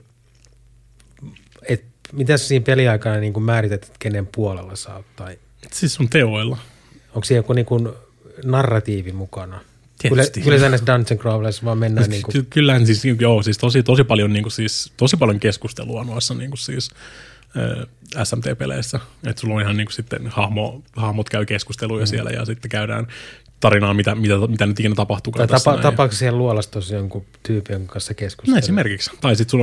miten sä siinä peliaikana niin kuin määrität, että kenen puolella sä oot? Tai Siis sun teoilla. onko siinä joku niin kuin narratiivi mukana? Tietysti. Kyllä sä näissä Dungeon Crawlerissa vaan mennään niin kuin... Kyllähän siis, joo, siis tosi paljon niin kuin siis, tosi paljon keskustelua noissa niin kuin siis SMT-peleissä. Että sulla on ihan niin kuin sitten hahmot käy keskusteluja siellä ja sitten käydään tarinaa, mitä nyt ikinä tapahtuukaan tässä. Tapaako siellä luolassa tosiaan jonkun tyypin kanssa keskustelua? No esimerkiksi. Tai sitten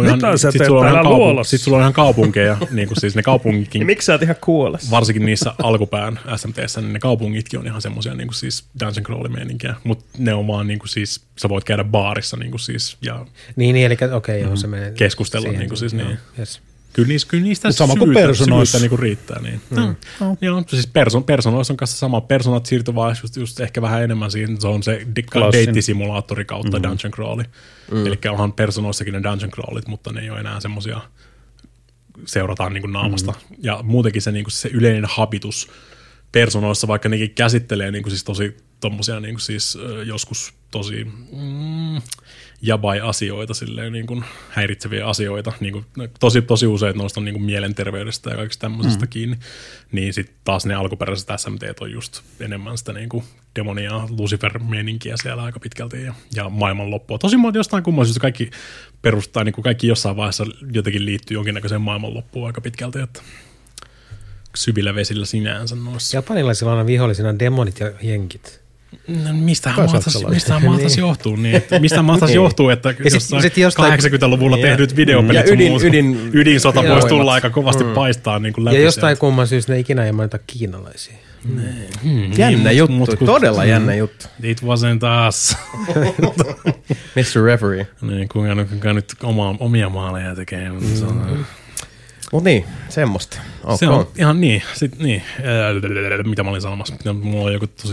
sulla on ihan kaupunkeja, niin kuin siis ne kaupungitkin. Miksi sä oot ihan kuolessa? Varsinkin niissä alkupään SMT:ssä, niin ne kaupungitkin on ihan semmoisia niin kuin siis Dungeon Crawl-meininkiä, mutta ne on vaan niin kuin siis, sä voit käydä baarissa niin kuin siis ja niin eli okei, joo, se menee keskustella niin kuin siis niin. Yes. Kyllä niistä sama kuin Personoissa niinku riittää. Niin. Joo, siis Personoissa on kanssa sama. Personat siirtyy vaan just ehkä vähän enemmän siihen. Se on se deittisimulaattori kautta Dungeon Crawli. Eli onhan Personoissakin ne Dungeon Crawlit, mutta ne ei ole enää semmoisia, seurataan niinku naamasta. Ja muutenkin se, niinku, se yleinen habitus Personoissa, vaikka nekin käsittelee niinku siis tosi tommosia niinku siis joskus tosi jabai-asioita, silleen niin kuin häiritseviä asioita, niin kuin tosi usein noista on niin kuin mielenterveydestä ja kaikista tämmöisestä kiinni, niin sitten taas ne alkuperäiset SMT on just enemmän sitä niin kuin demonia, Lucifer-meininkiä siellä aika pitkälti ja maailmanloppua. Tosi monta jostain kummallisesta kaikki perustaa, niin kuin kaikki jossain vaiheessa jotenkin liittyy jonkinnäköiseen maailmanloppuun aika pitkälti, että syvillä vesillä sinänsä noissa. Japanilaisilla on vihollisina demonit ja jenkit. No, mistähän mahtaisi johtuu niin, että mistä mahtaisi johtuu, että jossain 80-luvulla tehdyt videopelit ja ydinsota voisi tulla aika kovasti paistaa niin kuin läpi. Ja jostain kumman syystä ne ikinä ei mainita kiinalaisia. Jännä juttu, todella jännä juttu. It wasn't us. Mr. Referee. Niin, kuinka nyt omia maaleja tekee. Mut niin, semmoista. Okay. Se on ihan niin. Sitten niin. Mitä mä olin sanomassa? Mulla on joku tosi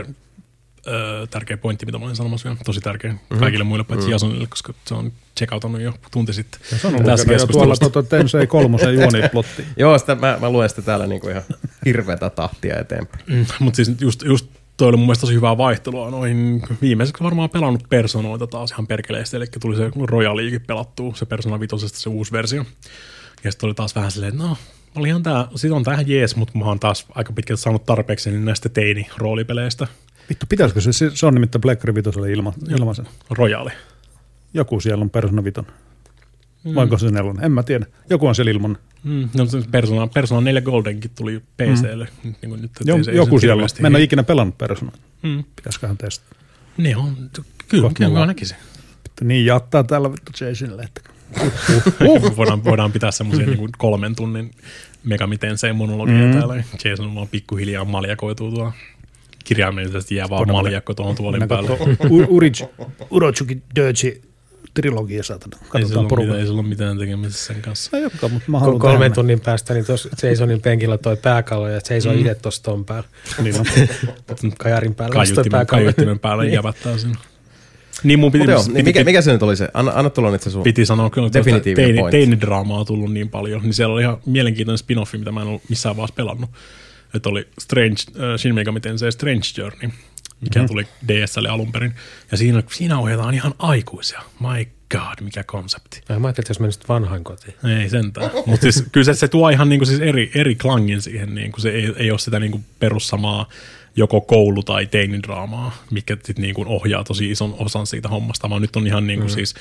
tärkeä pointti, mitä mä olin sanomassa vielä. Tosi tärkeä kaikille muille paitsi Jasonille, koska se on checkoutannut jo tunti sitten. Se on lukenut tuolla Tensei 3 juoniplotti. Joo, sitä, mä luen sitä täällä niinku ihan hirveätä tahtia eteenpäin. Mutta siis just toi oli mun mielestä tosi hyvää vaihtelua noihin. Viimeiseksi varmaan pelannut Personoita taas ihan perkeleesti, eli tuli se Royal League pelattua, se Persona 5 se uusi versio. Ja sitten oli taas vähän silleen, että no, olihan sit on tää ihan jees, mutta mä oon taas aika pitkälti saanut tarpeeksi näistä teini-roolipeleistä. Vittu, pitäisikö se on nimittäin Plekkari 5 ilmaisen. Royali. Joku siellä on Persona 5. Voinko se 4? En mä tiedä. Joku on siellä ilman. No, Persona 4 Goldenkin tuli PC:lle. Niin nyt, joku siellä on. Mä en ole ikinä pelannut Persona. Pitäisiköhän testata. Niin on. Kyllä näkisin. Niin jattaa täällä vittu Jasonille, että voidaan pitää semmoisia niin 3 tunnin Megamiten se monologia täällä. Jason vaan pikkuhiljaa maljakoituu tuolla. Kirjaimellisesti jää vaan maljakko tuohon tuolin päälle. Urochuki Dirty trilogia, saatana. Katsotaan porukalla. Ei sulla ole mitään tekemistä sen kanssa. Ei olekaan, mutta mä haluan 3 tunnin päästä, niin tuossa Jasonin penkillä toi pääkallo ja Jason itse tuossa ton päällä. Niin on. Kajarin päällä. Kaiuttimen päällä jävättää sinne. Niin mun mikä se nyt oli se? Anna tulla nyt se sun piti sanoa kyllä, että definitiivinen point. teinidraamaa on tullut niin paljon, niin siellä oli ihan mielenkiintoinen spin-offi, mitä mä en ollut missään vaiheessa pelannut. Että oli Shin Megami Tensei Strange Journey, mikä tuli DS:lle alun perin. Ja siinä ohjataan ihan aikuisia. My god, mikä konsepti. Mä ajattelin, että jos menisit vanhain kotiin. Ei sentään. Mutta siis, kyllä se tuo ihan niinku siis eri klangin siihen. Niinku se ei ole sitä niinku perussamaa joko koulu- tai teinidraamaa, mikä sitten niinku ohjaa tosi ison osan siitä hommasta, vaan nyt on ihan niinku siis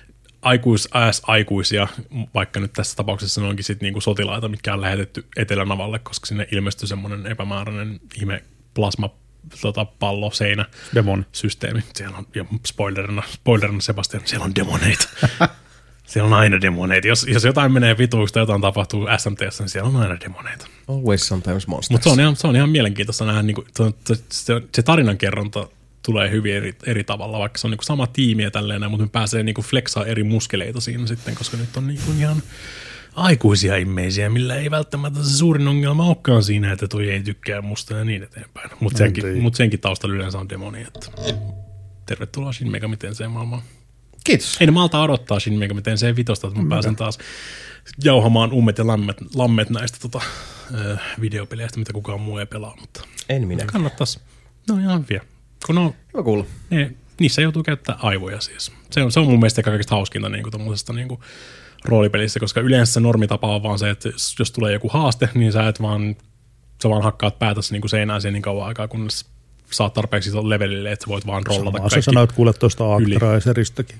aikuisia, vaikka nyt tässä tapauksessa ne onkin sitten niinku sotilaita, mitkä on lähetetty Etelänavalle, koska sinne ilmestyi semmoinen epämääräinen ihme plasma pallo, seinä, systeemi. Siellä on, ja spoilerina Sebastian, siellä on demoneita. Siellä on aina demoneita. Jos jotain menee vituiksi tai jotain tapahtuu SMT:ssä, niin siellä on aina demoneita. Always sometimes monsters. Mutta se on ihan mielenkiintoista nähdä, niin kuin, se tarinankerronta tulee hyvin eri tavalla, vaikka se on niin kuin sama tiimi ja tälleen, mutta me pääsee niin kuin flexaa eri muskeleita siinä sitten, koska nyt on niin kuin ihan aikuisia ihmisiä, millä ei välttämättä se suurin ongelma olekaan siinä, että toi ei tykkää musta ja niin eteenpäin. Mutta senkin taustalla yleensä on demoni. Että tervetuloa Shin Megami Tensei maailmaan. Kiitos. En malta odottaa Shin Megami Tensei 5, että mä pääsen taas jauhamaan ummet ja lammet näistä videopeleistä, mitä kukaan muu ei pelaa. Mutta en minä. Kannattais. No ihan hyviä. Kun hyvä kuulla. Niissä joutuu käyttämään aivoja siis. Se on mun mielestä kaikista hauskinta niin tuommoisesta niin roolipelissä, koska yleensä se normitapa on vaan se, että jos tulee joku haaste, niin sä vaan hakkaat päätäsi niin seinään sen niin kauan aikaa, kunnes saat tarpeeksi levelille, että sä voit vaan rollata samaa kaikki. Sä sanoit kuule tuosta Actraiserista,kin.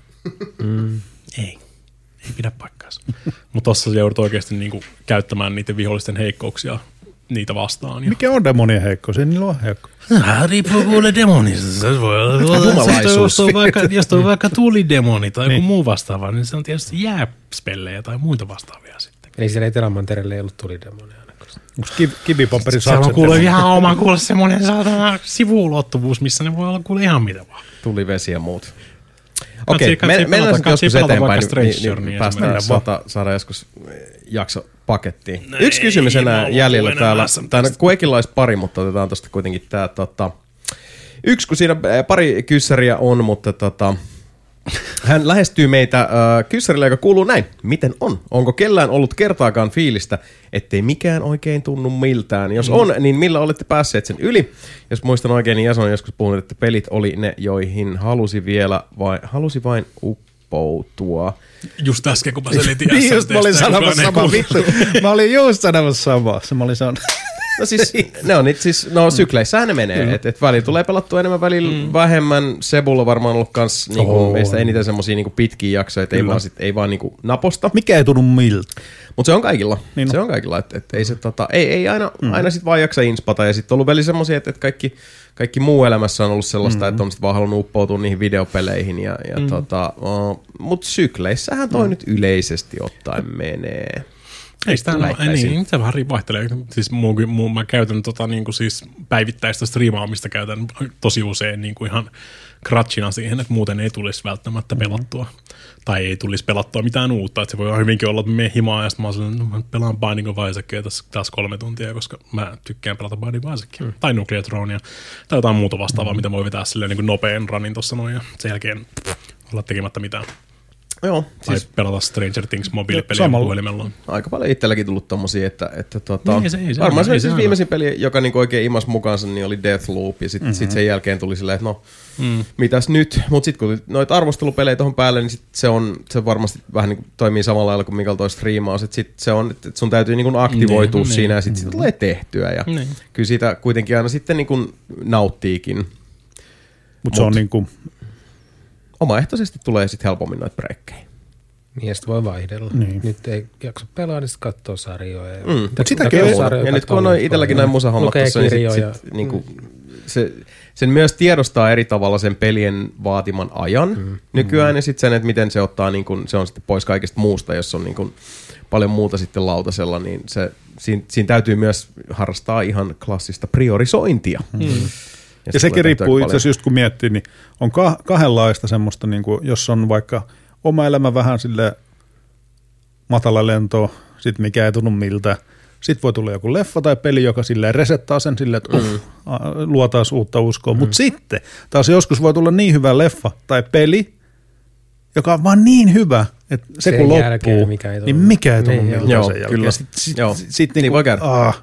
Ei pidä paikkaansa. Mutta tossa sä joudut oikeasti niin käyttämään niiden vihollisten heikkouksia niitä vastaan. Mikä on demonien heikkous? Ei niillä ole heikkous. Riippuu kuule demonista. Se voi olla, jos on vaikka tulidemoni tai joku muu vastaava, niin se on tietysti jääspellejä tai muita vastaavia sitten. Eli siellä Etelämantereelle ei ollut tulidemonia ainakaan. Onko kivipaperi se on kuule ihan oma kuule semmoinen saatana sivuulottuvuus, missä ne voi olla kuule ihan mitä vaan. Tuli vesi ja muut. Okei, mennään sitten joskus eteenpäin, niin päästään saada joskus jakso pakettiin. Yksi kysymys enää jäljellä täällä. Täällä Quakeilla olisi pari, mutta otetaan tuosta kuitenkin tämä. Yksi, kun siinä pari kyssäriä on, mutta hän lähestyy meitä kyssärillä, joka kuuluu näin. Miten on? Onko kellään ollut kertaakaan fiilistä, ettei mikään oikein tunnu miltään? Jos on, niin millä olette päässeet sen yli? Jos muistan oikein, niin Jason on joskus puhunut, että pelit oli ne, joihin halusi vain uppoutua. Just äsken, kun mä selitin niin just mä olin sanomassa sama vittu. Mä olin just sanomassa samaa. Mä olin sanonut. No siis, sykleissähän ne menee, että välillä tulee pelattua enemmän, välillä vähemmän. Sebulla on varmaan ollut kans meistä eniten semmosia pitkiä jaksoja, että ei vaan naposta. Mikä ei tunnu miltä. Mutta se on kaikilla. Niin se on kaikilla, että ei se ei aina sit vaan jaksa inspata. Ja sitten on ollut välillä semmosia, että kaikki muu elämässä on ollut sellaista, että on sit vaan halunnut uppoutua niihin videopeleihin. Mutta sykleissähän toi nyt yleisesti ottaen menee. Ei sitä niin, se vähän vaihtelee. Siis mä käytän niinku siis päivittäistä striimaamista käytän tosi usein niinku ihan crutchina siihen, että muuten ei tulisi välttämättä pelattua. Tai ei tulisi pelattua mitään uutta. Että se voi hyvinkin olla, että me himaa ja sitten mä oon sellainen, mä pelaan Binding of Isaacia taas 3 tuntia, koska mä tykkään pelata Binding of Isaacia. Tai Nuclear Thronea. Tai jotain muuta vastaavaa, mitä voi vetää silleen niin nopean runnin tossa noin ja sen jälkeen olla tekemättä mitään. Joo, tai siis pelata Stranger Things mobiilipeliä puhelimella. Aika paljon itselläkin tullut tommosia, että varmaan se viimeisin peli, joka niinku oikein imas mukaansa, niin oli Deathloop, ja sit sen jälkeen tuli silleen, että mitäs nyt? Mut sit kun noita arvostelupelejä tohon päälle, niin se varmasti vähän niinku toimii samalla lailla kuin Mikael toi striimaus, että sit se on, että sun täytyy niinku aktivoitua siinä, ja sit sitä tulee tehtyä, ja kyllä siitä kuitenkin aina sitten niinku nauttiikin. Mut se on niinku omaehtoisesti tulee sitten helpommin noita breikkejä. Niin, ja sitten voi vaihdella. Niin. Nyt ei jaksa pelaa, niin sitten katsoo sarjoja. Mutta sitäkin on. Ja nyt kun on itselläkin näin musahommat tuossa, niin niinku, sen myös tiedostaa eri tavalla sen pelien vaatiman ajan nykyään, ja sitten sen, että miten se ottaa, niin kun, se on sitten pois kaikesta muusta, jos on niin kun paljon muuta sitten lautasella, niin siinä täytyy myös harrastaa ihan klassista priorisointia. Ja sekin riippuu itse asiassa just kun miettii, niin on kahdenlaista semmoista, niin kuin, jos on vaikka oma elämä vähän sille matala lento, sit mikä ei tunnu miltä. Sitten voi tulla joku leffa tai peli, joka silleen resettaa sen silleen, että luo taas uutta uskoa. Mutta sitten taas joskus voi tulla niin hyvä leffa tai peli, joka on vaan niin hyvä, että se kun loppuu, niin mikä ei tunnu miltä sen jälkeen. Sitten niin voi käydä.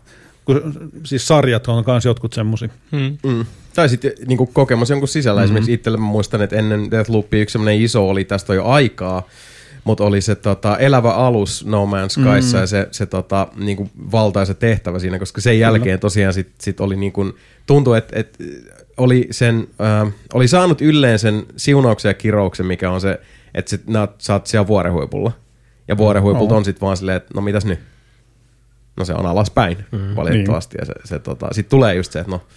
Siis sarjat on myös jotkut semmosia. Tai sitten niin kokemus jonkun sisällä. Esimerkiksi itselle mä muistan, että ennen Deathloopia yksi semmoinen iso oli, tästä on jo aikaa, mutta oli se elävä alus No Man's Skyssa ja se niin valtaisa tehtävä siinä, koska sen jälkeen tosiaan sit oli niin kuin, tuntui, että oli, oli saanut ylleen sen siunauksen ja kirouksen, mikä on se, että sä oot siellä vuorenhuipulla. Ja vuorenhuipulta on sitten vaan silleen, että no mitäs nyt? No se on alaspäin valitettavasti ja sit tulee just se, että no.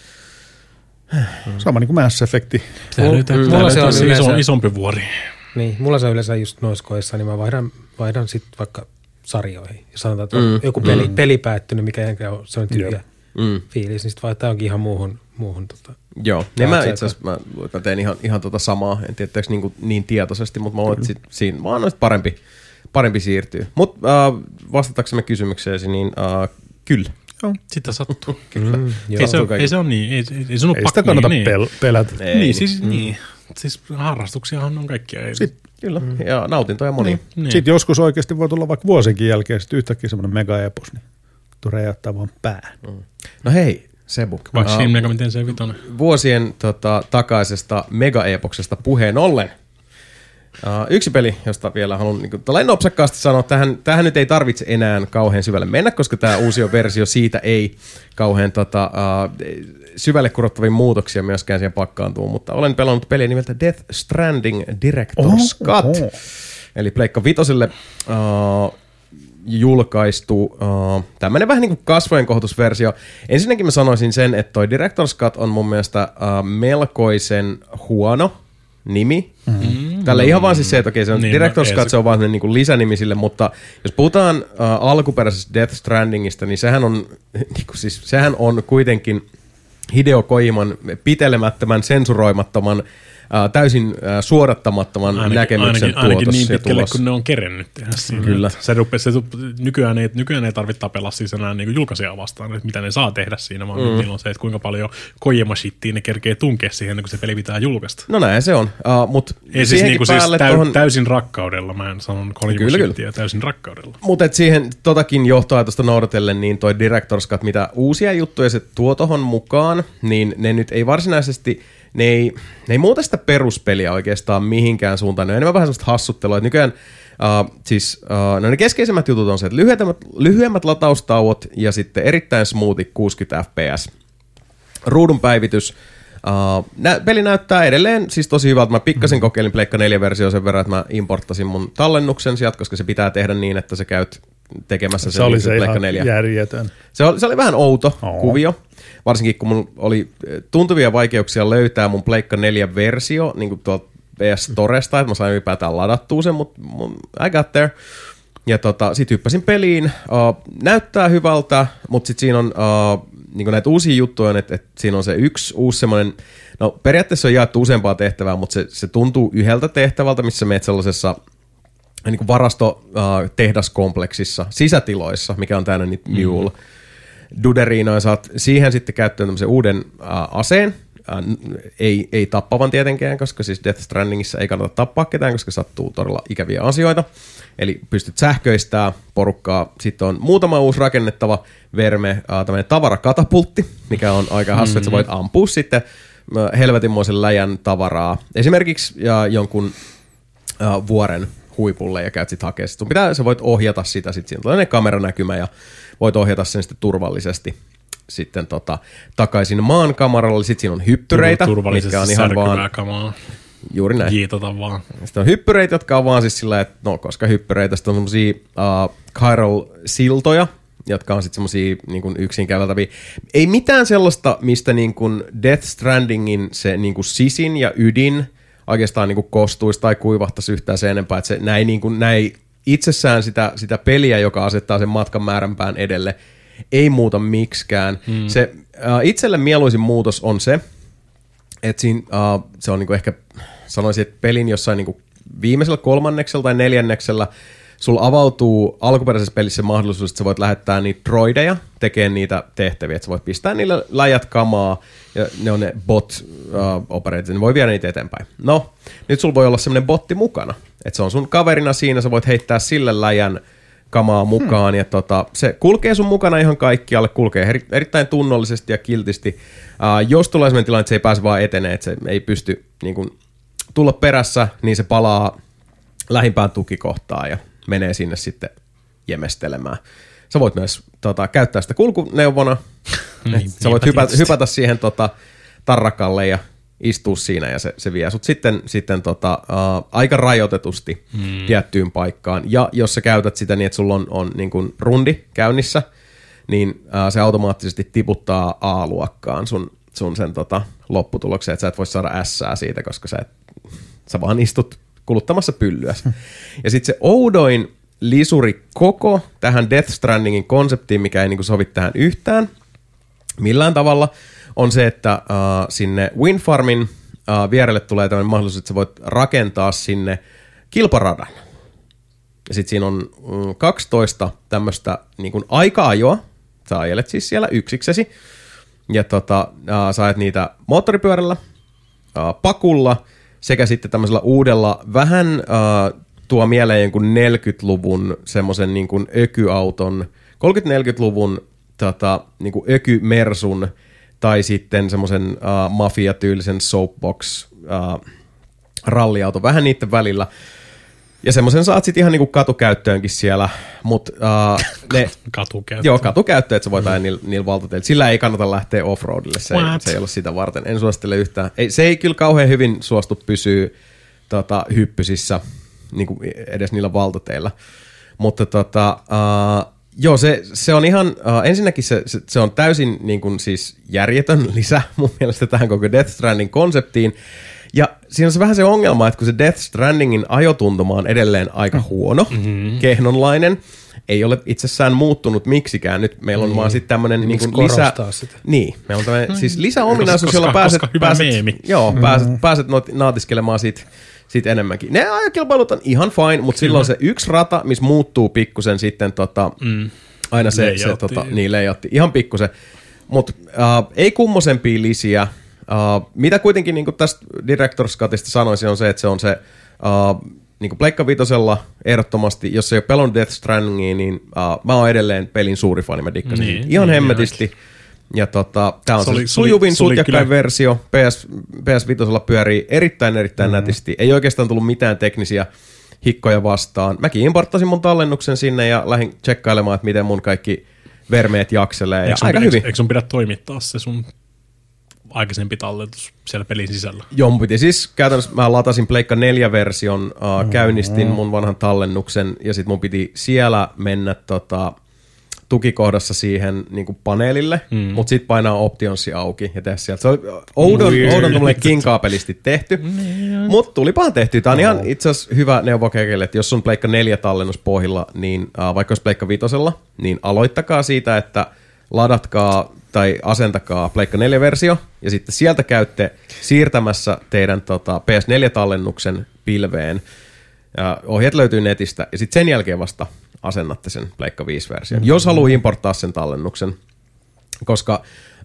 Sama niin kuin Mass Effecti. Mulla se on yleensä isompi vuori. Niin, mulla se on yleensä just noissa koissa, niin mä vaihdan sitten vaikka sarjoihin. Jos sanotaan, että joku peli päättynyt, mikä ehkä on, se on tyhjä fiilis, niin sitten vaihtaa jonkin ihan muuhun Joo, niin mä itse asiassa mä teen ihan samaa, en tiedä niin tietoisesti, mutta mä luulen, että siinä vaan olisi parempi siirtyy. Mutta vastataksemme kysymykseesi, niin kyllä. Sitä sattuu. Kyllä. Ei se ole niin, ei sun ole pakko. Ei sitä kannata pelätä. Niin. Siis harrastuksiahan on kaikkia. Kyllä, ja nautintoja monia. Niin. Sitten joskus oikeasti voi tulla vaikka vuosinkin jälkeen sitten yhtäkkiä semmoinen mega-epos, niin räjäyttää vaan pään. No hei, Sebu. Vaikka Shin Megami Tensei 5. Vuosien takaisesta mega-epoksesta puheen ollen. Yksi peli, josta vielä haluan niin nopsakkaasti sanoa, tähän nyt ei tarvitse enää kauhean syvälle mennä, koska tämä uusi versio siitä ei kauhean syvälle kurottavia muutoksia myöskään siihen pakkaantuu, mutta olen pelannut peliä nimeltä Death Stranding Director's Cut, eli Pleikka 5:lle julkaistu tämmöinen vähän niin kuin kasvojen kohotusversio. Ensinnäkin mä sanoisin sen, että toi Director's Cut on mun mielestä melkoisen huono nimi. Tällä ihan vaan siis se, että okei, se on niin, Director's Cut, se on vaan niin kuin lisänimi sille, mutta jos puhutaan alkuperäisestä Death Strandingista, niin sehän on kuitenkin Hideo Kojiman pitelemättömän, sensuroimattoman, täysin suodattamattoman näkemyksen tuotos. Ainakin niin pitkälle, kun ne on kerennyt tehdä siinä. Kyllä. Nykyään ei tarvitse tapella siis enää niin julkaisijaa vastaan, että mitä ne saa tehdä siinä, vaan niillä on se, että kuinka paljon Kojima-shittia ne kerkee tunkea siihen, kun se peli pitää julkaista. No näin se on. Ei siis, niin täysin rakkaudella, mä en sanon Kojima-shittia, täysin rakkaudella. Mutta siihen totakin johtoajatusta noudatellen, niin toi Director's Cut, mitä uusia juttuja se tuo tohon mukaan, niin ne nyt ei varsinaisesti ne ei muuta sitä peruspeliä oikeastaan mihinkään suuntaan. Ne on enemmän vähän sellaista hassuttelua, että nykyään ne keskeisimmät jutut on se, että lyhyemmät lataustauot ja sitten erittäin smoothi 60 fps. Ruudun päivitys. Peli näyttää edelleen siis tosi hyvältä. Mä pikkasen kokeilin Pleikka 4-versio sen verran, että mä importtasin mun tallennuksen sieltä, koska se pitää tehdä niin, että sä käyt tekemässä sen. Se oli se ihan järjetön. Se oli vähän outo kuvio. Varsinkin kun mulla oli tuntuvia vaikeuksia löytää mun Pleikka 4-versio niin kuin tuolta PS Storesta, että mä sain ylipäätään ladattua sen, mutta I got there. Ja sit hyppäsin peliin. Näyttää hyvältä, mutta sit siinä on niin näitä uusia juttuja, että siinä on se yksi uusi semmoinen, no periaatteessa on jaettu useampaa tehtävää, mutta se tuntuu yhdeltä tehtävältä, missä menet sellaisessa niin kuin varastotehdaskompleksissa, sisätiloissa, mikä on täynnä niitä mule duderiinoja. Saat siihen sitten käyttöön tämmöisen uuden aseen, ei tappavan tietenkään, koska siis Death Strandingissa ei kannata tappaa ketään, koska sattuu todella ikäviä asioita. Eli pystyt sähköistämään porukkaa. Sitten on muutama uusi rakennettava verme, tämmöinen tavarakatapultti, mikä on aika hassu, että sä voit ampua sitten helvetinmoisen läjän tavaraa. Esimerkiksi jonkun vuoren huipulle ja käyt sitten hakemaan. Sä voit ohjata sitä, sitten siinä on tällainen kameranäkymä ja voit ohjata sen sitten turvallisesti sitten takaisin maan kamaralle. Sitten siinä on hyppyreitä, mitkä on ihan vaan kamaa. Juuri näin. Jiitota vaan. Sitten on hyppyreitä, jotka on vaan siis sillä, että no koska hyppyreitä, sitten on semmosia chiral-siltoja, jotka on sitten semmosia niin yksin käveltäviä. Ei mitään sellaista, mistä niin kuin Death Strandingin se niin kuin sisin ja ydin oikeastaan niin kuin kostuisi tai kuivahtaisi yhtään sen enempää, että se näin itsessään sitä peliä, joka asettaa sen matkan määränpään edelle, ei muuta miksikään. Se itselle mieluisin muutos on se, että siinä, se on niinku ehkä, sanoisin, että pelin jossain niinku viimeisellä 3. tai 4. sulla avautuu alkuperäisessä pelissä mahdollisuus, että sä voit lähettää niitä droideja tekemään niitä tehtäviä, että sä voit pistää niille läjät kamaa, ja ne on ne bot-operatit, ne voi viedä niitä eteenpäin. No, nyt sulla voi olla semmoinen botti mukana, että se on sun kaverina siinä, sä voit heittää sille läjän kamaa mukaan, ja se kulkee sun mukana ihan kaikkialle, kulkee erittäin tunnollisesti ja kiltisti. Jos tulee sellainen tilanne, että se ei pääse vaan etenee, että se ei pysty niin kun, tulla perässä, niin se palaa lähimpään tukikohtaan ja menee sinne sitten jemestelemään. Sä voit myös käyttää sitä kulkuneuvona. Sä voit hypätä siihen tarrakalle ja istua siinä ja se vie sut sitten aika rajoitetusti tiettyyn paikkaan. Ja jos sä käytät sitä niin, että sulla on niin kuin rundi käynnissä, niin se automaattisesti tiputtaa A-luokkaan sun sen lopputulokseen, että sä et voi saada S:ää siitä, koska sä vaan istut kuluttamassa pyllyä. Ja sitten se oudoin lisuri koko tähän Death Strandingin konseptiin, mikä ei niinku sovi tähän yhtään millään tavalla, on se, että sinne Windfarmin vierelle tulee tämmöinen mahdollisuus, että sä voit rakentaa sinne kilparadan. Ja sitten siinä on 12 tämmöistä niinku aika-ajoa. Sä ajelet siis siellä yksiksesi. Ja sä ajat niitä moottoripyörällä, pakulla, sekä sitten tämmöisellä uudella vähän tuo mieleen jonkun 40-luvun semmoisen niin kuin ökyauton, 30-40-luvun niin kuin ökymersun tai sitten semmoisen mafia-tyylisen soapbox ralliauto, vähän niiden välillä. Ja semmoisen saat sitten ihan niinku katukäyttöönkin siellä, mutta katukäyttöön. Joo, katukäyttöön, että sä voit ajaa niillä valtateilla. Sillä ei kannata lähteä offroadille, se ei ole sitä varten. En suosittele yhtään. Se ei kyllä kauhean hyvin suostu pysyä hyppysissä niinku edes niillä valtateilla. Mutta joo, se on ihan, ensinnäkin se on täysin niin kuin siis järjetön lisä mun mielestä tähän koko Death Stranding konseptiin. Ja siinä on se vähän se ongelma, että kun se Death Strandingin ajotuntuma on edelleen aika huono, kehnonlainen, ei ole itsessään muuttunut miksikään. Nyt meillä on vaan sitten tämmöinen niin kuin lisä... Sitä. Niin, meillä on tämmöinen siis lisäominaisuus, jolla pääset naatiskelemaan siitä enemmänkin. Ne ajakilpailut on ihan fine, mutta silloin se yksi rata, missä muuttuu pikkusen sitten aina se layoutti. Ihan pikkusen. Mutta ei kummosempia lisiä. Mitä kuitenkin niin tästä Director's Cutista sanoisin on se, että se on se niin Pleikka Vitosella ehdottomasti, jos ei ole pelannut Death Strandingia, niin mä oon edelleen pelin suuri fani, mä dikkasin niin, ihan hemmetisti. Ja tää on se sujuvin sutjakkain versio, PS Vitosella pyörii erittäin nätisti, ei oikeastaan tullut mitään teknisiä hikkoja vastaan. Mäkin importtasin mun tallennuksen sinne ja lähdin tsekkailemaan, että miten mun kaikki vermeet jakselee ja aika hyvin. Eikö sun pidä toimittaa se sun aikaisempi talletus siellä pelin sisällä? Joo, mun piti siis käytännössä, mä latasin Pleikka 4-version, käynnistin mun vanhan tallennuksen ja sit mun piti siellä mennä tukikohdassa siihen niin kuin paneelille, mutta sit painaa optionsi auki ja tehdä sieltä. Se oli oudon tuommoinen kinkaapelisti tehty, mutta tulipahan tehty. Tää on ihan itse asiassa hyvä neuvo kekeille, että jos on Pleikka 4 tallennus pohjilla, niin vaikka jos Pleikka 5:lla, niin aloittakaa siitä, että ladatkaa tai asentakaa Pleikka 4-versio, ja sitten sieltä käytte siirtämässä teidän PS4-tallennuksen pilveen. Ohjeet löytyy netistä, ja sitten sen jälkeen vasta asennatte sen Pleikka 5-version. Jos haluaa importtaa sen tallennuksen, koska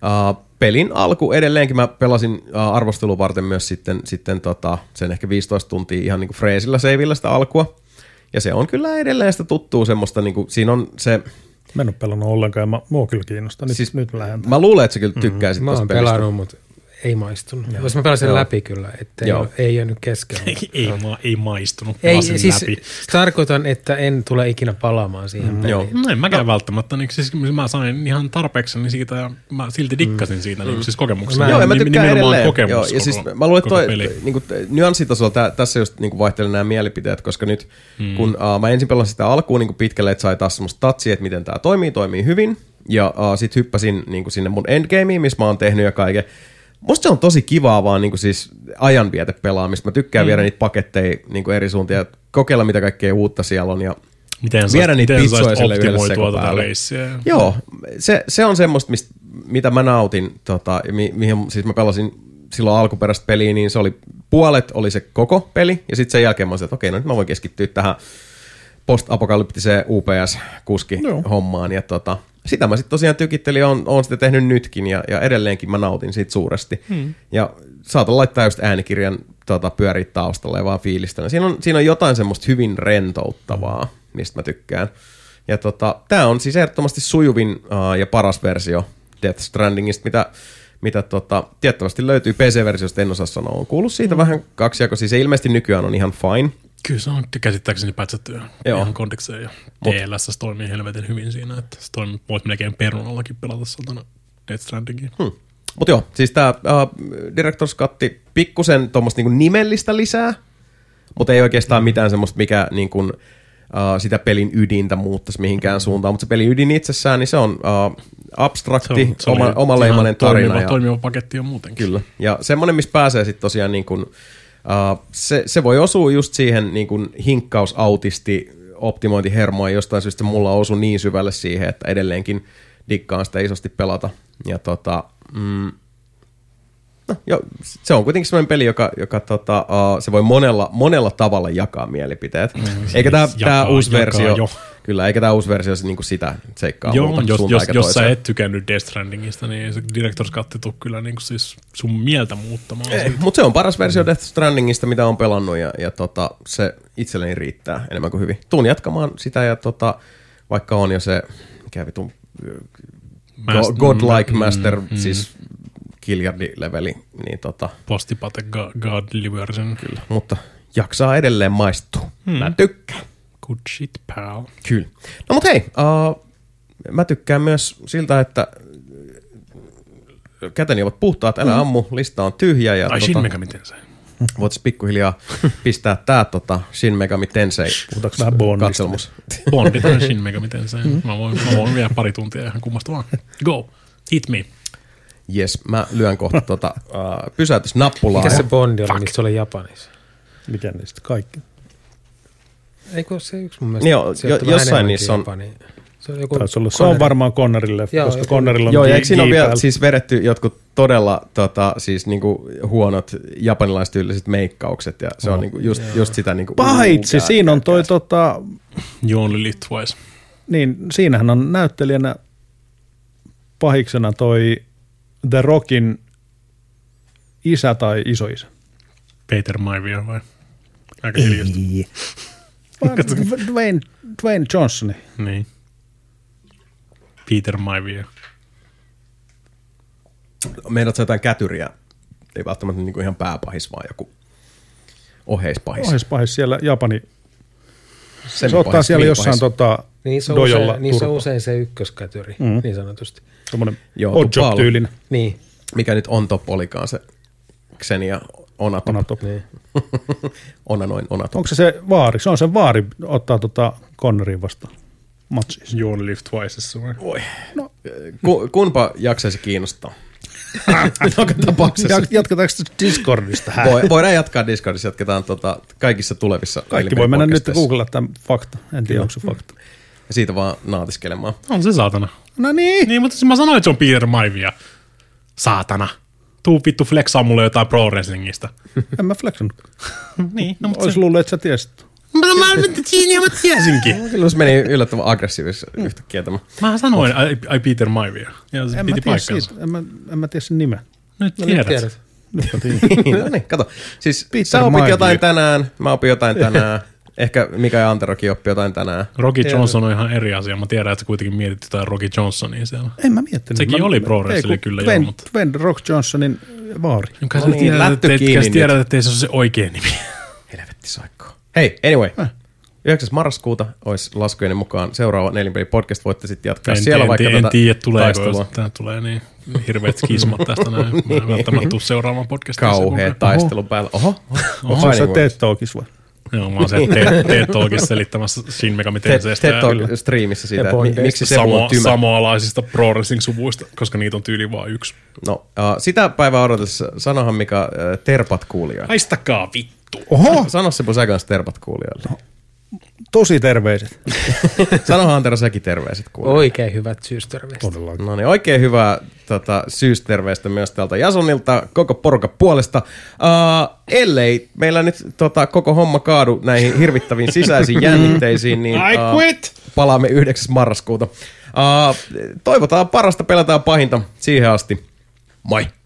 pelin alku edelleenkin mä pelasin arvostelun varten myös sitten sen ehkä 15 tuntia ihan niinku freesillä seivillä sitä alkua, ja se on kyllä edelleen sitä tuttua semmoista, niinku, siinä on se... Mä en ole pelannut ollenkaan ja mua kyllä kiinnostaa. Nyt mä lähden. Mä luulen, että sä kyllä tykkäisit tästä pelistä. Mä oon pelannut, mutta ei maistunut. Jos mä pelasin läpi kyllä, että ei jäänyt kesken. Ei maistunut. Ei, siis läpi. Tarkoitan, että en tule ikinä palaamaan siihen peliin. Joo. No en mäkään välttämättä. Niin, siis mä sain ihan tarpeeksi siitä ja mä silti dikkasin siitä niin, siis kokemuksena. Joo, mä tykkään edelleen. Joo, ja siis mä luulen, että niinku, nyanssitasolla tässä just niinku vaihtelen nämä mielipiteet, koska nyt kun mä ensin pelasin sitä alkuun niinku pitkälle, että sai taas semmoista tatsia, että miten tää toimii hyvin. Ja sit hyppäsin niinku sinne mun endgameen, missä mä oon tehnyt ja kaiken. musta se on tosi kivaa vaan niinku siis ajanviete pelaamista. Mä tykkään viedä niitä paketteja niinku eri suuntia, kokeilla mitä kaikkea uutta siellä on ja viedä niitä pizzoja sille yhdelle sekopäälle. Joo, se on semmoista, mitä mä nautin, mihin siis mä pelasin silloin alkuperäistä peliä, niin se oli puolet oli se koko peli, ja sitten sen jälkeen mä olisin, että okei, no nyt mä voin keskittyä tähän post-apokalyptiseen UPS-kuski-hommaan, ja sitä mä sitten tosiaan tykittelin, oon sitä tehnyt nytkin, ja edelleenkin mä nautin siitä suuresti. Ja saatan laittaa just äänikirjan pyöriä taustalle ja vaan fiilistellä. Siinä on jotain semmoista hyvin rentouttavaa, mistä mä tykkään. Ja tää on siis ehdottomasti sujuvin ja paras versio Death Strandingista, mitä tiettävästi löytyy PC-versiosta, en osaa sanoa. On kuullut siitä vähän kaksijakoisia. Se ilmeisesti nykyään on ihan fine. Kyllä se on käsittääkseni pätsätty ihan kondikseen ja DLS toimii helvetin hyvin siinä, että se toimii, voit melkein perunallakin pelata satana Death Strandingia. Mutta joo, siis tää Director's Cut pikkusen tuommoista niinku nimellistä lisää, mutta ei oikeastaan mitään semmoista, mikä niinku, sitä pelin ydintä muuttaisi mihinkään suuntaan, mutta se pelin ydin itsessään, niin se on abstrakti, omaleimainen tarina. Toimiva paketti on muutenkin. Kyllä, ja semmoinen, missä pääsee sitten tosiaan niin kuin, se voi osua just siihen niin kuin hinkkaus-autisti optimointihermoa, jostain syystä mulla osui niin syvälle siihen, että edelleenkin dikkaan sitä isosti pelata. Ja se on kuitenkin sellainen peli, joka se voi monella tavalla jakaa mielipiteet. Eikä tämä uusi versio, kyllä, eikä tämä uusi versio niinku sitä seikkaa. Joo, jos sä et tykännyt Death Strandingista, niin se Director's Cut tuu kyllä niinku siis sun mieltä muuttamaan. Mutta se on paras versio Death Strandingista, mitä on pelannut, ja se itselleni riittää enemmän kuin hyvin. Tuun jatkamaan sitä, ja vaikka on jo se, mikä vitun godlike master, siis Kiljardi-leveli, niin Postipate godly version. Kyllä, mutta jaksaa edelleen maistua. Mä tykkään. Good shit, pal. Kyllä. No mut hei, mä tykkään myös siltä, että käteni ovat puhtaat, älä ammu, lista on tyhjä. Ja Shin Megami Tensei. Voitaisiin pikkuhiljaa pistää tää Shin Megami Tensei. Puhutaanko vähän Bondista? Bondi tai Shin Megami Tensei. Mä voin vielä pari tuntia ihan kummasta vaan. Go, hit me. Jes, mä lyön kohta pysäytysnappulaa. Mikä se Bondi oli, mistä se oli Japanissa? Mikä niistä kaikki? Eikö se yksi mun mielestä? Joo, jossain niissä on. Se on varmaan Connerille, koska Connerilla on joo, ja eikö siinä ole vielä siis vedetty jotkut todella siis niinku huonot japanilaistyyliset meikkaukset, ja se on niinku just sitä niinku. Paitsi siinä on toi You Only Live Twice. Niin, siinähän on näyttelijänä pahiksena toi The Rockin isä tai isoisä. Peter Maivia vai? Aika hiljasti. Dwayne Johnsoni. Niin. Peter Maivia. Meidät jotain kätyriä. Ei välttämättä niinku ihan pääpahis, vaan joku oheispahis. Oheispahis siellä Japani. Se ottaa siellä jossain dojolla. Niissä on usein se ykköskätyri, niin sanotusti. Semmoinen oddjob-tyylinen. Niin. Mikä nyt on top olikaan se Xenia Onatop. Niin. Onatop. Onko se vaari? Se on se vaari ottaa Connoriin vastaan matsiissa. You Only Live Twice vai? Voi. No. Kunpa jaksaisi kiinnostaa. Joka tapauksessa. Jatketaanko Discordista? Voidaan jatkaa Discordissa. Jatketaan kaikissa tulevissa. Kaikki voi mennä nyt googlaa tämän fakta. En tiedä, onko se fakta. Ja siitä vaan naatiskelemaan. On se saatana. No niin. Niin, mutta mä sanoin, että se on Peter Maivia. Saatana. Tuu vittu flexaa mulle jotain pro wrestlingistä. En mä flexannut. Niin. No, ois luullut, että sä tiesit. Mä tiesinkin. Kyllä se meni yllättävän aggressiivisesti yhtäkkiä tämä. Mä sanoin, ai Peter Maivia. Ja se piti paikkansa. En mä tiedä sen nimeä. Nyt tiedät. Nyt mä tiedän. No niin, kato. Siis sä opit jotain tänään, mä opin jotain tänään. Ehkä Mika ja Anterokin oppi jotain tänään. Rocky Johnson on ihan eri asia. Mä tiedän, että sä kuitenkin mietit jotain Rocky Johnsonia siellä. En mä miettinyt. Sekin oli pro wrestling kyllä jo, mutta Dwayne Rock Johnsonin vaari. Kai sä tiedät, ettei se ole se oikea nimi. Helvetti saikkoa. Hei, anyway. 9. marraskuuta olisi laskujeni mukaan seuraava Nelinpeli podcast. Voitte sitten jatkaa siellä vaikka tätä taistelua. Tämä tulee niin hirveät skismat tästä näin. Mä en välttämättä tule seuraavaan podcastiin. Kauheat taistelun päällä. Oho. Sä teet talkis vai? Joo, mä oon siellä TED-talkissa selittämässä Shin Megami Tenseistä. TED-talk-striimissä siitä, miksi se on tymä. Samoalaisista pro wrestling-suvuista, koska niitä on tyyli vaan yksi. No, sitä päivää odotellessa, sanohan Mika terpat kuulijoille. Haistakaa vittu. Oho! Sano Seppo sä kanssa terpat kuulijoille. No, tosi terveiset. Sanohan Antero säkin terveiset kuulijoille. Oikein hyvät syysterveiset. Todellakin. No niin, oikein hyvää syysterveistä myös täältä Jasonilta koko porukan puolesta. Ellei meillä nyt koko homma kaadu näihin hirvittäviin sisäisiin jännitteisiin, niin palaamme 9. marraskuuta. Toivotaan parasta, pelataan pahinta. Siihen asti. Moi!